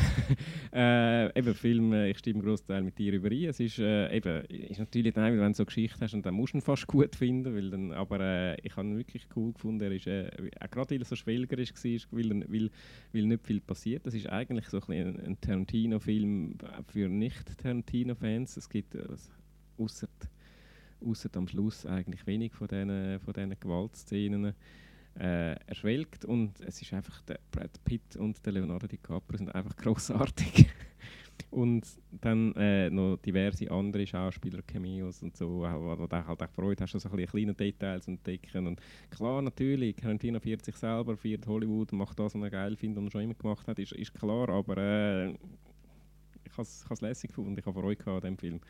äh, eben, Film, äh, ich stimme einen grossen Teil mit dir überein. Es ist, äh, eben, ist natürlich dann, wenn du so eine Geschichte hast, und dann musst du ihn fast gut finden, weil dann, aber äh, ich habe ihn wirklich cool gefunden. Er ist, äh, auch gerade weil er so schwelgerisch war, weil, er- weil, weil nicht viel passiert. Das ist eigentlich so ein, bisschen ein, ein Tarantino-Film für Nicht-Tarantino-Fans. Es gibt, äh, ausser Ausser am Schluss eigentlich wenig von diesen von diesen Gewaltszenen. Äh, er schwelgt und es ist einfach, der Brad Pitt und der Leonardo DiCaprio sind einfach grossartig. Und dann äh, noch diverse andere Schauspieler-Cameos und so, wo wo du halt auch Freude hast, so ein bisschen kleine Details zu entdecken. Und klar, natürlich, Tarantino feiert sich selber, feiert Hollywood und macht das, was er geil findet und er schon immer gemacht hat, ist, ist klar, aber äh, ich habe es lässig gefunden, ich habe Freude gehabt an diesem Film.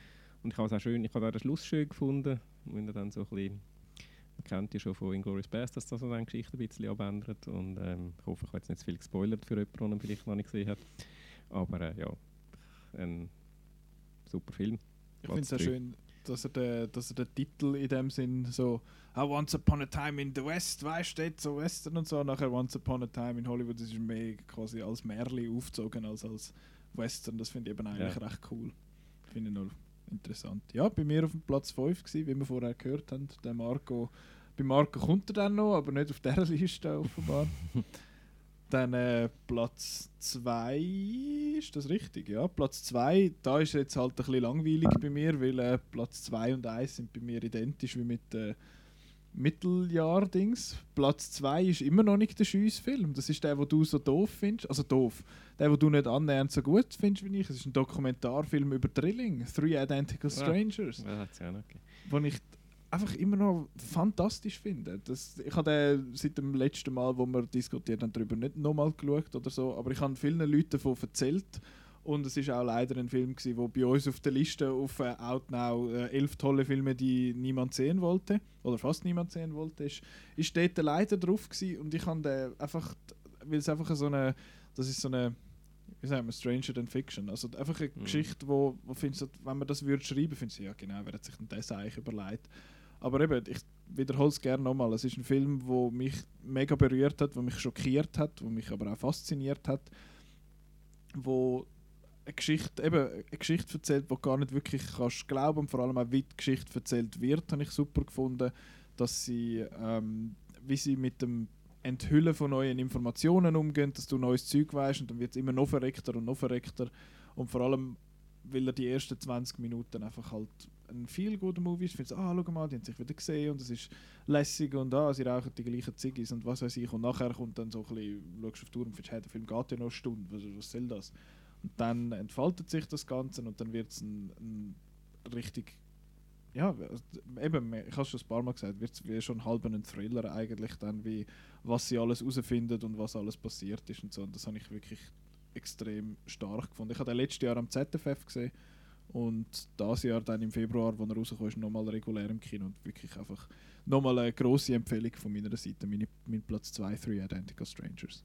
Und ich habe es auch schön, ich habe auch den Schluss schön gefunden, wenn er dann so ein bisschen, man kennt ja schon von Inglourious Basterds, dass er dann die Geschichte ein bisschen abändert. Und ähm, ich hoffe, ich habe jetzt nicht zu viel gespoilert für jemanden, der ihn vielleicht noch nicht gesehen hat. Aber äh, ja, ein super Film. Ich finde es sehr schön, dass er, den, dass er den Titel in dem Sinn so ah, Once Upon a Time in the West, weißt du, so Western und so. Nachher Once Upon a Time in Hollywood, das ist mehr quasi als Märchen aufgezogen als als Western. Das finde ich eben eigentlich ja. recht cool. Finde ich noch interessant. Ja, bei mir auf dem Platz fünf gewesen, wie wir vorher gehört haben. Der Marco, bei Marco kommt er dann noch, aber nicht auf dieser Liste offenbar. Dann äh, Platz zwei, ist das richtig? Ja, Platz zwei, da ist jetzt halt ein bisschen langweilig bei mir, weil äh, Platz zwei und eins sind bei mir identisch wie mit äh, Mitteljahr-Dings. Platz zwei ist immer noch nicht der Schiessfilm. Das ist der, den du so doof findest. Also doof. Der, den du nicht annähernd so gut findest wie ich. Es ist ein Dokumentarfilm über Drilling. Three Identical Strangers. Ja, ja, ja, okay. Wo ich einfach immer noch fantastisch finde. Das, ich habe den seit dem letzten Mal, wo wir diskutiert haben, darüber nicht nochmal geschaut oder so. Aber ich habe vielen Leuten davon erzählt. Und es war auch leider ein Film, der bei uns auf der Liste auf äh, Outnow äh, elf tolle Filme, die niemand sehen wollte, oder fast niemand sehen wollte, ist, ist dort leider drauf gewesen. Und ich habe den einfach, weil es einfach so eine, das ist so eine, wie sagen wir, Stranger Than Fiction, also einfach eine mhm. Geschichte, wo, wo findest du, wenn man das würde schreiben, findest du, ja genau, wer hat sich denn das eigentlich überlegt. Aber eben, ich wiederhole es gerne nochmal, es ist ein Film, der mich mega berührt hat, der mich schockiert hat, der mich aber auch fasziniert hat, wo eine Geschichte, eben, eine Geschichte erzählt, die du gar nicht wirklich kannst glauben, und vor allem auch wie die Geschichte erzählt wird, habe ich super gefunden, dass sie, ähm, wie sie mit dem Enthüllen von neuen Informationen umgehen, dass du neues Zeug weißt und dann wird es immer noch verreckter und noch verreckter und vor allem, weil er die ersten zwanzig Minuten einfach halt ein viel guter Movie ist, findest du, ah, schau mal, die haben sich wieder gesehen und es ist lässig und ah, sie rauchen die gleichen Ziggis und was weiß ich und nachher kommt dann so ein bisschen, schaust auf die Uhr und findest, hey, der Film geht ja noch eine Stunde, was, was soll das? Und dann entfaltet sich das Ganze und dann wird es ein, ein richtig, ja, eben, ich habe es schon ein paar Mal gesagt, wird es schon halb ein Thriller eigentlich dann, wie was sie alles herausfinden und was alles passiert ist und so. Und das habe ich wirklich extrem stark gefunden. Ich habe den letztes Jahr am Z F F gesehen und dieses Jahr dann im Februar, als er rausgekommen ist, nochmal regulär im Kino und wirklich einfach nochmal eine grosse Empfehlung von meiner Seite, meine, mein Platz zwei, Three Identical Strangers.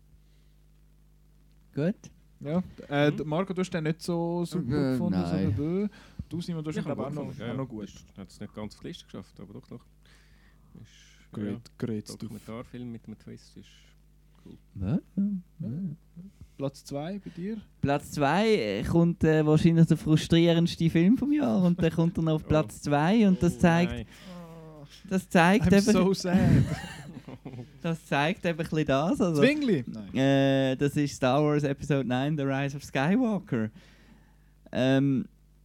Gut. Ja, äh, mhm. Marco, du hast den nicht so super äh, gefunden, nein. sondern äh, du, Simon, du hast ihn glaube auch, noch, ja, auch noch gut. Ich habe es nicht ganz auf die Liste geschafft, aber doch noch. Ist, great, ja, great Dokumentarfilm mit einem Twist ist cool. Ja, ja, ja. Platz zwei bei dir? Platz zwei kommt äh, wahrscheinlich der frustrierendste Film vom Jahr und dann kommt er noch auf Platz zwei und das zeigt, oh, das zeigt I'm eben, so sad. das zeigt eben ein bisschen das. Also, Zwingli? Nein. Äh, das ist Star Wars Episode neun, The Rise of Skywalker. Ähm,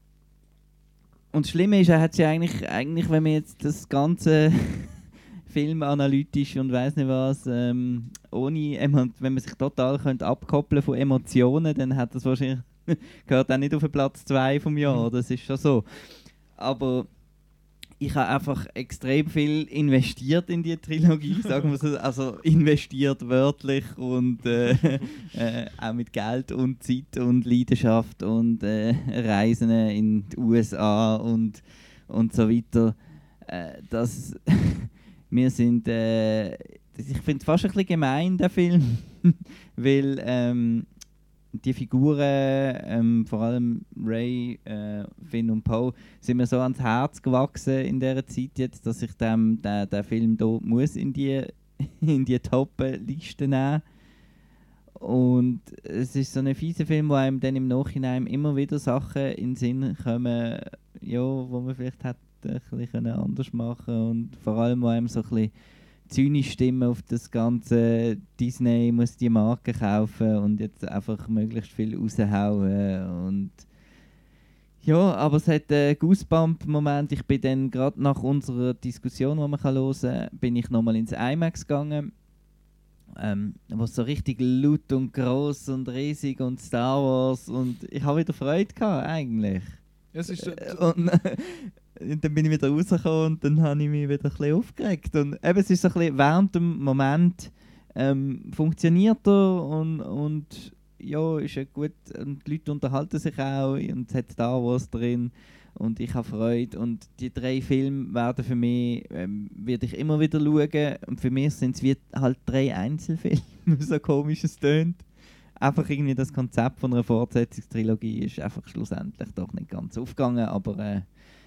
und das Schlimme ist, er hat ja eigentlich, eigentlich, wenn man jetzt das ganze Film analytisch und weiss nicht was, ähm, ohne, wenn man sich total könnte abkoppeln von Emotionen, dann hat das wahrscheinlich gehört auch nicht auf den Platz zwei vom Jahr. Das ist schon so. Aber ich habe einfach extrem viel investiert in die Trilogie, sagen wir so, also investiert wörtlich und äh, äh, auch mit Geld und Zeit und Leidenschaft und äh, Reisen in die U S A und, und so weiter. Äh, das, wir sind, äh, ich finde es fast ein bisschen gemein, der Film, weil ähm, die Figuren, ähm, vor allem Ray, äh, Finn und Poe, sind mir so ans Herz gewachsen in dieser Zeit jetzt, dass ich dem, den, den Film hier muss in die, in die Top-Liste nehmen. Und es ist so ein fieser Film, wo einem dann im Nachhinein immer wieder Sachen in den Sinn kommen, ja, wo man vielleicht hätte ein bisschen anders machen können. Und vor allem, wo einem so ein bisschen zynisch stimmen auf das ganze Disney muss die Marke kaufen und jetzt einfach möglichst viel raushauen und ja, aber es hat einen Goosebump-Moment. Ich bin dann gerade nach unserer Diskussion, die man hören kann, bin ich nochmal ins IMAX gegangen, ähm, wo es so richtig laut und gross und riesig und Star Wars und ich habe wieder Freude gehabt, eigentlich. Es ist äh, und, Und dann bin ich wieder rausgekommen und dann habe ich mich wieder ein bisschen aufgeregt. Und eben, es ist so ein bisschen während dem Moment ähm, funktioniert er und, und ja, ist ja gut. Und die Leute unterhalten sich auch und es hat da was drin. und ich habe Freude. Und die drei Filme werden für mich, ähm, werde ich immer wieder schauen. Und für mich sind es wie halt drei Einzelfilme, so komisch es tönt. Einfach irgendwie das Konzept von einer Fortsetzungstrilogie ist einfach schlussendlich doch nicht ganz aufgegangen. Aber äh,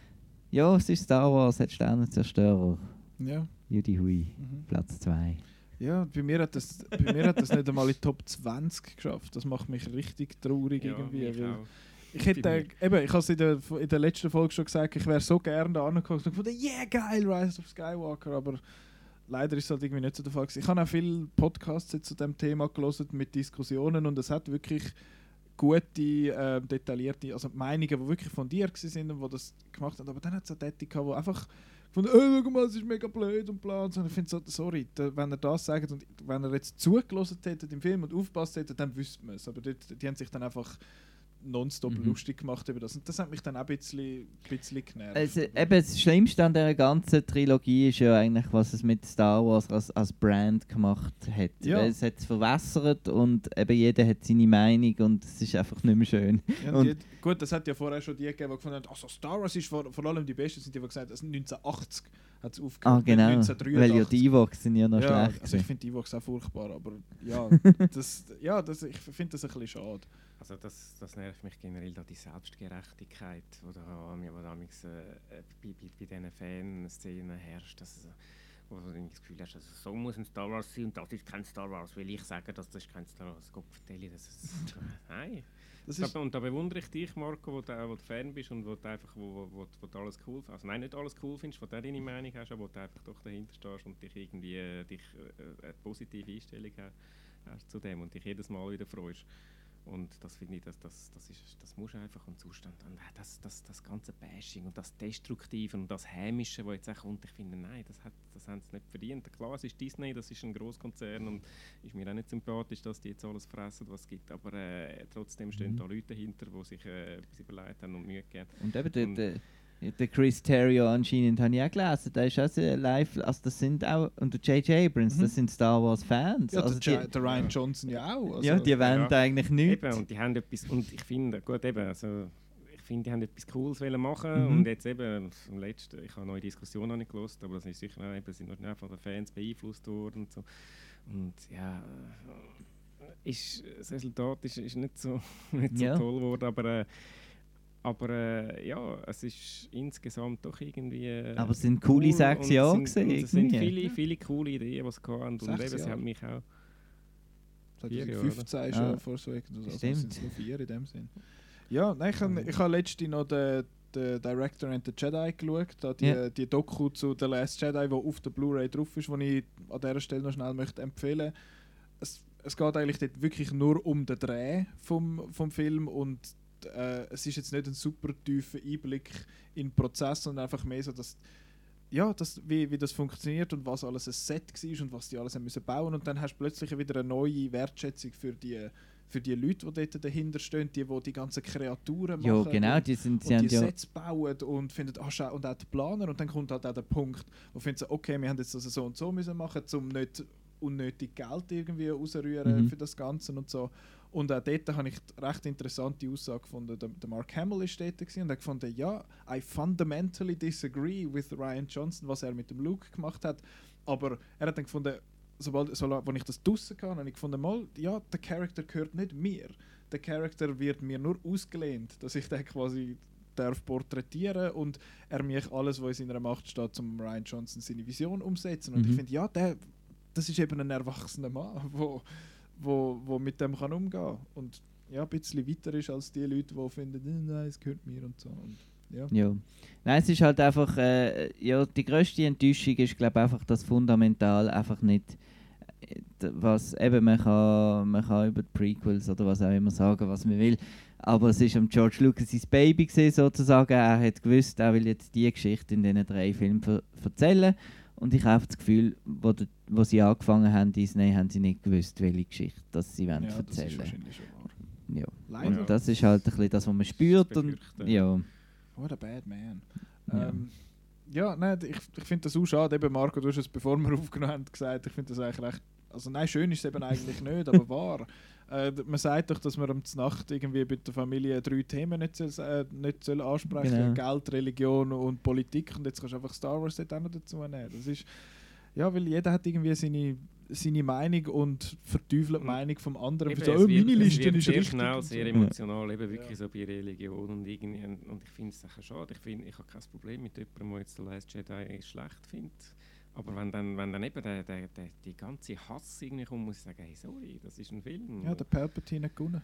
ja, es ist Star Wars, hat Sternenzerstörer. Ja. Judy Hui, Mhm. Platz zwei. Ja, bei mir hat das, bei mir hat das nicht einmal in die Top zwanzig geschafft. Das macht mich richtig traurig Ja, irgendwie. mich Weil auch. ich hätte, äh, eben, ich habe es in der, in der letzten Folge schon gesagt, ich wäre so gerne da angekommen und gefunden, yeah, geil, Rise of Skywalker, aber leider ist es halt irgendwie nicht so der Fall gewesen. Ich habe auch viele Podcasts jetzt zu dem Thema gelesen mit Diskussionen und es hat wirklich gute, äh, detaillierte, also Meinungen, die wirklich von dir waren und die das gemacht haben, aber dann hat es auch Leute gehabt, die einfach gefunden, oh, schau mal, es ist mega blöd und bla und so. Und ich finde so, sorry, da, wenn er das sagt und wenn er jetzt zugelassen hätte im Film und aufgepasst hätte, dann wüsste man es, aber dort, die haben sich dann einfach nonstop Mhm. lustig gemacht über das. Und das hat mich dann auch ein bisschen, bisschen genervt. Also, eben das Schlimmste an dieser ganzen Trilogie ist ja eigentlich, was es mit Star Wars als, als Brand gemacht hat. Ja. Weil es hat es verwässert und eben jeder hat seine Meinung und es ist einfach nicht mehr schön. Ja, und- die, gut, das hat ja vorher schon die gegeben, die gefunden haben, also Star Wars ist vor, vor allem die Besten, sind die, die gesagt haben, also neunzehnhachtzig hat es aufgehört. Ah, nicht genau. neunzehnhundert Weil ja dreiundachtzig. die Ewoks sind ja noch ja, schlecht. also ich gewesen. finde die Ewoks auch furchtbar, aber ja, das, ja das, ich finde das ein bisschen schade. Also das, das nervt mich generell, da die Selbstgerechtigkeit, die da, die da manchmal, äh, bei, bei, bei diesen Fanszenen herrscht. Dass, äh, wo du irgendwie das Gefühl hast, also so muss ein Star Wars sein und das ist kein Star Wars, weil ich sage, dass das ist kein Star Wars. Gott vertelle, das ist... Nein. Das Da, ist, und da bewundere ich dich, Marco, wo du, wo du Fan bist und wo du einfach wo, wo, wo, wo du alles cool findest. Also nein, nicht alles cool findest, wo du deine Meinung hast, aber wo du einfach doch dahinter stehst und dich irgendwie äh, dich, äh, eine positive Einstellung hast, hast zu dem und dich jedes Mal wieder freust. Und das finde ich, das, das, das, ist, das muss einfach ein Zustand. Und das, das, das ganze Bashing und das Destruktive und das Hämische, das jetzt auch kommt, ich finde, nein, das, hat, das haben sie nicht verdient. Klar, es ist Disney, das ist ein Großkonzern und ist mir auch nicht sympathisch, dass die jetzt alles fressen, was es gibt. Aber äh, trotzdem stehen Mhm. da Leute dahinter, die sich äh, etwas überlegt haben und Mühe gegeben. Und eben der, Und- der, der Chris Terrio anscheinend, habe ich auch gelesen, der ist auch sehr live, also das sind auch, und der J J Abrams, Mhm. das sind Star Wars Fans. ja, also der, die, Ja- der Ryan Johnson ja auch. Also, ja, die wollen ja. eigentlich nichts. Eben, und die haben etwas, und ich finde, gut, eben, also, ich finde, die haben etwas Cooles wollen machen Mhm. und jetzt eben, im letzten, ich habe eine neue Diskussion noch nicht gelesen, aber das ist sicher auch, eben, sind noch schnell von den Fans beeinflusst worden und so. Und ja, äh, ist, das Resultat ist, ist nicht so, nicht so Ja. toll geworden, aber, äh, aber äh, ja, es ist insgesamt doch irgendwie. Äh, Aber es sind coole sechs und Jahre es sind, gewesen, und es sind irgendwie. viele, Ja. viele coole Ideen, die sie gehabt haben. Und Sechs eben, sie Jahre. haben mich auch. Vier Jahre, zweitausendfünfzehn ist Ah. ja vor so etwas. Also Stimmt. sind es nur vier in dem Sinn. Ja, nein, ich habe ich hab letztens noch den, den Director and the Jedi geschaut. Da die, Ja. die Doku zu The Last Jedi, die auf der Blu-ray drauf ist, die ich an dieser Stelle noch schnell möchte empfehlen. Es, es geht eigentlich dort wirklich nur um den Dreh vom, vom Film und äh, es ist jetzt nicht ein super tiefer Einblick in den Prozess, sondern einfach mehr so, dass ja, das, wie, wie das funktioniert und was alles ein Set war und was die alles haben müssen bauen. Und dann hast du plötzlich wieder eine neue Wertschätzung für die, für die Leute, die dort dahinter stehen, die, die die ganzen Kreaturen Ja, machen. genau, und, die sind, sie und haben die ja, Sets bauen und finden, ah, schau, und auch die Planer. Und dann kommt halt auch der Punkt, wo finden sie, okay, wir haben jetzt das so und so müssen machen, um nicht unnötig Geld irgendwie rausrühren Mhm. für das Ganze und so. Und auch dort habe ich eine recht interessante Aussage gefunden. Der, der Mark Hamill ist dort gewesen und hat gefunden, ja, I fundamentally disagree with Ryan Johnson, was er mit dem Luke gemacht hat. Aber er hat dann gefunden, sobald, so, als ich das draussen hatte, habe ich gefunden, mal, ja, der Charakter gehört nicht mir. Der Charakter wird mir nur ausgelehnt, dass ich den quasi darf porträtieren und er mich alles, was in seiner Macht steht, um Ryan Johnson seine Vision umsetzen. Und Mhm. ich finde, ja, der, das ist eben ein erwachsener Mann, wo, wo, wo mit dem kann umgehen kann. Und ja, ein bisschen weiter ist als die Leute, die finden, «Äh, nein, es gehört mir und so. Und, ja. ja. Nein, es ist halt einfach, äh, ja, die grösste Enttäuschung ist, glaube ich, einfach, dass fundamental einfach nicht, äh, d- was eben, man kann, man kann über die Prequels oder was auch immer sagen, was man will, aber es ist am George Lucas sein Baby gewesen, sozusagen. Er hat gewusst, er will jetzt die Geschichte in diesen drei Filmen ver erzählen. Und ich habe das Gefühl, wo, de, wo sie angefangen haben, Disney, haben sie nicht gewusst, welche Geschichte das sie wollen Ja, das ist erzählen. wahrscheinlich schon wahr. Ja. Leider. Und das ist halt ein bisschen das, was man spürt. Und, befürchten. ja. What a bad man. Ja. Ähm, ja, nein, ich, ich finde das auch schade. Eben, Marco, du hast es, bevor wir aufgenommen haben, gesagt, ich finde das eigentlich recht also nein, schön ist es eben eigentlich nicht, aber wahr. Äh, man sagt doch, dass man am Nacht irgendwie bei der Familie drei Themen nicht, soll, äh, nicht soll ansprechen soll. Genau. Geld, Religion und Politik. Und jetzt kannst du einfach Star Wars dort auch noch dazu nehmen. Das ist, ja, weil jeder hat irgendwie seine, seine Meinung und verteufelt die Meinung vom anderen. Eben, So, es oh, wird- meine es Liste wird ist sehr richtig. schnell, und so. sehr emotional, eben wirklich Ja. so bei Religion und irgendwie. Und ich finde es auch schade. Ich, find, ich habe kein Problem mit jemandem, der jetzt The Last Jedi schlecht findet. Aber wenn dann, wenn dann eben der, der, der, die ganze Hass irgendwie kommt, muss ich sagen, hey, sorry, das ist ein Film. Ja, der Palpatine hat gewonnen.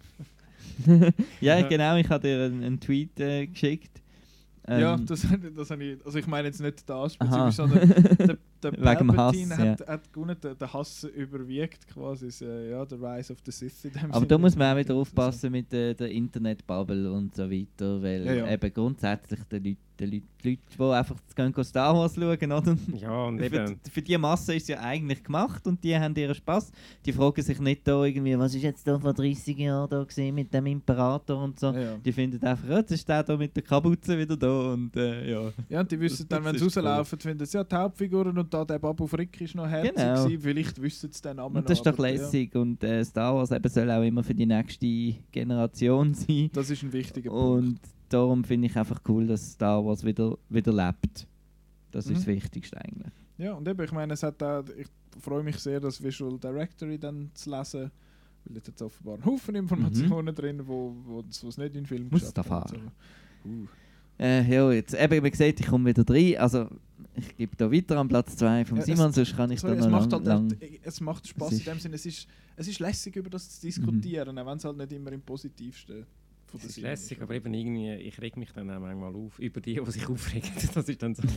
Ja, Ja. genau, ich habe dir einen, einen Tweet äh, geschickt. Ähm, Ja, das, das habe ich. Also ich meine jetzt nicht das Aha. spezifisch, sondern der, der Wegen dem Palpatine Hass, hat, hat gewonnen, der, der Hass überwiegt quasi. Es, äh, ja, der Rise of the Sith in dem Aber Sinne. da muss man auch wieder aufpassen mit der, der Internetbubble und so weiter, weil Ja, ja. eben grundsätzlich die Leute, die Leute, die Leute, die einfach gehen gehen Star Wars schauen, oder? Ja, und Für, eben. für die Masse ist es ja eigentlich gemacht und die haben ihren Spaß. Die fragen sich nicht da irgendwie, was ist jetzt da vor dreißig Jahren da gewesen mit dem Imperator und so. Ja, ja. Die finden einfach, ja, jetzt ist der da mit der Kapuze wieder da und äh, ja. Ja, und die wissen dann, wenn Das sie ist rauslaufen, finden sie ja die Hauptfiguren und da der Babu Frick ist noch herzig Genau. gewesen. Vielleicht wissen sie den Namen Und das ist doch aber, ja, lässig und äh, Star Wars eben soll auch immer für die nächste Generation sein. das ist ein wichtiger Punkt. Und darum finde ich einfach cool, dass Star Wars wieder, wieder lebt. Das ist Mhm. das Wichtigste eigentlich. Ja, und eben, ich meine, es hat auch, ich freue mich sehr, das Visual Directory dann zu lesen, weil jetzt hat offenbar einen Haufen Informationen drin, wo, wo, wo es nicht in den Film Mustafa. geschafft hat. So. Uh. Äh, ja, jetzt eben, wie gesagt, ich komme wieder rein. Also, ich gebe da weiter an Platz zwei vom Ja, es- Simon, sonst kann ich Sorry, da es, noch macht lang, halt lang... nicht, es macht Spaß Es in ist- dem Sinne, es ist, es ist lässig, über das zu diskutieren, auch wenn es halt nicht immer im Positivsten von Es der ist Sinne lässig, aber eben irgendwie, ich reg mich dann auch manchmal auf über die, die sich aufregen. Das ist dann so.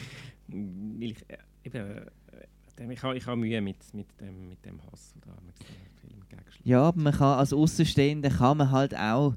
Weil ich, äh, eben, äh, ich habe ich ha Mühe mit, mit, dem, mit dem Hass, der da mit dem Film gegenschlägt. Ja, aber man kann, als Außenstehender kann man halt auch,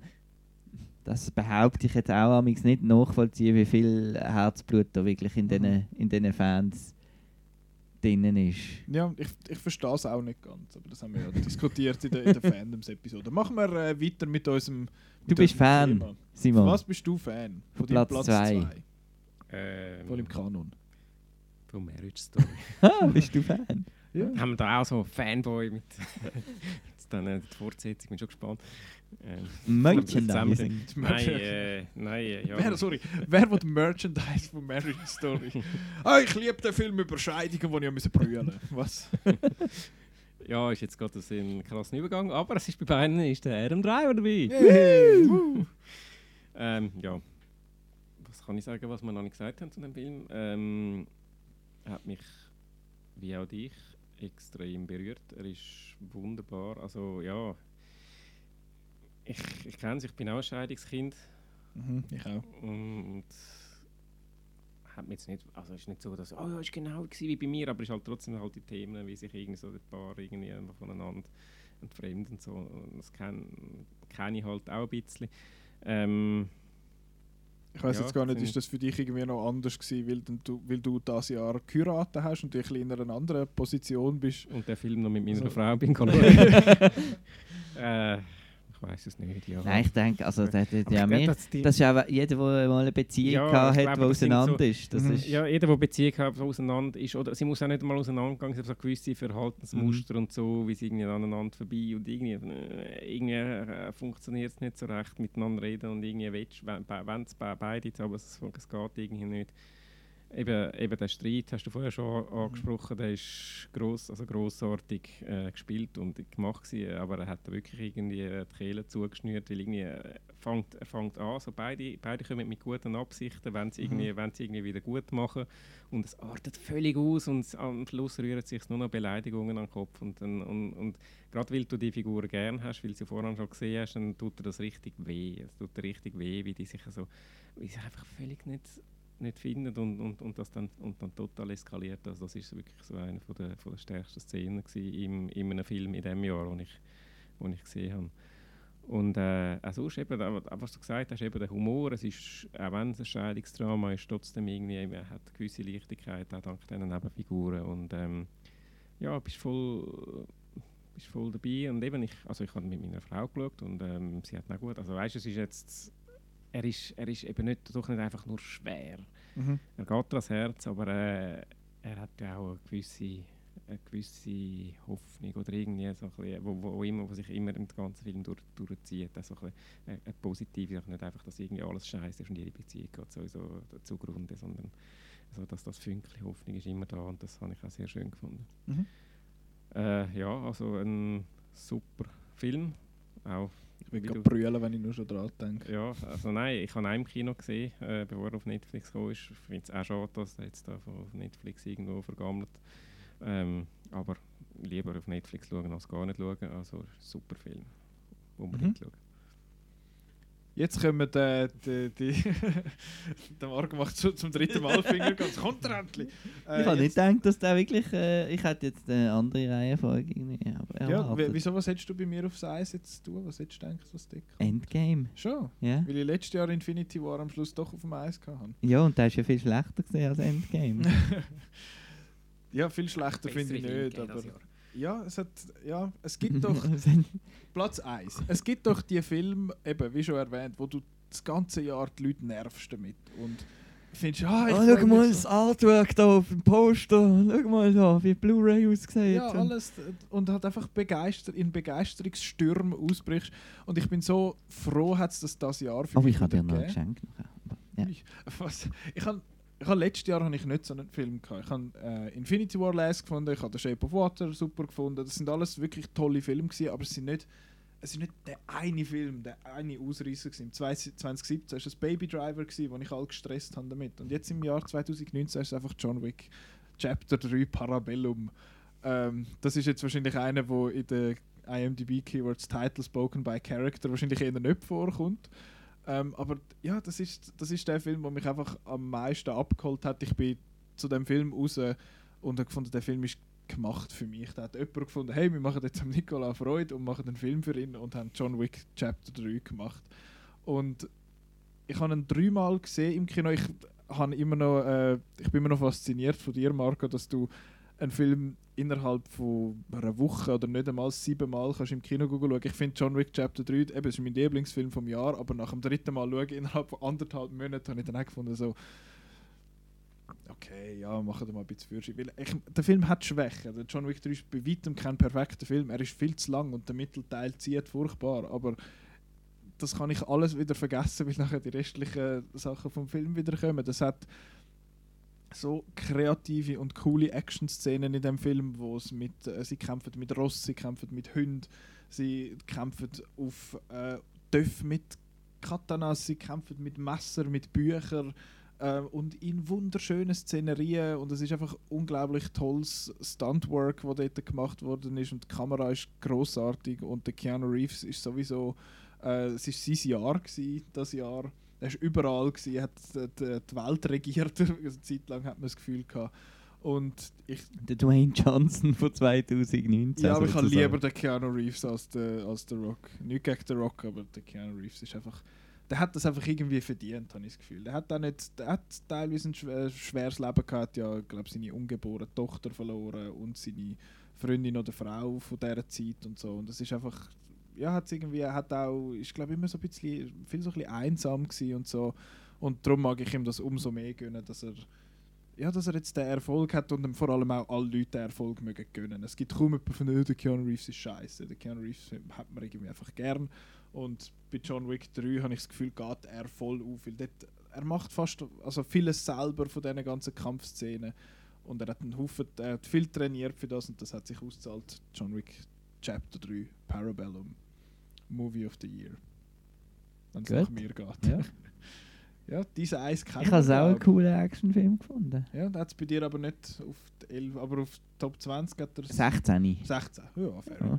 das behaupte ich jetzt auch amigs nicht nachvollziehen, wie viel Herzblut da wirklich in Mhm. diesen in diesen Fans drinnen ist. Ja, ich, ich verstehe es auch nicht ganz, aber das haben wir ja diskutiert in der, in der Fandoms-Episode. Machen wir äh, weiter mit unserem Du mit bist unserem Fan, Thema. Simon. Was bist du Fan? Von Platz deinem zwei. zwei? Ähm, Voll im Kanon. Von Marriage Story. Ah, bist du Fan? Ja. Haben wir da auch so einen Fanboy mit. Jetzt dann äh, die Fortsetzung, bin schon gespannt. Ähm, Merchandising. Nein, äh, nein, äh, ja. Wer, sorry, wer will Merchandise von Marriage Story? Ah, ich liebe den Film über Scheidungen, wo ich musste brüllen. Was? Ja, ist jetzt gerade ein krasser Übergang, aber es ist bei beiden ist der Adam Driver dabei. Hey, wuh. Ähm, ja, was kann ich sagen, was wir noch nicht gesagt haben zu dem Film? Ähm, er hat mich, wie auch dich, extrem berührt. Er ist wunderbar. Also ja, ich, ich kenne es, ich bin auch ein Scheidungskind Mhm, ich auch. und hat mir jetzt nicht, also es ist nicht so, dass oh ja, es war genau gewesen wie bei mir, aber es ist halt trotzdem halt die Themen, wie sich irgendwie so ein paar irgendwie voneinander entfremden und so. Und das kenne kenn ich halt auch ein bisschen. Ähm, Ich weiß Ja, jetzt gar nicht, sind- ist das für dich irgendwie noch anders gewesen, weil denn du, weil du das Jahr geheiratet hast und du ein bisschen in einer anderen Position bist? und der Film noch mit meiner Also- Frau bin kann. äh, ich weiß es nicht, ja. Nein, ich denke, also das, das, Aber ja, ich mehr, glaube, dass die- das ist auch jeder, der mal eine Beziehung Ja, gehabt ich hat, glaube, die das sind auseinander so- ist. Das Mhm. ist Ja, jeder, der Beziehung hat, die auseinander ist, oder sie muss auch nicht einmal auseinandergegangen sein, aber so gewisse Verhaltensmuster Mhm. und so, wie sie irgendwie aneinander vorbei und irgendwie, äh, irgendwie äh, funktioniert es nicht so recht miteinander reden und irgendwie wollen es beide, aber es, es geht irgendwie nicht. Eben, eben der Streit, hast du vorher schon angesprochen, der ist gross, also grossartig äh, gespielt und gemacht gewesen, aber er hat da wirklich irgendwie äh, die Kehle zugeschnürt, weil irgendwie äh, fängt, er fängt an, so beide, beide kommen mit guten Absichten, wenn sie irgendwie, Mhm. wenn sie irgendwie wieder gut machen und es artet völlig aus und am Schluss rühren sich nur noch Beleidigungen an den Kopf und, dann, und, und gerade weil du die Figur gerne hast, weil du sie vorher schon gesehen hast, dann tut dir das richtig weh, es tut dir richtig weh, wie die sich so, wie sie einfach völlig nicht nicht findet und, und, und das dann, und dann total eskaliert. Also das ist wirklich so eine von der, von der stärksten Szenen gewesen im, in einem Film in diesem Jahr, den ich, den ich gesehen habe. Und äh, also ist eben, äh, was du gesagt hast, eben der Humor, es ist, auch wenn es ein Scheidungsdrama ist, trotzdem irgendwie, er hat eine gewisse Leichtigkeit, auch dank diesen Nebenfiguren. Und ähm, ja, bist voll, bist voll dabei. Und eben, ich, also ich habe mit meiner Frau geschaut und ähm, sie hat auch gut, also weißt du, es ist jetzt, er ist, er ist eben nicht, doch nicht einfach nur schwer. Mhm. Er geht ans Herz, aber äh, er hat ja auch eine gewisse eine gewisse Hoffnung oder irgendwie so ein bisschen, wo, wo, immer, wo sich immer im ganzen Film durch, durchzieht. Also ein eine, eine positive, nicht einfach, dass irgendwie alles scheiße ist und ihre Beziehung geht sowieso zugrunde, sondern also, dass das Fünkchen Hoffnung ist immer da und das habe ich auch sehr schön gefunden. Mhm. Äh, ja, also ein super Film. Auch, Ich will wie gerade du- brüllen, wenn ich nur schon dran denke. Ja, also nein, ich habe ihn im Kino gesehen, äh, bevor er auf Netflix gekommen ist. Ich finde es auch schade, dass er jetzt da von Netflix irgendwo vergammelt. Ähm, aber lieber auf Netflix schauen als gar nicht schauen. Also super Film. Unbedingt Mhm. schauen. Jetzt kommen die, die, die der Marco macht schon zum dritten Mal Finger, ganz kommt er endlich. Äh, ich habe nicht jetzt- gedacht, dass der wirklich... Äh, ich hätte jetzt eine andere Reihenfolge irgendwie, aber Ja, erwartet. w- wieso, was hättest du bei mir aufs Eis jetzt tun? Was hättest du gedacht, was dick? Endgame, Schon? ja. Weil ich letztes Jahr Infinity War am Schluss doch auf dem Eis hatte. Ja, und der ist ja viel schlechter gesehen als Endgame. Ja, viel schlechter finde ich nicht, aber... Ja, es hat... Ja, es gibt doch... Platz eins. Es gibt doch die Filme, eben, wie schon erwähnt, wo du das ganze Jahr die Leute nervst damit. Und findest, ah, ich Oh, freu schau mich mal so. das Artwork da auf dem Poster. Schau mal da, wie Blu-ray aussieht. Ja, alles. Und halt einfach begeister, in Begeisterungsstürmen ausbrichst. Und ich bin so froh, hat es das das Jahr für Aber mich ich habe dir wieder noch ein gegeben. Geschenk noch. Ja. Ich, was, ich habe ich hab letztes Jahr habe ich nicht so einen Film gehabt. Ich habe äh, Infinity War les gefunden, ich habe The Shape of Water super gefunden. Das sind alles wirklich tolle Filme gewesen, aber es sind nicht, es ist nicht der eine Film, der eine Ausreißer gewesen. Im zwanzig siebzehn war es Baby Driver gewesen, wo ich alle gestresst habe damit. Und jetzt im Jahr zwanzig neunzehn ist es einfach John Wick Chapter drei Parabellum. Ähm, das ist jetzt wahrscheinlich einer, wo in den I M D B Keywords Title Spoken by Character wahrscheinlich eher nicht vorkommt. Ähm, aber ja, das ist, das ist der Film, der mich einfach am meisten abgeholt hat. Ich bin zu dem Film raus und habe gefunden, der Film ist gemacht für mich. Da hat jemand gefunden, hey, wir machen jetzt am Nicola Freude und machen einen Film für ihn und haben John Wick Chapter drei gemacht. Und ich habe ihn dreimal gesehen im Kino. Ich, habe immer noch, äh, ich bin immer noch fasziniert von dir, Marco, dass du einen Film innerhalb von einer Woche oder nicht einmal siebenmal kannst im Kino schauen. Ich finde John Wick Chapter drei, eben, das ist mein Lieblingsfilm vom Jahr, aber nach dem dritten Mal schauen, innerhalb von anderthalb Monaten, habe ich dann auch gefunden, so okay, ja, machen wir mal ein bisschen Fürschi. Weil ich, der Film hat Schwächen. Der John Wick drei ist bei weitem kein perfekter Film. Er ist viel zu lang und der Mittelteil zieht furchtbar. Aber das kann ich alles wieder vergessen, weil nachher die restlichen Sachen vom Film wieder kommen. Das hat so kreative und coole Action-Szenen in dem Film, wo es mit, äh, sie kämpfen mit Ross, sie kämpfen mit Hunden, sie kämpfen auf äh, Töpfe mit Katanas, sie kämpfen mit Messer, mit Büchern äh, und in wunderschönen Szenerien und es ist einfach unglaublich tolles Stuntwork, das dort gemacht worden ist und die Kamera ist grossartig und der Keanu Reeves ist sowieso, äh, es ist sein Jahr gewesen, das Jahr. Er war überall, gewesen, hat die, die Welt regiert, eine Zeit lang hat man das Gefühl gehabt. Und ich, Der Dwayne Johnson von zwanzig neunzehn. ja, aber ich habe sozusagen. lieber den Keanu Reeves als den, als den Rock. Nicht gegen den Rock, aber der Keanu Reeves ist einfach, der hat das einfach irgendwie verdient, habe ich das Gefühl. Der hat auch nicht, der hat teilweise ein schwer, schweres Leben gehabt, ja, ich glaube seine ungeborene Tochter verloren und seine Freundin oder Frau von dieser Zeit und so. Und das ist einfach, ja, hat's irgendwie, er hat auch, ist glaube immer so ein bisschen, viel so ein bisschen einsam gewesen und so. Und darum mag ich ihm das umso mehr gönnen, dass er, ja, dass er jetzt den Erfolg hat und ihm vor allem auch alle Leute den Erfolg mögen gönnen. Es gibt kaum jemanden von, oh, der Keanu Reeves ist scheiße. Der Keanu Reeves hat man irgendwie einfach gern. Und bei John Wick drei habe ich das Gefühl, geht er voll auf. Weil dort, er macht fast also vieles selber von diesen ganzen Kampfszenen. Und er hat einen Haufen, er hat viel trainiert für das und das hat sich ausgezahlt. John Wick Chapter drei, Parabellum, Movie of the Year. Wenn es Gut. nach mir geht. Ja. Ja, diese Eis kennen Ich habe es wir, auch einen glaub. coolen Actionfilm gefunden. Ja, da hat es bei dir aber nicht auf die elf, aber auf Top zwanzig hat er es sechzehn. sechzehn. Ja, fair Ja. enough.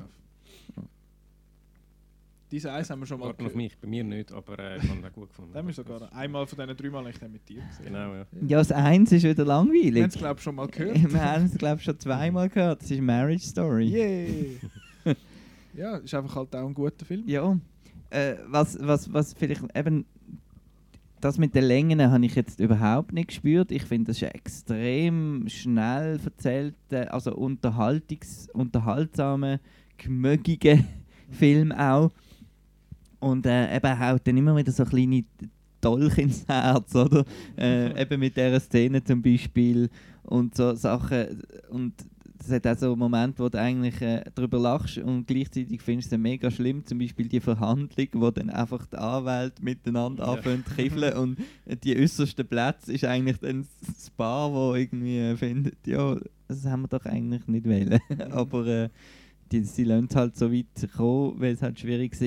Diese Eis haben wir schon mal Warten auf gehört. mich, bei mir nicht, aber äh, ich habe ihn gut gefunden. Den haben wir sogar einmal von diesen dreimal ich den mit dir gesehen. Genau, ja. Ja, das eins ist wieder Wir haben langweilig. es glaube ich schon mal gehört. Wir haben es, glaube ich, schon zweimal gehört. Das ist Marriage Story. Yay! Ja, ist einfach halt auch ein guter Film. Ja, äh, was, was, was vielleicht eben, das mit den Längen habe ich jetzt überhaupt nicht gespürt. Ich finde, das ist ein extrem schnell erzählter, also unterhaltungs, unterhaltsamer, gemögiger Film auch. Und äh, eben haut dann immer wieder so kleine Dolch ins Herz, oder? Äh, eben mit dieser Szene zum Beispiel und so Sachen. Und es hat auch so Momente, wo du eigentlich äh, darüber lachst und gleichzeitig findest du es mega schlimm. Zum Beispiel die Verhandlung, wo dann einfach die Anwälte miteinander Ja. anfangen zu kiffeln und die äußersten Plätze ist eigentlich dann das Paar, wo irgendwie äh, findet, ja, das haben wir doch eigentlich nicht wollen. Aber äh, die, sie lassen es halt so weit kommen, weil es halt schwierig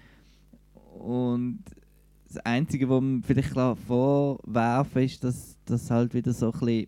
war. Und das Einzige, was man vielleicht klar vorwerfen ist, dass das halt wieder so ein bisschen,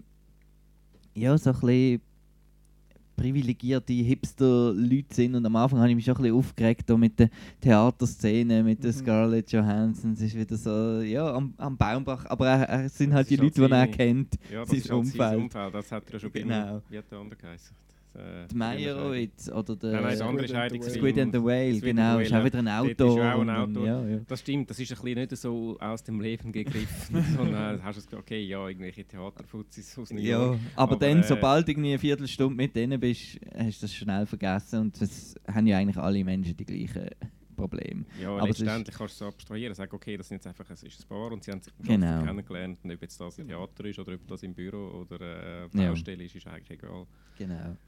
ja, so ein bisschen privilegierte Hipster-Leute sind. Und am Anfang habe ich mich schon ein bisschen aufgeregt da mit der Theaterszene, mit der Mhm. Scarlett Johansson. Es ist wieder so, ja, am, am Baumbach. Aber er, er sind halt Das die ist Leute, halt die er seine- kennt. Ja, das sein ist halt sein Umfeld. Umfeld. Das hat er ja schon bei Genau. ihm, wie hat der andere geheißen? Das, äh, Die Meyerowitz oder der Nein, nein, das Squid andere and ist eigentlich the Squid and the Whale, Squid and the genau. Whale, Ist auch ja. wieder ein Dort Autor. ist ja auch ein und- Autor. Ja, ja. Das stimmt, das ist ein bisschen nicht so aus dem Leben gegriffen, sondern hast du das Gefühl, okay, ja, irgendwelche Theaterfuzis aus New Ja, York. aber, Aber, dann, äh, sobald du irgendwie eine Viertelstunde mit denen bist, hast du das schnell vergessen. Und das haben ja eigentlich alle Menschen die gleichen Probleme. Ja, aber es ist- letztendlich kannst du es abstrahieren, sagen, okay, das sind jetzt einfach, es ist ein Paar und sie haben sich Genau. kennengelernt und ob jetzt das ein Theater ist oder ob das im Büro oder äh, Ja. Baustelle ist, ist eigentlich egal. Genau.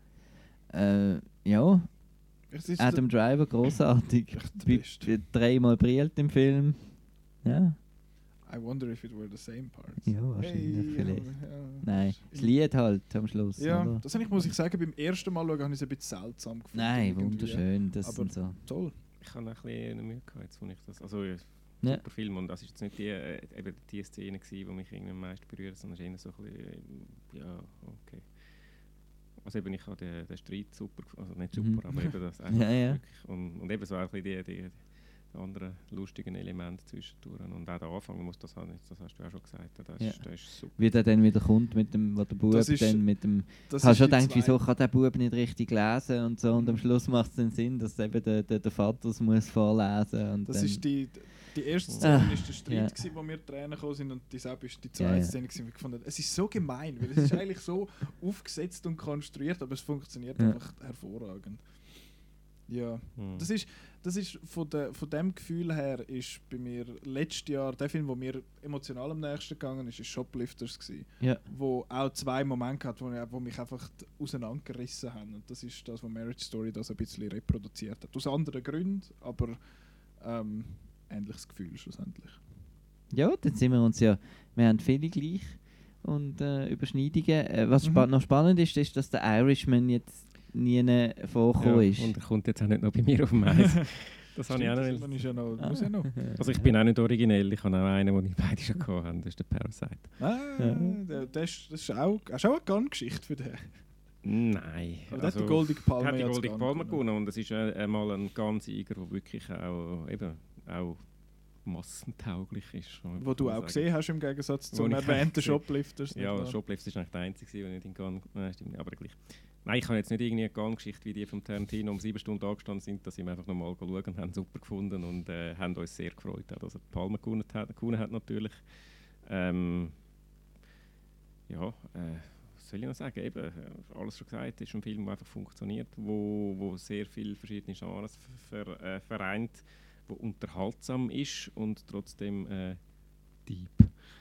Äh, ja, Es ist Adam Driver, großartig. echt der Bi- Beste. bi- Dreimal brillt im Film. Ja, I wonder if it were the same parts. ja wahrscheinlich vielleicht. ja, ja. Nein, das Lied halt am Schluss. Ja, oder? das habe ich, muss ich sagen, beim ersten Mal schauen, habe ich es ein bisschen seltsam gefunden. Nein, irgendwie. wunderschön. Das Aber- sind so. Toll. Ich habe ein bisschen Mühe gehabt, jetzt, wo ich das, also ja, Ja. super Film und das ist jetzt nicht die, äh, eben die Szene gewesen, die mich irgendwie am meisten berührt, sondern es ist eher so ein bisschen, äh, ja, okay. Also eben, ich habe den, den Streit super gefunden, also nicht super, Mhm. aber eben das einfach Ja, ja. wirklich, und, und eben so auch ein bisschen die, die, die anderen lustigen Elemente zwischendurch und auch der Anfang, muss das, haben, das hast du auch schon gesagt, das, Ja. ist, das ist super. Wie der dann wieder kommt mit dem, wo der Bub Das ist- dann mit dem. Das Ich habe ist schon die gedacht, zwei- wieso kann der Bub nicht richtig lesen und so. Und am Mhm. Schluss macht es dann Sinn, dass eben der, der, der Vater es muss vorlesen und Das dann, ist die, die erste Ah, Szene, ist der Streit, ja. gewesen, wo wir Tränen gekommen sind und die Sepp ist die Ja, zweite ja. Szene, gewesen, wo ich gefunden habe, es ist so gemein, weil es ist eigentlich so aufgesetzt und konstruiert, aber es funktioniert Ja. einfach hervorragend. Ja, Mhm. das ist, das ist von, der, von dem Gefühl her ist bei mir letztes Jahr, der Film, der mir emotional am nächsten gegangen ist, ist Shoplifters gewesen, ja, wo auch zwei Momente hat, wo, ich- wo mich einfach d- auseinandergerissen haben und das ist das, was Marriage Story das ein bisschen reproduziert hat. Aus anderen Gründen, aber ähm, ähnliches Gefühl schlussendlich. ja, dann sind wir uns ja. Wir haben viele gleich und äh, Überschneidungen. Äh, was Mhm. spa noch spannend ist, ist, dass der Irishman jetzt nie vorgekommen Ja, ist. und er kommt jetzt auch nicht noch bei mir auf dem Eis. Das habe ich auch noch Stimmt, nicht. das ist ja noch, Ah. muss ja noch. Also ich bin auch nicht originell, ich habe auch einen, den ich beide schon gehabt habe, das ist der Parasite. Ah, Ja. der, der ist, das ist auch, das ist auch eine Gun-Geschichte für den. Nein. Aber der hat die Goldige Palme Er hat die ja als Goldige Gun Palme gewonnen. gewonnen und es ist äh, einmal ein Gun-Sieger, der wirklich auch, eben, auch massentauglich ist. kann man Wo du mal auch sagen. gesehen hast im Gegensatz Wo zum ich erwähnten gesehen- Shoplifters. nicht Ja, wahr? Shoplifters ist eigentlich der einzige, der nicht in Gun... Nein, stimmt nicht, aber gleich. Nein, ich habe jetzt nicht irgendwie eine Gun-Geschichte wie die vom Tarantino um sieben Stunden angestanden sind, dass wir einfach nochmal schauen und haben super gefunden und äh, haben uns sehr gefreut, auch, dass er die Palme gewonnen hat, gewonnen hat natürlich. Ähm, ja, äh, was soll ich noch sagen? Eben, äh, alles schon gesagt, ist ein Film, der einfach funktioniert, wo, wo sehr viele verschiedene Genres ver, äh, vereint, wo unterhaltsam ist und trotzdem äh, deep.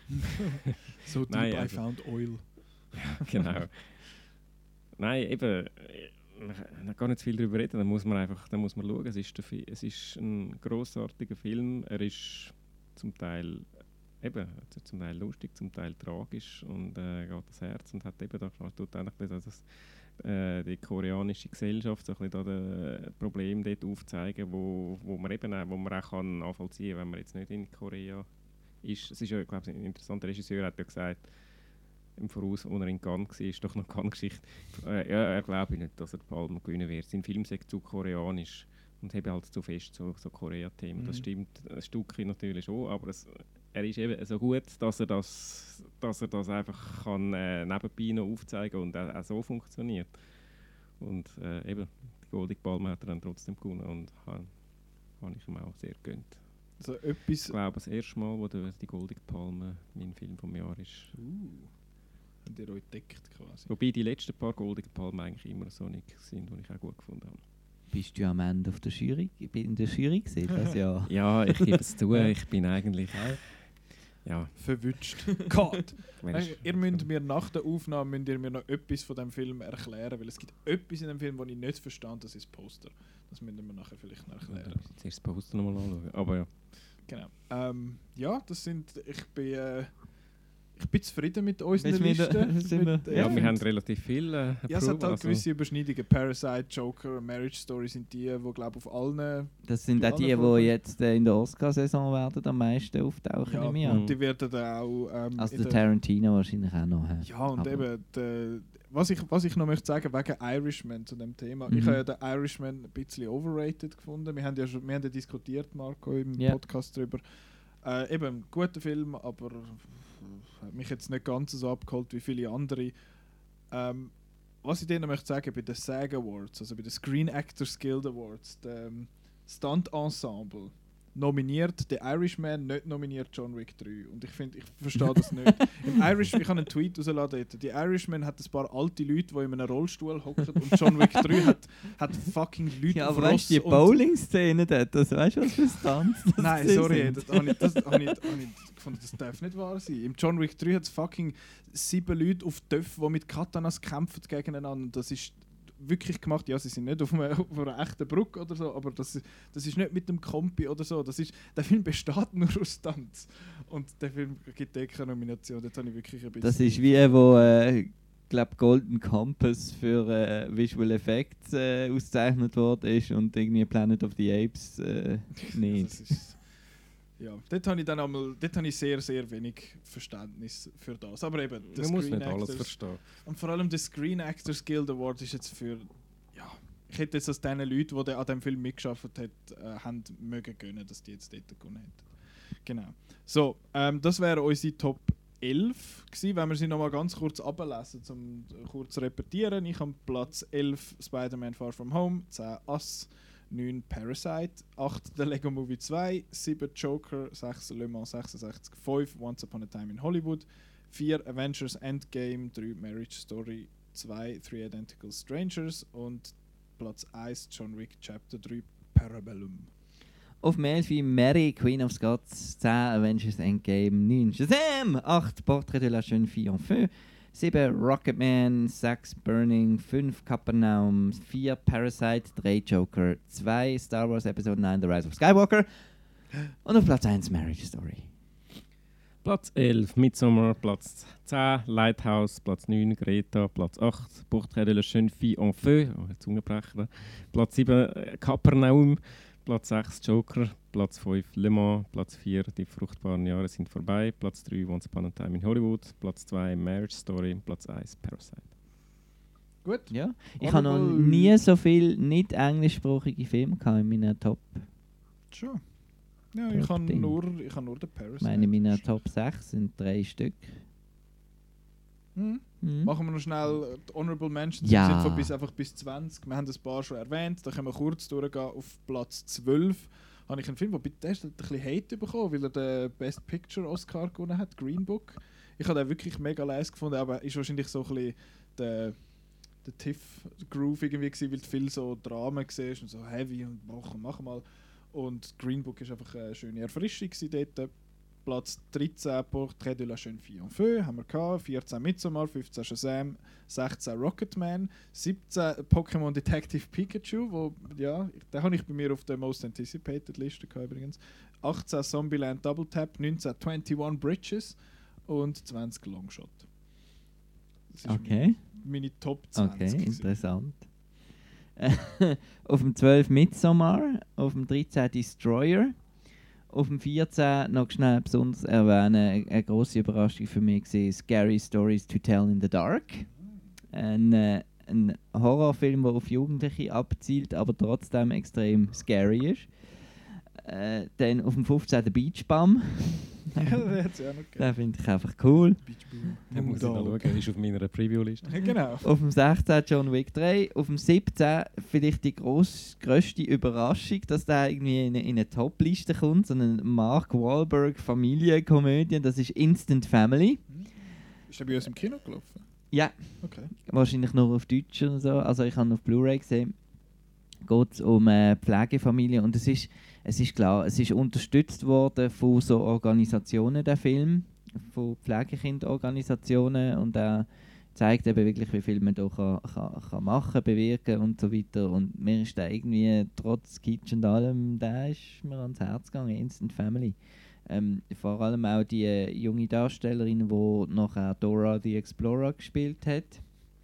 So deep Nein, I also- found oil. Genau. Nein, eben, äh, man man kann nicht viel darüber reden, dann muss man einfach dann muss man schauen. Es ist, der Fi- es ist ein grossartiger Film, er ist zum Teil eben, zum Teil lustig, zum Teil tragisch und äh, geht das Herz und hat eben da tut eigentlich das, das, äh, die koreanische Gesellschaft so ein bisschen da das Problem dort aufzeigen, wo, wo man eben auch, wo man auch kann nachvollziehen kann, wenn man jetzt nicht in Korea ist. Es ist ja, ich glaube, ein interessanter Regisseur hat ja gesagt, im Voraus, als er in Cannes war, ist doch noch keine Geschichte. Äh, ja, er glaube nicht, dass er die Palme gewinnen wird. Sein Film sagt zu koreanisch und habe halt zu fest so, so Korea-Themen. Das Mhm. stimmt ein Stückchen natürlich schon, aber es, er ist eben so gut, dass er das, dass er das einfach kann, äh, nebenbei noch aufzeigen und auch, auch so funktioniert. Und äh, eben, die Goldige Palme hat er dann trotzdem gewonnen und habe hab ich ihm auch sehr gegönnt. So Ich etwas. glaube, das erste Mal, wo der, die Goldige Palme mein Film vom Jahr ist. Uh, habt ihr euch deckt quasi. Wobei die letzten paar Goldige Palmen eigentlich immer so nicht sind, die ich auch gut gefunden habe. Bist du am Ende auf der Jury, in der Jury gesehen das Jahr? Ja, ich gebe es zu, ich bin eigentlich... Ja. verwünscht. Gott! Wer ist- Ihr müsst mir nach der Aufnahme müsst ihr mir noch etwas von dem Film erklären, weil es gibt etwas in dem Film, das ich nicht verstand, das ist das Poster. Das müssen wir nachher vielleicht noch erklären. Zuerst das Poster nochmal anschauen. Aber ja. Genau. Ähm, ja, das sind. Ich bin. Äh, ich bin zufrieden mit unseren Bist du wieder- Listen. sind wir- Mit, Ja, äh, wir find- haben relativ viel äh, Ja, es hat Approval, halt also- gewisse Überschneidungen. Parasite, Joker, Marriage Story sind die, die glaube auf allen. Das sind Bei auch die, allen die Folgen. jetzt äh, in der Oscar-Saison werden am meisten auftauchen. Ja, nehme ich und an. die werden dann auch. Ähm, Also in der der- Tarantino wahrscheinlich auch noch. hä? Ja, und Aber- eben, der, was, ich, was ich noch möchte sagen, wegen Irishman zu dem Thema. Mhm. Ich habe ja den Irishman ein bisschen overrated gefunden. Wir haben ja schon wir haben ja diskutiert, Marco, im Ja. Podcast darüber. Äh, eben, ein guter Film, aber hat mich jetzt nicht ganz so abgeholt wie viele andere. Ähm, was ich denen möchte sagen, bei den SAG Awards, also bei den Screen Actors Guild Awards, dem Stunt Ensemble, nominiert der Irishman, nicht nominiert John Wick drei. Und ich finde, ich verstehe das nicht. Im Irish, ich habe einen Tweet rausgeladen. dort. Die Irishman hat ein paar alte Leute, die in einem Rollstuhl hocken und John Wick drei hat, hat fucking Leute Ja, auf aber weißt du, die Ross und- Bowling-Szene dort, das weißt du, was für Stunts das Nein, sind? sorry, das habe ich, das hab ich, hab ich gefunden, das darf nicht wahr sein. Im John Wick drei hat es fucking sieben Leute auf Töpfen, die mit Katanas kämpfen gegeneinander. Und das ist wirklich gemacht. Ja, sie sind nicht auf einer, auf einer echten Brücke oder so, aber das, das ist nicht mit dem Kompi oder so. Das ist, der Film besteht nur aus Stunts. Und der Film gibt eh keine Nomination. Das habe ich wirklich ein bisschen... Das ist wie, wo äh, glaub, Golden Compass für äh, Visual Effects äh, ausgezeichnet worden ist und irgendwie Planet of the Apes äh, nicht. Das ist, ja, dort habe ich dann einmal, dort habe ich sehr, sehr wenig Verständnis für das. Aber eben, der Man muss Screen nicht alles Actors- verstehen. Und vor allem der Screen Actors Guild Award ist jetzt für, ja, ich hätte jetzt aus den Leuten, die an diesem Film mitgearbeitet haben, äh, haben mögen gönnen, dass die jetzt dort gewonnen hätten. Genau. So, ähm, das wären unsere Top elf gewesen, wenn wir sie nochmal ganz kurz ablesen, um kurz zu repetieren. Ich habe Platz elf Spider-Man Far From Home, zehn Us, neun Parasite, acht The Lego Movie zwei, sieben Joker, sechs Le Mans sechsundsechzig, fünf Once Upon a Time in Hollywood, vier Avengers Endgame, drei Marriage Story, zwei Three Identical Strangers und Platz eins John Wick Chapter drei Parabellum. Auf dem elf Mary, Queen of Scots, zehn Avengers Endgame, neun Shazam, acht Portrait de la Jeune Fille en Feu, sieben Rocketman, sechs Burning, fünf Capernaum, vier Parasite, drei Joker, zwei Star Wars Episode neun The Rise of Skywalker und auf Platz eins Marriage Story. Platz elf, Midsommar, Platz zehn, Lighthouse, Platz neun, Greta, Platz acht, Portrait de la Jeune Fille en Feu, oh, Zungenbrecher, Platz sieben, äh, Kapernaum, Platz sechs, Joker, Platz fünf, Le Mans, Platz vier, Die fruchtbaren Jahre sind vorbei, Platz drei, Once Upon a Time in Hollywood, Platz zwei, Marriage Story, Platz eins, Parasite. Gut. Ja, ich habe noch Honorable- nie so viele nicht englischsprachige Filme gehabt in meiner Top. Schon. Ja, ich habe Ding. nur, ich habe nur den Ich Parasite. meine, in meiner Top sechs sind drei Stück. Hm? Mhm. Machen wir noch schnell die Honorable Mentions Ja. im Sinne von bis, einfach bis zwanzig. Wir haben ein paar schon erwähnt. Da können wir kurz durchgehen. Auf Platz zwölf habe ich einen Film, der bei Test ein bisschen Hate bekommen, weil er den Best Picture Oscar gewonnen hat, Green Book. Ich habe den wirklich mega leise gefunden, aber ist wahrscheinlich so ein bisschen der, der Tiff-Groove irgendwie gewesen, weil du viel so Dramen siehst und so heavy und machen, mach mal. Und Green Book ist einfach eine schöne Erfrischung gewesen dort. Platz dreizehn, Portrait de la Jeune Fille en Feu, haben wir gehabt. vierzehn Midsommar, fünfzehn Shazam, sechzehn Rocketman, siebzehn Pokémon Detective Pikachu, wo, ja, den habe ich bei mir auf der Most Anticipated Liste gehabt übrigens. achtzehn Zombieland Double Tap, neunzehn einundzwanzig Bridges und zwanzig Longshot. Das ist Okay, meine, meine Top zwanzig. okay, gewesen. interessant. Auf dem zwölf Midsommar, auf dem dreizehn Destroyer, auf dem vierzehn noch schnell besonders erwähnen, eine grosse Überraschung für mich war Scary Stories to Tell in the Dark. Ein, äh, ein Horrorfilm, der auf Jugendliche abzielt, aber trotzdem extrem scary ist. Äh, dann auf dem fünfzehn der Beach Bum. Ja, das hat es ja noch gegeben. Den finde ich einfach cool. Beach Boom. Den muss ich noch schauen, der ist auf meiner Preview-Liste. Ja, genau. Auf dem sechzehn John Wick drei, auf dem siebzehn vielleicht die gross, grösste Überraschung, dass der irgendwie in eine, in eine Top-Liste kommt, so eine Mark Wahlberg Familienkomödie, das ist Instant Family. Ist der bei uns im Kino gelaufen? Ja, Okay. wahrscheinlich nur auf Deutsch oder so, also ich habe auf Blu-ray gesehen. Geht es um eine Pflegefamilie und es ist es ist klar, es ist unterstützt worden von so Organisationen, der Film, von Pflegekindorganisationen, und er zeigt eben wirklich, wie viel man da kann, kann, kann machen, bewirken und so weiter. Und mir ist da irgendwie, trotz Kitsch und allem, der ist mir ans Herz gegangen, Instant Family. Ähm, vor allem auch die äh, junge Darstellerin, die nachher Dora the Explorer gespielt hat.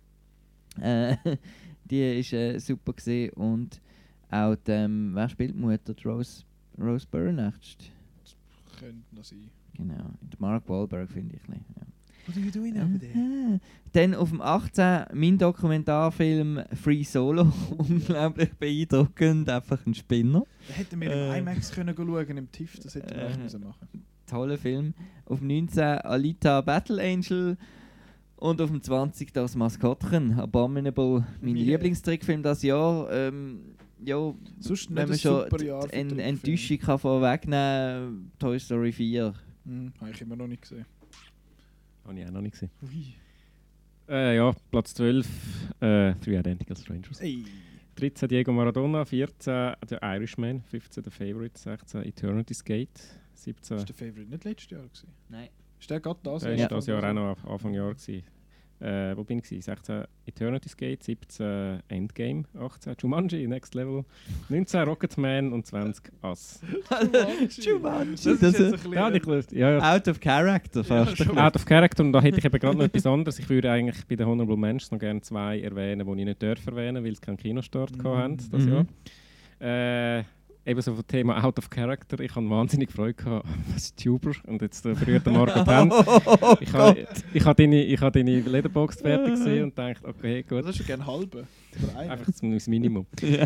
Äh, die ist äh, super gesehen. Und auch die, ähm, wer spielt die Mutter? Die Rose, Rose Byrne. Das könnte noch sein. Genau, der Mark Wahlberg finde ich. Ja. What are you doing over there? Äh, Dann auf dem achtzehn mein Dokumentarfilm Free Solo. Unglaublich beeindruckend, einfach ein Spinner. Da hätten wir Äh. im IMAX können schauen, im TIFF, das hätten wir Äh. echt müssen machen. Toller Film. Auf dem neunzehn Alita Battle Angel. Und auf dem zwanzig das Maskottchen, Abominable, mein Wie- Lieblingstrickfilm das Jahr. Ähm, ja, Sonst nicht wenn ein man schon super Jahr für eine Trickfilme. Enttäuschung kann vorwegnehmen, Toy Story vier. Hm, habe ich immer noch nicht gesehen. Habe ich auch noch nicht gesehen. Ui. Äh, ja, Platz zwölf, äh, Three Identical Strangers. Ey. dreizehn Diego Maradona, vierzehn The Irishman, fünfzehn The Favourite, sechzehn Eternity's Gate, siebzehn... Ist der Favorite nicht letztes Jahr gewesen? Nein. Ist der gerade das Das war Ja. das Jahr auch noch auf Anfang Jahr. Gewesen. Äh, wo bin ich? gewesen? sechzehn Eternity's Gate, siebzehn Endgame, achtzehn Jumanji, Next Level, neunzehn Rocketman und zwanzig Us. Jumanji. Das ist Das jetzt ein ist bisschen... Ja, nicht gelöst. Ja, ja. Out of character fast. Ja, schon. Out of Character, und da hätte ich eben gerade noch etwas anderes. Ich würde eigentlich bei den Honorable Mentions noch gerne zwei erwähnen, die ich nicht darf erwähnen, weil sie keinen Kinostart Mhm. hatten das Mhm. Jahr. Äh, Ebenso vom Thema Out of Character. Ich hatte wahnsinnig Freude gehabt, was Tuber und jetzt äh, berührt der Marco die Hände. Oh Ich habe ich ha deine, ich ha deine Letterboxd fertig gesehen und dachte, okay, gut, Das ist ja gerne halbe. Oder eine. einfach das Minimum. Ja.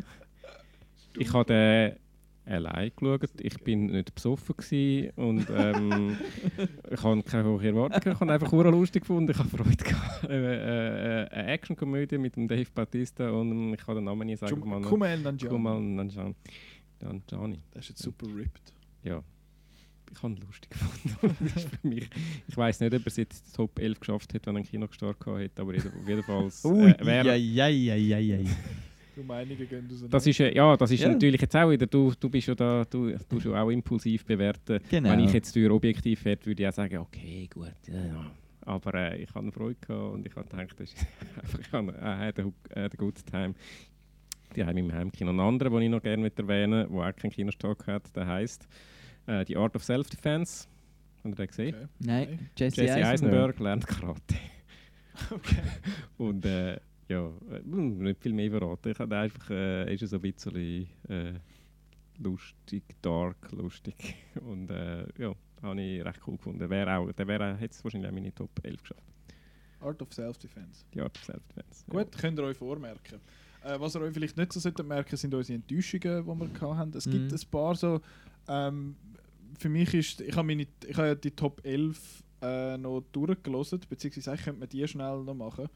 Ich habe den allein geschaut, ich bin nicht besoffen gewesen und ähm, ich habe keine hohe Erwartungen, ich habe einfach sehr lustig gefunden, ich habe Freude gehabt. Äh, äh, äh, eine Actionkomödie mit dem Dave Bautista und ich kann den Namen nicht sagen. Jum- Kumail Nanjiani. Kumail Nanjiani. Nanjiani. Der ist jetzt super ripped. Ja. Ich habe ihn lustig gefunden. Das ist für mich, ich weiss nicht, ob er es jetzt die Top elf geschafft hat, wenn er einen Kinostart gehabt hätte, aber jeder- jedenfalls Ui, äh, wäre ja, ja, ja, ja, ja. Du Meinungen gehen auseinander. das ist, äh, ja, das ist Ja. natürlich jetzt auch wieder, du, du bist ja da, du tust ja auch impulsiv bewerten. Genau. Wenn ich jetzt durch objektiv wäre, würde ich auch sagen, okay, gut, ja, ja. Aber äh, ich hatte Freude gehabt und ich habe gedacht, das ist einfach, ich habe äh, den äh, good time. Die haben im Heimkino. Einen anderen, den ich noch gerne erwähnen möchte, der auch keinen Kinostart hat, der heisst äh, «The Art of Self-Defense». Habt ihr den gesehen? Okay. Nein, Jesse, Jesse Eisenberg. Eisenberg lernt Karate. Okay. Und äh, ja, äh, nicht viel mehr verraten. Ich habe einfach, äh, ist so ein bisschen äh, lustig, dark, lustig. Und äh, ja, habe ich recht cool gefunden. Wär auch, der wäre hätte es wahrscheinlich auch meine Top elf geschafft. Art of Self-Defense. Die Art of Self-Defense. Gut, könnt ihr euch vormerken. Äh, was ihr euch vielleicht nicht so solltet merken, sind unsere Enttäuschungen, die wir gehabt haben. Es gibt Mhm. ein paar so... Ähm, für mich ist... Ich habe meine, ich habe ja die Top elf äh, noch durchgelassen, beziehungsweise eigentlich könnte man die schnell noch machen.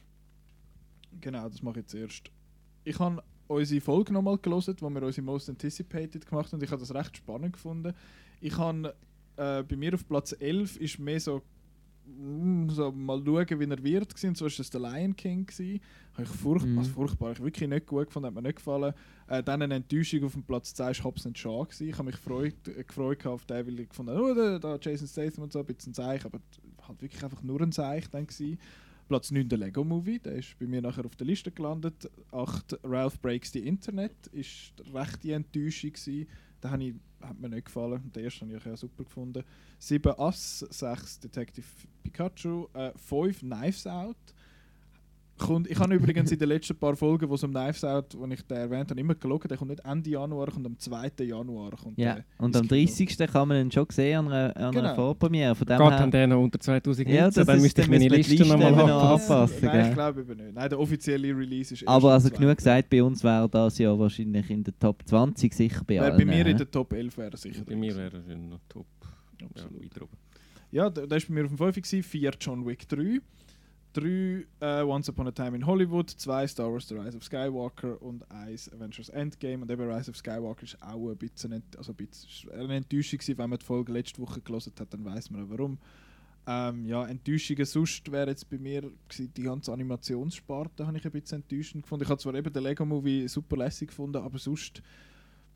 Genau, das mache ich zuerst. Ich habe unsere Folge nochmal gelesen, wo wir unsere Most Anticipated gemacht haben, und ich habe das recht spannend gefunden. Ich habe äh, bei mir auf Platz elf ist mehr so, mm, so mal schauen, wie er wird gewesen. Und so war das der Lion King gewesen. Habe ich furch Mhm. also furchtbar, ich wirklich nicht gut gefunden, hat mir nicht gefallen. Äh, dann eine Enttäuschung auf dem Platz zwei war Hobbs and Shaw gewesen. Ich habe mich gefreut, äh, gefreut auf den, weil ich gefunden habe, oh, da, da Jason Statham und so, ein bisschen ein Seich, aber halt wirklich einfach nur ein Seich dann gewesen. Platz neun der Lego Movie, der ist bei mir nachher auf der Liste gelandet. acht Ralph Breaks the Internet, ist recht die Enttäuschung gewesen. Den habe ich, hat mir nicht gefallen. Den ersten habe ich ja super gefunden. sieben Us, sechs Detective Pikachu, äh, fünf Knives Out. Kommt, ich habe übrigens in den letzten paar Folgen, wo es um Knives Out, wo ich den erwähnt habe, immer gelogen. Der kommt nicht Ende Januar, kommt am zweiten Januar. Kommt Ja, der und ins am Kino. dreißigsten kann man ihn schon sehen an einer, an Genau. einer Vorpremiere. Von dem Geht her, dann der noch unter zwanzig neunzehn? Ja, das dann ist- müsste ich dann meine müssen wir die Liste Liste nochmal eben noch anpassen. anpassen. Nein, ich gell? glaube eben nicht. Nein, der offizielle Release ist erst aber am also zweiten. genug gesagt, bei uns wäre das ja wahrscheinlich in der Top zwanzig sicher bei Wär allen. bei mir hä? in der Top elf wäre er sicher. Bei mir wäre er noch top. Ja, Absolut. weiter oben. Ja, da, da ist bei mir auf dem fünf gewesen, vier John Wick drei, drei äh, Once Upon a Time in Hollywood, zwei Star Wars The Rise of Skywalker und eins Avengers Endgame. Und eben Rise of Skywalker ist auch ein bisschen, ent also ein bisschen eine Enttäuschung gewesen. Wenn man die Folge letzte Woche gelesen hat, dann weiß man auch warum. Ähm, ja, Enttäuschungen sonst wäre jetzt bei mir gewesen, die ganze Animationssparte habe ich ein bisschen enttäuschend gefunden. Ich habe zwar eben den Lego Movie super lässig gefunden, aber sonst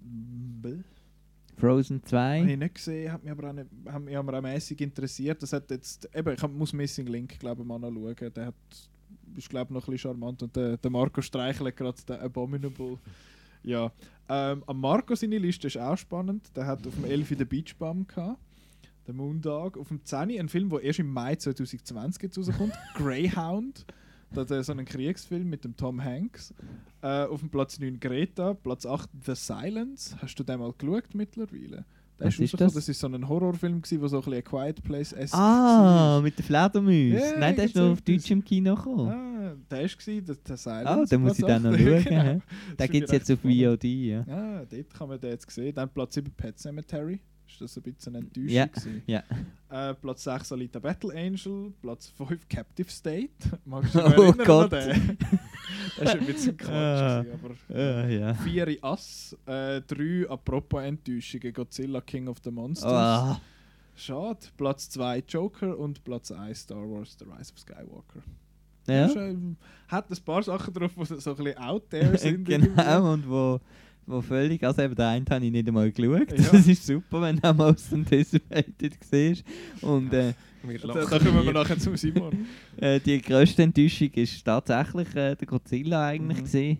Bäh. Frozen Habe zwei. ich nicht gesehen, hat mich aber auch, nicht, hat mich aber auch mäßig interessiert. Das hat jetzt, eben, ich hab- muss Missing Link, glaube ich, mal anschauen. Der hat, ist, glaube ich, noch ein bisschen charmant. Und der, der Marco streichelt gerade den Abominable. Ja. Ähm, am Marco seine Liste ist auch spannend. Der hat auf dem elf den Beach Bum gehabt. Der Moondog. Auf dem zehn ein Film, der erst im Mai zwanzig zwanzig jetzt rauskommt. Greyhound. Das ist so ein Kriegsfilm mit dem Tom Hanks. Äh, auf dem Platz neun Greta. Platz acht The Silence. Hast du den mal geschaut mittlerweile? Der Was ist rausgekommen. das? Das ist so ein Horrorfilm, gewesen, wo so ein bisschen A Quiet Place esque Ah, mit der Fledermaus. Ja, Nein, der ist noch auf irgend so Deutsch im Kino gekommen. Ah, der war der, der Silence. Ah, dann muss ich Platz den noch acht. schauen. Genau. hä? Den Das gibt es finde jetzt ich auf recht V O D, ja. Ah, dort kann man den jetzt sehen. Dann Platz sieben Pet Cemetery. Ist das ein bisschen eine Enttäuschung? Ja, gewesen? ja. Äh, Platz sechs Alita Battle Angel. Platz fünf Captive State. Magst du dich Oh noch erinnern Gott. an den? Das war ein bisschen Quatsch. Ah. gewesen, aber Ah, ja. vier Ass. Äh, drei apropos Enttäuschungen. Godzilla King of the Monsters. Ah, Schade. Platz zwei Joker und Platz eins Star Wars The Rise of Skywalker. ja. Das ist, ähm, hat ein paar Sachen drauf, die so ein bisschen out there sind. Genau, und wo, wo völlig, also eben den einen habe ich nicht einmal geschaut. Ja. Das ist super, wenn du auch Most Anticipated siehst. Und äh, Wir Da, lachen da kommen wir hier. nachher zum Simon. äh, die grösste Enttäuschung ist tatsächlich äh, der Godzilla eigentlich Mhm. gesehen.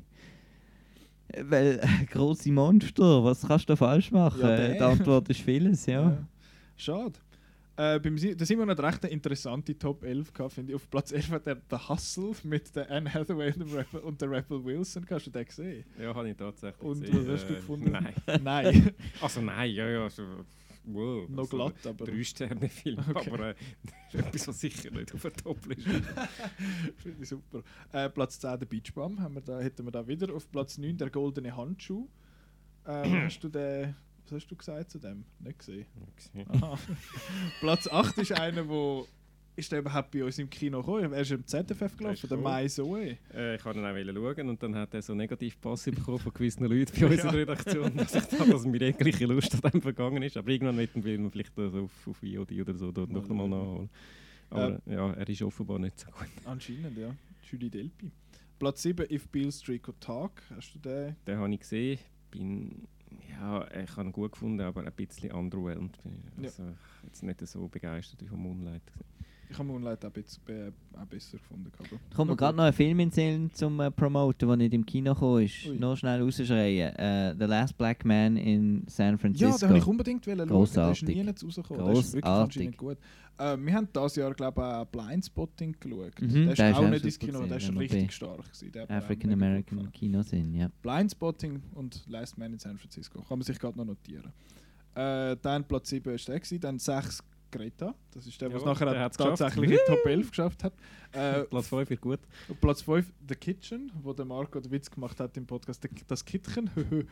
Weil äh, grosse Monster, was kannst du da falsch machen? Ja, Äh, der. die Antwort ist vieles, ja. Ja. Schade. Äh, beim Si- der Simon hat recht eine interessante Top elf gehabt, finde ich. Auf Platz elf hat er The Hustle mit der Anne Hathaway und der Rebel, und der Rebel Wilson. Hast du den gesehen? Ja, habe ich tatsächlich Und gesehen. was hast du Äh, gefunden? Nein. Nein, Also nein, ja, ja. So, wow. noch also, glatt, aber Drei Sterne Film, Okay. aber äh, das ist etwas, was sicher nicht auf der Top-Liste finde ich super. Äh, Platz zehn der Beach Bum haben wir da, hätten wir da wieder. Auf Platz neun der goldene Handschuh. Ähm, hast du den, was hast du gesagt zu dem? Nicht gesehen. ist. Aha. Platz acht ist einer, wo ist der überhaupt bei uns im Kino gekommen? Er ist im Z F F Der ist gelaufen, der gekommen. Mai Zoe. Äh, ich wollte ihn auch schauen und dann hat er so Negativpass bekommen von gewissen Leuten bei uns in Ja. der Redaktion, dass, ich da, dass mir jegliche Lust an dem vergangen ist. Aber irgendwann wird man vielleicht so auf, auf V O D oder so dort noch mal nachholen. Aber ja, er ist offenbar nicht so gut. Anscheinend, ja. Julie Delpy. Platz sieben, If Beale Street Could Talk. Hast du den? Den habe ich gesehen. Bin, ja, ich habe ihn gut gefunden, aber ein bisschen underwhelmed. Bin ich. Also, ich jetzt nicht so begeistert wie von Moonlight. Ich habe Moonlight auch, bisschen, be- auch besser gefunden. Aber Kommt mir gerade noch ein Film in den Sinn zum äh, Promoten, der nicht im Kino gekommen ist. Ui. Noch schnell rausschreien. Äh, The Last Black Man in San Francisco. Ja, den habe ich unbedingt wollen schauen. Der ist Grossartig. nie nicht rausgekommen. Der ist wirklich Grossartig. anscheinend gut. Äh, wir haben dieses Jahr, glaube ich, auch Blindspotting geschaut. Mhm, der ist der ist auch auch nicht ins super Kino, der ist gesehen, richtig M O B. stark gewesen. Der hat mir auch mega gut African-American gefallen. Kino sind, ja. Blindspotting und Last Man in San Francisco. Kann man sich gerade noch notieren. Äh, dann Platz sieben war der, gewesen. Dann sechs Greta. Das ist der, der es Jawohl, nachher der auch hat's tatsächlich in die Top elf geschafft hat. Äh, Platz fünf wird gut. auf Platz fünf The Kitchen, wo der Marco den Witz gemacht hat im Podcast. Das Kitchen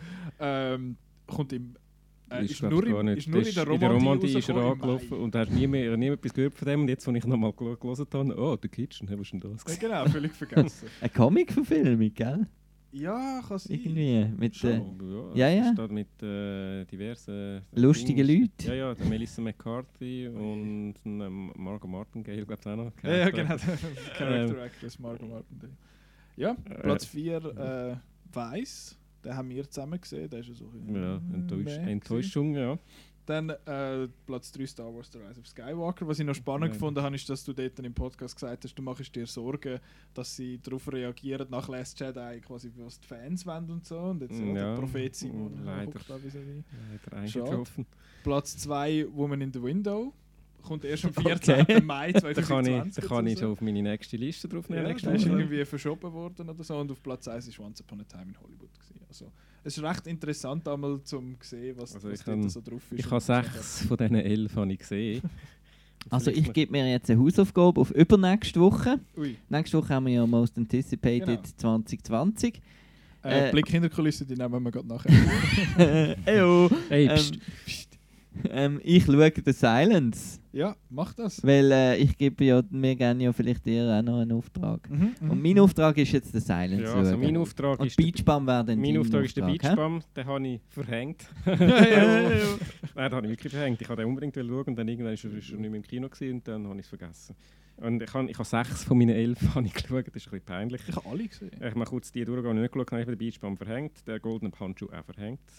ähm, kommt im. Äh, ist, glaub nur ich, gar im, nicht. ist nur in Das der ist in der Romandie Romandie ist er rausgekommen im angelaufen Mai. und er hat nie mehr, nie mehr etwas gehört von dem. Und jetzt, als ich nochmal gelesen habe, oh, The Kitchen, hey, was ist denn das? Ja, genau, völlig vergessen. Eine Comic-Verfilmung, gell? Ja, kann sein. Irgendwie. Mit, äh, Schon. Ja, ja. Steht mit äh, diversen Lustigen Dings. Leuten. Ja, ja, der Melissa McCarthy und ähm, Margot Martingale, glaube ich auch noch. Ja, ja, genau. der Character Ähm, Actress Margot Martindale. Ja, Äh, Platz vier äh, Weiss. Den haben wir zusammen gesehen. Der ist ja so ein Ja, bisschen, Enttäusch äh, meh Enttäuschung, ja. Dann äh, Platz drei Star Wars The Rise of Skywalker. Was ich noch spannend Ja. gefunden habe, ist, dass du dort im Podcast gesagt hast, du machst dir Sorgen, dass sie darauf reagieren nach Last Jedi, quasi was die Fans wollen und so. Und jetzt Ja, ja, der Prophet Simon leider. hockt da vis-à-vis. Leider Schade. eingetroffen. Platz zwei Woman in the Window. Kommt erst am Okay. vierzehnten Mai Da kann ich, zweitausendzwanzig. da kann ich jetzt schon raus. auf meine nächste Liste drauf nehmen. Ja, nächste der ist Woche. irgendwie verschoben worden oder so. Und auf Platz eins ist Once Upon a Time in Hollywood gewesen. Also, es ist recht interessant, einmal zum sehen, was, Also was ich dort kann- so drauf ist. Ich und habe was man sechs von diesen elf habe ich gesehen. Also Vielleicht ich noch- gebe mir jetzt eine Hausaufgabe auf übernächste Woche. da- Ui. Nächste Woche haben wir ja Most Anticipated Genau. zwanzig zwanzig. Äh, Äh, Blick hinter die Kulissen, die nehmen wir gerade nachher. Eyo. Hey, Ähm, pst. ähm, ich schaue The Silence, Ja, mach das. weil äh, ich gebe ja mir gerne ja vielleicht dir auch noch einen Auftrag. Mhm, mhm. Und mein Auftrag ist jetzt The Silence Ja, also schauen. mein Auftrag Und ist der, Beachbum wäre dann mein dein Auftrag ist der Auftrag, hä? Beachbum, den habe ich verhängt. ja, ja, ja. Nein, den habe ich wirklich verhängt. Ich wollte den unbedingt schauen und dann irgendwann ist er, ist er nicht mehr im Kino gewesen und dann habe ich es vergessen. Und ich habe, ich habe sechs von meinen elf habe ich geschaut, das ist ein bisschen peinlich. Ich habe alle gesehen. Ich mache kurz die durchgehen, die ich nicht geschaut habe, ich habe den Beachbum verhängt, der Golden Handschuh auch verhängt.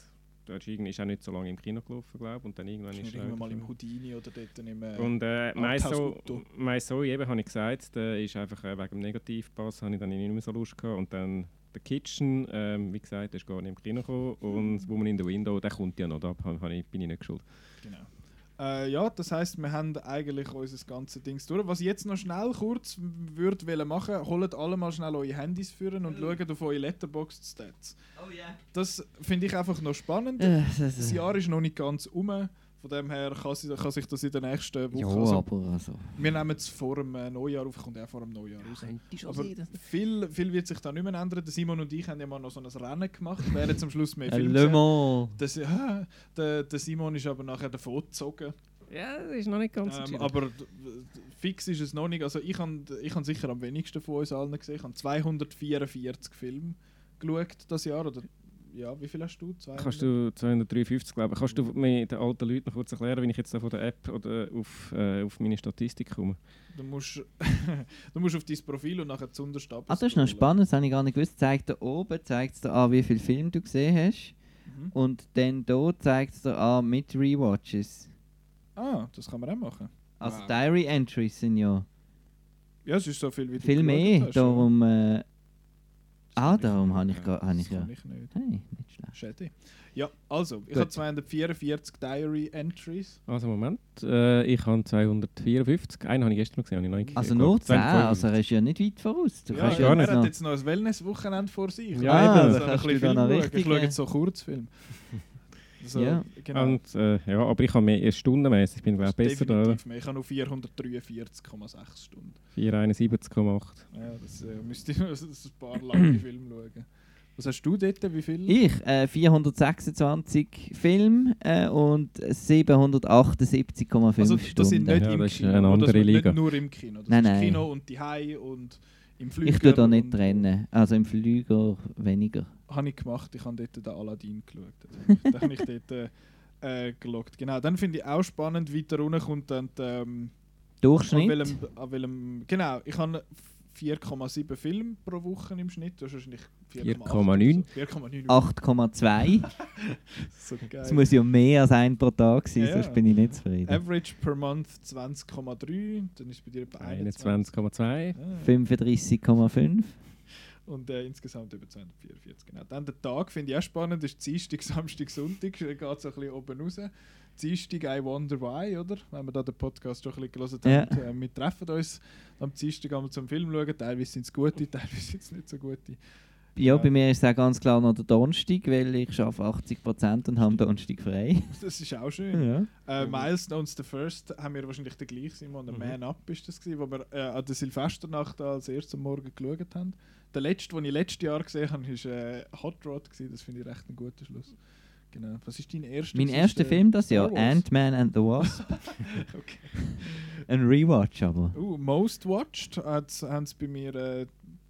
Der ist, irgendwie, ist auch nicht so lange im Kino gelaufen, glaube ich. Und dann irgendwann ist Irgendwann er mal im Houdini oder dort im äh, Und äh, My Arthouse So- Auto. My Zoe, eben, habe ich gesagt, der ist einfach äh, wegen dem Negativpass, habe ich dann nicht mehr so Lust gehabt. Und dann The Kitchen, ähm, wie gesagt, der ist gar nicht im Kino gekommen. Und Woman in the Window, der kommt ja noch, da habe ich, bin ich nicht schuld. Genau. Äh, ja, das heisst, wir haben eigentlich unser ganzes Ding durch. Was ich jetzt noch schnell kurz würde wollen machen, holt alle mal schnell eure Handys führen und schaut auf eure Letterboxd-Stats. Oh yeah. Das finde ich einfach noch spannend. Äh, Das Jahr ist noch nicht ganz um. Von dem her kann, si- kann sich das in der nächsten Woche... Ja, also, aber also. wir nehmen es vor dem äh, Neujahr auf, kommt auch vor dem Neujahr raus. Könnte Aber viel, viel wird sich da nicht mehr ändern. Der Simon und ich haben ja mal noch so ein Rennen gemacht, wer jetzt am Schluss mehr Ein Filme Le gesehen. Mans. Das, ja, der, der Simon ist aber nachher davon gezogen. Ja, das ist noch nicht ganz Ähm, entschieden. aber d- d- fix ist es noch nicht. Also ich habe ich han sicher am wenigsten von uns allen gesehen. Ich habe zweihundertvierundvierzig Filme geschaut das Jahr. Oder, ja, wie viel hast du? zweihundert? Kannst du zweihundertdreiundfünfzig, glaube ich. Kannst du mir den alten Leuten noch kurz erklären, wie ich jetzt da von der App oder auf, äh, auf meine Statistik komme? Du musst, du musst auf dein Profil und nachher zu unterst Ah, das ist noch spannend, das habe ich gar nicht gewusst. Zeigt da oben zeigt es dir an, wie viele Filme du gesehen hast. Mhm. Und dann hier zeigt es dir an mit Rewatches. Ah, das kann man auch machen. Also Wow. Diary Entries sind ja Ja, es ist so viel, wie du viel geschaut mehr. hast, Darum, äh, ja. ah, Das darum kann habe ich, gar- habe ich das ja. kann ich nicht. Hey, nicht schlecht. Schade. Ja, also, ich Gut. habe zweihundertvierundvierzig Diary Entries. Also Moment, äh, ich habe zweihundertvierundfünfzig. Einen habe ich gestern noch gesehen, habe ich noch nicht Also gesehen. nur zehn, zweihundertfünfundfünfzig. also er ist ja nicht weit voraus. Du Ja, kannst gar ja nicht. er hat noch, jetzt noch ein Wellness-Wochenende vor sich. Ja, ah, eben. da So ein kannst du bisschen da noch Film schauen. richtig... Ich schaue äh, jetzt so Kurzfilm. So, Ja. genau. Und, äh, ja, aber ich habe mehr stundenmäßig, ich bin glaube Das ich ist besser da. oder? definitiv mehr. Ich habe nur vierhundertdreiundvierzig Komma sechs Stunden. vierhunderteinundsiebzig Komma acht. Ja, das äh, müsste ich noch ein paar lange Filme schauen. Was hast du dort? Wie viel? Ich, äh, vierhundertsechsundzwanzig Filme äh, und siebenhundertachtundsiebzig Komma fünf Also das Stunden. sind nicht Ja, im das ist Kino. eine oder? andere Das wird Liga. Nicht nur im Kino. Das Nein, ist nein. Kino und die Hai und im Flüger. Ich tue da nicht und- trennen. Also im Flüger weniger. Habe ich gemacht. Ich habe dort den Aladdin geschaut. Da habe ich dort äh, äh, gelockt. Genau, dann finde ich auch spannend, weiter runter kommt dann die, ähm, an Durchschnitt. welchem, an welchem, genau, ich habe vier Komma sieben Filme pro Woche im Schnitt. Du hast wahrscheinlich vier Komma neun. vier Komma neun. acht Komma zwei. So geil. Es muss ja mehr als ein pro Tag sein, Ja. sonst bin ich nicht zufrieden. Average per month zwanzig Komma drei. Dann ist es bei dir etwa einundzwanzig Komma zwei. Ah. fünfunddreißig Komma fünf. Und äh, insgesamt über zweihundertvierundvierzig. Genau. Dann der Tag finde ich auch spannend. Das ist Dienstag, Samstag, Sonntag. Da geht es so ein bisschen oben raus. Dienstag I Wonder Why, oder? Wenn wir da den Podcast schon ein bisschen gelesen Ja. haben. Äh, wir treffen uns am Dienstag einmal zum Film schauen. Teilweise sind es gute, teilweise sind es nicht so gute. Ja, Ja. bei mir ist es auch ganz klar noch der Donnerstag, weil ich arbeite achtzig Prozent und habe am Donnerstag frei. Das ist auch schön. Ja. Äh, Milestones the First haben wir wahrscheinlich den gleichen, Simon. Der Mhm. Man Up ist das gewesen, wo wir äh, an der Silvesternacht als erstes am Morgen geschaut haben. Der letzte, den ich letztes Jahr gesehen habe, war äh, Hot Rod gewesen. Das finde ich recht ein guter Schluss. Genau. Was ist dein erster? Mein gewesen? erster Ist, äh, Film das Star Jahr, Wars? Ant-Man and the Wasp. Okay. Ein Rewatch aber. Uh, Most Watched hat's- haben sie bei mir äh,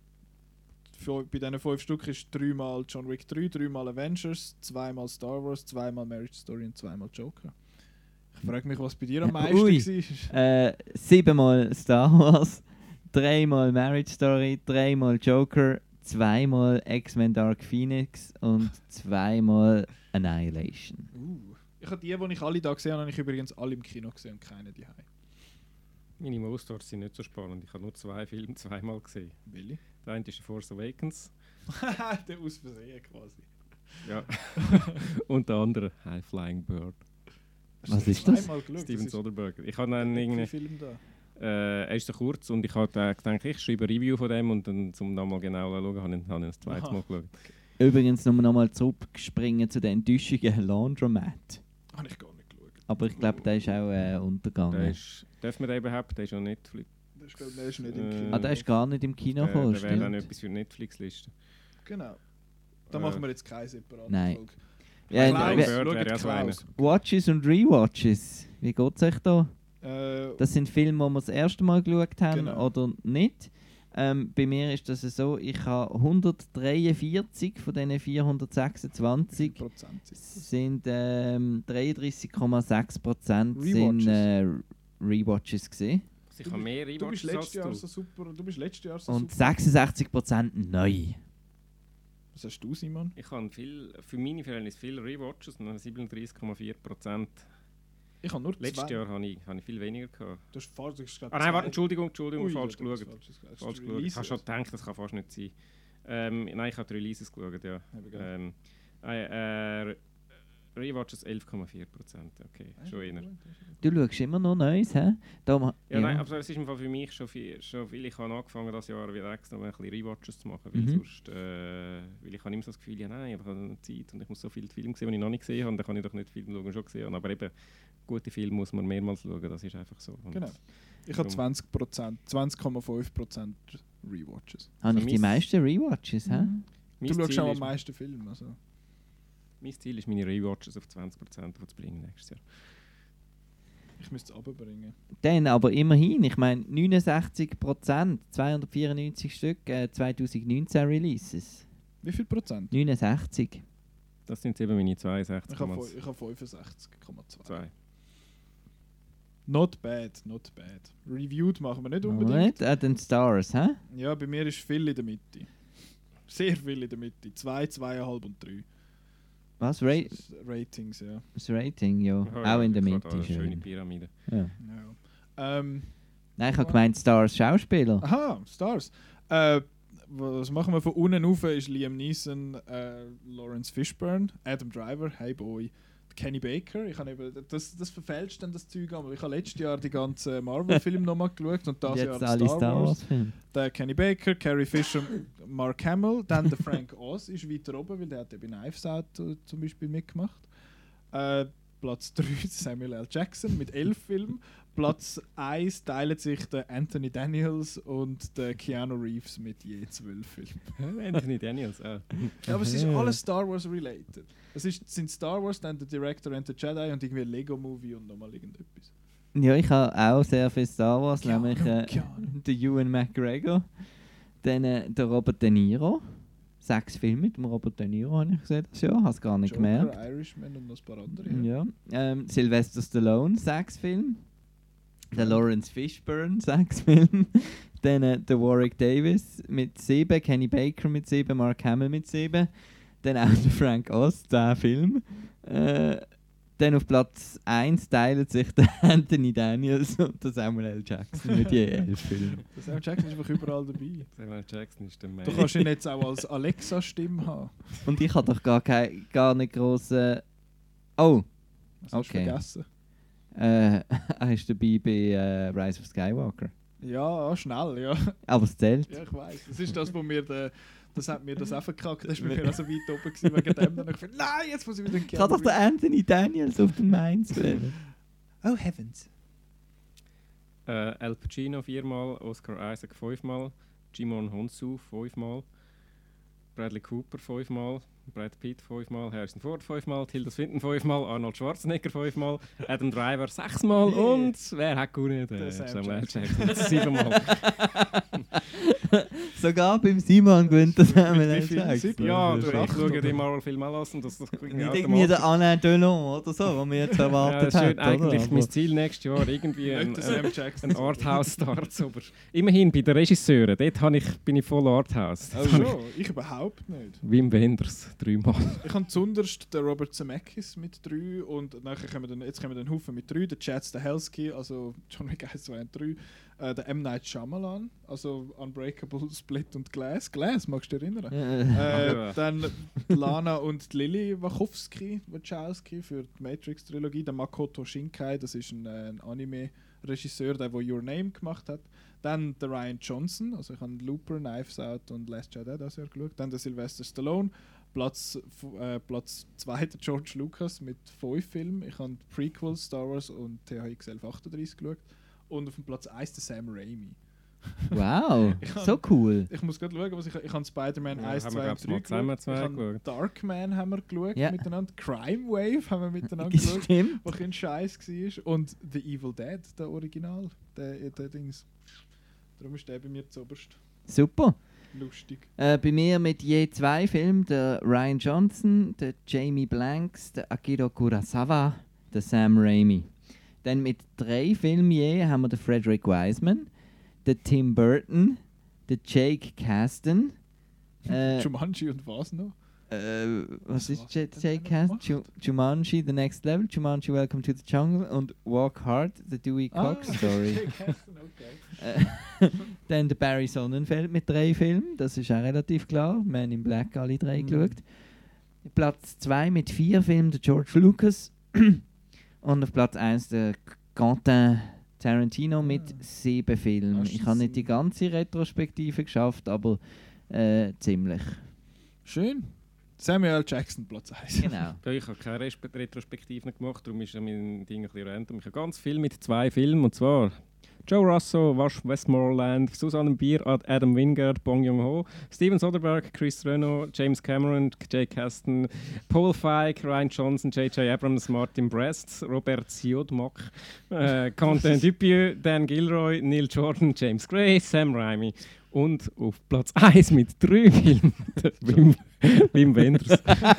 für, bei diesen fünf Stück ist dreimal John Wick drei, dreimal Avengers, zweimal Star Wars, zweimal Marriage Story und zweimal Joker. Ich frage mich, was bei dir am meisten Ui. war. Äh, siebenmal Star Wars, dreimal Marriage Story, dreimal Joker, zweimal X-Men Dark Phoenix und zweimal Annihilation. Uh. Ich habe die, die ich alle da gesehen habe, habe ich übrigens alle im Kino gesehen und keine die Meine Most-Starts sind nicht so spannend. Ich habe nur zwei Filme zweimal gesehen. Willi? Der eine ist The Force Awakens. Der aus Versehen quasi. Ja. Und der andere High Flying Bird. Hast Was du ist das? zweimal geschaut? Steven Das ist- Soderbergh. Ich habe dann Wie irgendwie... viele Filme da? Äh, er ist so kurz und ich habe gedacht, ich schreibe ein Review von dem und dann zum nochmal genau schauen, habe ich, habe ich das zweite Aha. Mal geschaut. Übrigens, nur noch mal zurückspringen zu den Enttäuschungen Laundromat. Habe ich gar nicht geschaut. Aber ich glaube, der ist auch äh, untergegangen. Der ist, darf man den überhaupt? Der ist auf Netflix. Das ist, glaub, der ist nicht im Äh, Kino. Ah, der ist gar nicht im Kino Der, gekommen, der wäre dann stimmt. etwas für die Netflix-Liste. Genau. Da Äh, machen wir jetzt keine separate Nein. Folge. Ja, Klaus, Flying we- Bird schaut wäre ja so einer. Klaus. Watches und Rewatches. Wie geht es euch da? Äh, Das sind Filme, die wir das erste Mal geschaut haben Genau. oder nicht. Ähm, bei mir ist das so, ich habe hundertdreiundvierzig von diesen vierhundertsechsundzwanzig Prozent sind das. sind ähm, dreiunddreißig Komma sechs Prozent sind Rewatches. äh, Rewatches gewesen. Ich habe mehr Du bist Rewatches als letztes Jahr du. so super. Du bist letztes Jahr so Und super. sechsundsechzig Prozent neu. Was hast du, Simon? Ich habe viel, für meine Verhältnisse viele Rewatches, siebenunddreißig Komma vier Prozent. Ich habe nur Letztes zwei. Jahr habe ich, habe ich viel weniger gehabt. Du hast falsch gesagt. Ah nein, warte, Entschuldigung, Entschuldigung, Ui, falsch du hast geschaut. falsch gesagt. Falsch geschaut. Ich habe schon gedacht, das kann fast nicht sein. Ähm, nein, ich habe die Releases geschaut, ja. Ähm, äh, äh, Rewatches elf Komma vier Prozent, okay, schon eher. Du schaust immer noch Neues, hä? Da ma- Ja, nein, aber es ist im Fall für mich schon viel, schon viel. Ich habe angefangen, das Jahr wieder extra mal ein bisschen Rewatches zu machen, weil Mhm. sonst, äh, weil ich habe immer so das Gefühl, ja nein, ich habe keine Zeit und ich muss so viele Filme sehen, die ich noch nicht gesehen habe, dann kann ich doch nicht Filme schauen, die ich schon gesehen habe. Aber eben, gute Filme muss man mehrmals schauen, das ist einfach so. Und Genau. Ich habe zwanzig Prozent, zwanzig Komma fünf Prozent Rewatches. Habe ich Also die mein- meisten Rewatches, hä? Mhm. Mein Du schaust Ziel auch am ist- meisten Filme. Also. Mein Ziel ist, meine Rewatches auf zwanzig Prozent zu bringen nächstes Jahr. Ich müsste es runterbringen. Dann aber immerhin, ich meine neunundsechzig Prozent, zweihundertvierundneunzig Stück, äh, zwanzig neunzehn Releases. Wie viel Prozent? neunundsechzig. Das sind jetzt eben meine zweiundsechzig Ich habe Komma fu- ich habe fünfundsechzig Komma zwei. zwei. Not bad, not bad. Reviewed machen wir nicht Aber unbedingt. nicht? Äh, den Stars, hä? Ja, bei mir ist viel in der Mitte. Sehr viel in der Mitte. Zwei, zweieinhalb und drei. Was? Ra Das Ratings, ja. das Rating, ja. Oh, Auch ja, in der ich Mitte. habe da eine schöne Schön. Pyramide. Ja. ja. Ähm, Nein, ich habe gemeint Stars Schauspieler. aha, Stars. Äh, was machen wir von unten rauf? Ist Liam Neeson, äh, Lawrence Fishburne, Adam Driver, Hey Boy, Kenny Baker. Ich habe eben, das, das verfälscht dann das Zeug einmal. Ich habe letztes Jahr die ganzen Marvel-Filme nochmal geschaut und das Und Jahr jetzt die alle Star, Star Wars. Wars-Filme. Der Kenny Baker, Carrie Fisher, Mark Hamill, dann der Frank Oz ist weiter oben, weil der hat ja bei Knives Out äh, zum Beispiel mitgemacht. Äh, Platz drei Samuel L. Jackson mit elf Filmen. Platz eins teilen sich der Anthony Daniels und der Keanu Reeves mit je zwölf Filmen. Anthony Daniels, ah. Ja, aber es ist alles Star Wars related. Es ist, sind Star Wars, dann der Director and the Jedi und irgendwie ein Lego-Movie und nochmal irgendetwas. Ja, ich habe auch sehr viel Star Wars, Keanu, nämlich äh, Keanu. der Ewan McGregor, dann äh, der Robert De Niro. Sechs Filme mit dem Robert De Niro habe ich gesehen das Jahr, habe es gar nicht Joker, gemerkt. Irishman und noch ein paar andere. Ja. Ähm, Sylvester Stallone, sechs Filme. Der Lawrence Fishburne, sechs Filme. Dann äh, der Warwick Davis mit sieben, Kenny Baker mit sieben, Mark Hamill mit sieben. Dann auch der Frank Oz, zehn Filme. Äh, dann auf Platz eins teilen sich der Anthony Daniels und der Samuel L. Jackson mit je elf Filmen. Der Samuel Jackson ist einfach überall dabei. Samuel Jackson ist der Mann. Du kannst ihn jetzt auch als Alexa-Stimme haben. Und ich habe doch gar, kein, gar nicht grossen... Oh, Das hast du Okay. vergessen. äh, er ist dabei bei äh, Rise of Skywalker. Ja, schnell, ja. Aber es zählt. Ja, ich weiß. Das ist das, wo mir der, das hat mir das auch verkackt. Das war bei mir auch so weit oben gewesen, wegen dem. Dann habe ich gedacht, nein, jetzt muss ich wieder einen Ich habe doch den Anthony Daniels auf den Mainz gewählt. Oh heavens. Äh, Al Pacino viermal, Oscar Isaac fünfmal, Jimon Honsu fünfmal, Bradley Cooper fünfmal, Brad Pitt fünfmal, Harrison Ford fünfmal, Tilda Swinton fünfmal, Arnold Schwarzenegger fünfmal, Adam Driver sechsmal Yeah. und wer hat gewonnen? Der Der Sam Samuel L. Jackson. Jackson siebenmal. Sogar beim Simon gewinnt der Samuel Wie L. viel? Jackson. Sieben? Ja, Das du, ist ich acht, schaue oder? die Marvel-Filme an lassen, das das Nicht irgendwie der Alain Delon oder so, was wir jetzt ja, erwartet das ist schön, haben. eigentlich oder? mein Ziel nächstes Jahr irgendwie ein, Nicht der ein, Sam Jackson. ein Arthouse-Star zu aber immerhin bei den Regisseuren, dort habe ich, bin ich voll Arthouse. Oh schon? Ich überhaupt nicht. Wim Wenders, dreimal. Ich habe zunderst den Robert Zemeckis mit drei und nachher kommen dann, jetzt kommen dann Haufen mit drei, der Chad Stahelski, also John Wick eins, zwei und drei, äh, der M. Night Shyamalan, also Unbreakable, Split und Glass. Glass, magst du dich erinnern? Äh, Äh, Ja. dann die Lana und die Lily Wachowski, Wachowski für die Matrix-Trilogie. Der Makoto Shinkai, das ist ein, äh, ein Anime-Regisseur, der wo Your Name gemacht hat. Dann der Ryan Johnson, also ich habe Looper, Knives Out und Last Jedi das Jahr geschaut. Dann der Sylvester Stallone. Platz f- äh, Platz zwei der George Lucas mit fünf Filmen. Ich habe die Prequels, Star Wars und T H X elf achtunddreißig geschaut. Und auf dem Platz eins der Sam Raimi. wow, Ich kann- so cool. Ich muss gerade schauen, was ich ich habe Spider-Man Ja, eins, haben wir, zwei glaub's, und mal drei zusammen geschaut. zwei Ich habe geschaut. Darkman haben wir geschaut Ja. miteinander. Crime Wave haben wir miteinander geschaut, Stimmt. was ein Scheiß war. Und The Evil Dead, der Original, der, der Dings. Darum ist der bei mir zuoberst Super. lustig. Äh, bei mir mit je zwei Filmen, der Ryan Johnson, der Jamie Blanks, der Akira Kurosawa, der Sam Raimi. Dann mit drei Filmen je haben wir den Frederick Wiseman, den Tim Burton, den Jake Kasdan, Äh, Jumanji und was noch? Äh, was Was ist hat J- er J-Cast? gemacht? Ju- Jumanji, The Next Level, Jumanji, Welcome to the Jungle und Walk Hard, The Dewey Cox Ah, Story. okay. Äh, Dann der Barry Sonnenfeld mit drei Filmen, das ist auch relativ klar. Man in Black, alle drei Mhm. geschaut. Platz zwei mit vier Filmen, der George Lucas. Und auf Platz eins der Quentin Tarantino mit Ah. sieben Filmen. Hast du Ich habe nicht die sieben? ganze Retrospektive geschafft, aber äh, ziemlich. Schön. Samuel L. Jackson, Platz eins. Genau. Ja, ich habe keine Respe- Retrospektiven gemacht, darum ist ja mein Ding ein bisschen random. Ich habe ganz viel mit zwei Filmen, und zwar Joe Russo, Wash Westmoreland, Susanne Bier, Ad- Adam Wingard, Bong Joon-ho, Steven Soderbergh, Chris Renault, James Cameron, Jay Kasten, Paul Feig, Ryan Johnson, J J Abrams, Martin Brest, Robert Siodmak, äh, Quentin Dupieux, Dan Gilroy, Neil Jordan, James Gray, Sam Raimi. Und auf Platz eins mit drei Filmen, der Wim, Wim Wenders.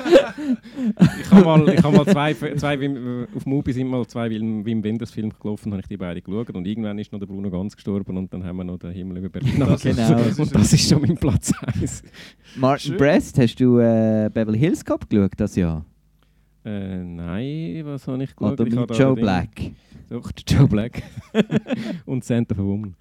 ich habe mal, ich hab mal zwei, zwei Wim, auf Mubi sind mal zwei Wim, Wim Wenders Filme gelaufen, habe ich die beide geschaut und irgendwann ist noch der Bruno Ganz gestorben und dann haben wir noch den Himmel über Berlin Das ist- Genau. das ist Und das ist schon mein Platz eins. Martin Schön. Brest, hast du äh, Beverly Hills Cop geschaut das Jahr? Äh, nein, was habe ich geschaut? Oder Ich mit habe da Joe den- Black? Doch, der Joe Black. Und Santa for Woman.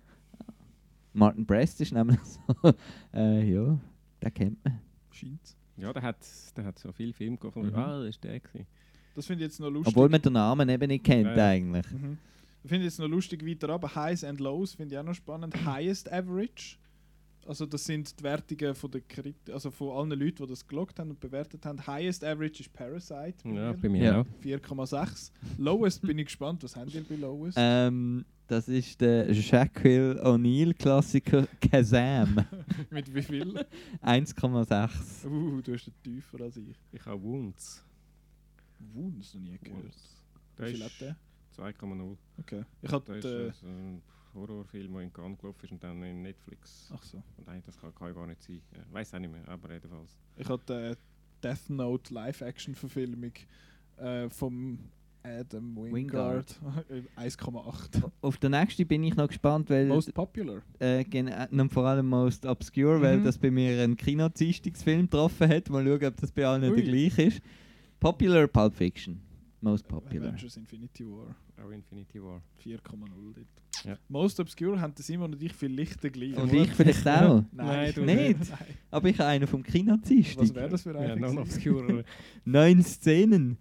Martin Brest ist nämlich so, äh, ja, den kennt man. Scheint's. Ja, der hat, der hat so viele Filme gemacht. Mhm. Ah, das ist der gewesen. Das finde ich jetzt noch lustig. Obwohl man den Namen eben nicht kennt Ja, ja. eigentlich. Mhm. Ich finde jetzt noch lustig weiter ab. Highs and Lows finde ich auch noch spannend. Highest Average. Also das sind die Wertungen von der Krit also von allen Leuten, die das geloggt haben und bewertet haben. Highest Average ist Parasite bei Ja, mir. bei mir Ja. auch. vier Komma sechs. Lowest bin ich gespannt. Was haben die bei Lowest? Ähm, das ist der Shaquille O'Neal Klassiker Kazam. Mit wie viel? eins Komma sechs. Uh, du hast den tiefer als ich. Ich habe Wounds. Wounds noch nie gehört. Wounds. Wie Der viel ist hat der? zwei Komma null. Okay. Ich hatte... Das ist Äh, äh, so ein Horrorfilm, der in Cannes gelaufen ist und dann in Netflix. ach so. Und nein, das kann, kann ja gar nicht sein. Ja, weiß auch nicht mehr, aber jedenfalls. Ich hatte äh, Death Note Live-Action-Verfilmung äh, vom Adam Wingard. eins Komma acht. Auf den nächsten bin ich noch gespannt, weil Most popular. äh, gen- äh, und vor allem Most Obscure, weil Mhm. das bei mir einen Kinodienstungsfilm getroffen hat. Mal schauen, ob das bei allen Ui. der gleiche ist. Popular Pulp Fiction. Most popular. Avengers Infinity War. Auch Infinity War. vier Komma null dort. Ja. Most Obscure haben der Simon und ich viel lichter gleich. Und oder? ich vielleicht auch. Nein, du nicht. Nein. Aber ich habe einen vom Was Kinodienstung. wäre das für Ja, einer? non obscure. Neun Szenen.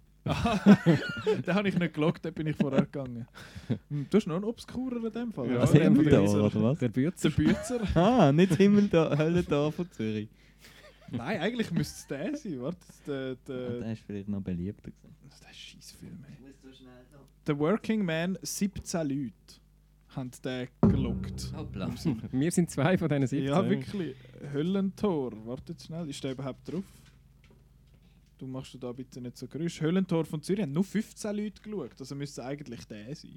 Den habe ich nicht gelockt, da bin ich vorher gegangen. Hm, Du hast noch einen Obscurer in dem Fall. Ja, Das der Himmeldorf, Bützer. oder was? Der Der Bützer. Bützer? Ah, nicht Himmeldorf, Höllendorf von Zürich. Nein, eigentlich müsste es der sein. Warte, der, Ah, der, der ist vielleicht noch beliebter gewesen. das ist ein Scheissfilm. ey. The Working Man, siebzehn Leute haben den gelockt. Hoppla. Wir sind zwei von diesen siebzehn. Ja, wirklich. Höllentor. Warte jetzt schnell, ist der überhaupt drauf? Du machst da bitte nicht so Geräusch. Höllentor von Zürich haben nur fünfzehn Leute geschaut. Also müsste es eigentlich der sein.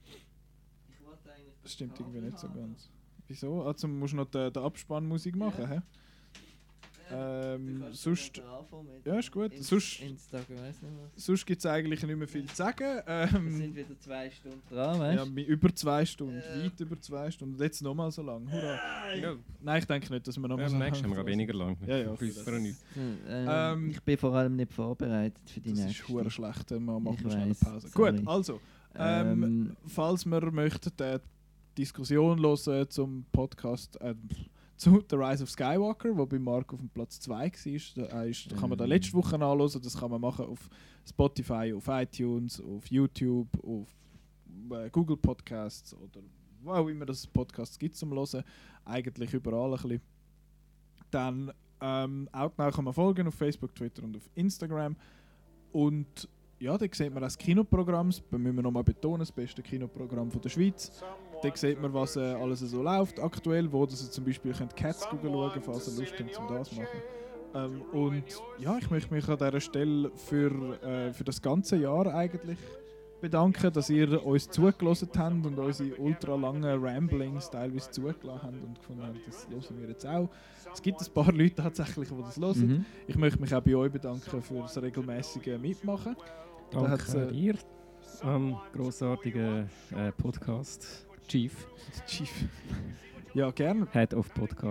Das stimmt irgendwie nicht so ganz. Wieso? Also musst du noch die, die Abspannmusik machen, hä? Ähm, sonst, ja, ist gut. Sonst- Instagram, weiss nicht was. sonst gibt es eigentlich nicht mehr viel zu sagen. Wir sind Ähm, wieder zwei Stunden dran, ja, weißt mi- über zwei Stunden, Äh. weit über zwei Stunden. Und jetzt nochmal so lang. Hurra. Ja, Nein, ich denke nicht, dass wir nochmal beim so nächsten haben wir lang gerade weniger lang. Ja, ja, Für, für nichts. du? Ähm, Ähm, ich bin vor allem nicht vorbereitet für die Das nächste. ist hure schlecht, dann machen Ich wir schnell eine weiss, Pause. sorry. Gut, also, ähm, Ähm, falls wir möchten eine Diskussion hören zum Podcast äh, zu The Rise of Skywalker, wo bei Mark auf dem Platz zwei war, da, ist, da kann man da Ähm. letzte Woche nachhören, das kann man machen auf Spotify, auf iTunes, auf YouTube, auf äh, Google Podcasts oder wo auch immer das Podcasts gibt zum Hören, eigentlich überall ein bisschen. Dann ähm, Outnow kann man folgen auf Facebook, Twitter und auf Instagram. Und ja, da sieht man auch das Kinoprogramm, das müssen wir nochmal betonen, das beste Kinoprogramm von der Schweiz. Da sieht man, was äh, alles so läuft aktuell, wo dass ihr zum Beispiel könnt Cats schauen, falls ihr Lust habt, um das zu machen. Ähm, und ja, ich möchte mich an dieser Stelle für, äh, für das ganze Jahr eigentlich bedanken, dass ihr uns zugelassen habt und unsere ultra langen Ramblings teilweise zugelassen habt und gefunden habt, das hören wir jetzt auch. Es gibt ein paar Leute tatsächlich, die das hören. mhm. Ich möchte mich auch bei euch bedanken für das regelmäßige Mitmachen. Da Danke hat's, äh, dir am grossartigen äh, Podcast Chief, Chief. Ja, gerne. Head of Podcast.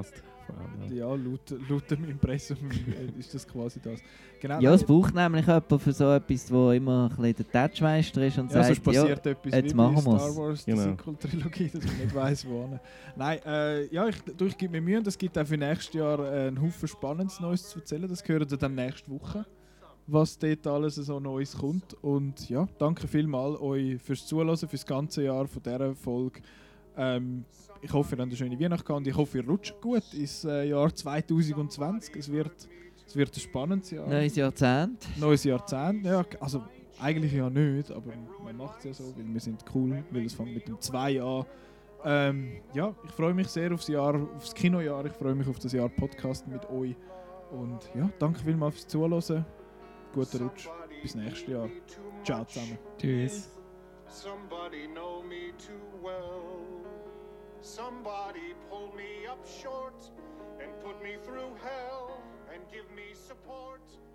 Fall. Ja, laut, laut dem Impressum ist das quasi das. Genau, Ja, es braucht nämlich jemanden für so etwas, wo immer ein bisschen der Touchmeister ist und ja, sonst sagt, passiert ja, etwas jetzt wie machen bei wir's. Star Wars, die Genau. Sequel-Trilogie, dass man nicht weiss, wo. Nein, äh, ja, ich, du, ich gebe mir Mühe und es gibt auch für nächstes Jahr äh, einen Haufen Spannendes Neues zu erzählen. Das hören wir dann nächste Woche, was dort alles so Neues kommt. Und ja, danke vielmals euch fürs Zuhören, fürs ganze Jahr von dieser Folge. Ähm, ich hoffe, ihr habt eine schöne Weihnacht gehabt und ich hoffe, ihr rutscht gut ins äh, Jahr zwanzig zwanzig. Es wird, es wird ein spannendes Jahr. Neues Jahrzehnt. Neues Jahrzehnt, ja, also eigentlich ja nicht, aber man macht es ja so, weil wir sind cool, weil es fängt mit dem zwei an. Ähm, ja, ich freue mich sehr aufs Jahr, aufs Kinojahr, ich freue mich auf das Jahr Podcast mit euch und ja, danke vielmals fürs Zuhören, guten Rutsch, bis nächstes Jahr, ciao zusammen. Tschüss. Somebody know me too well. Somebody pull me up short and put me through hell and give me support.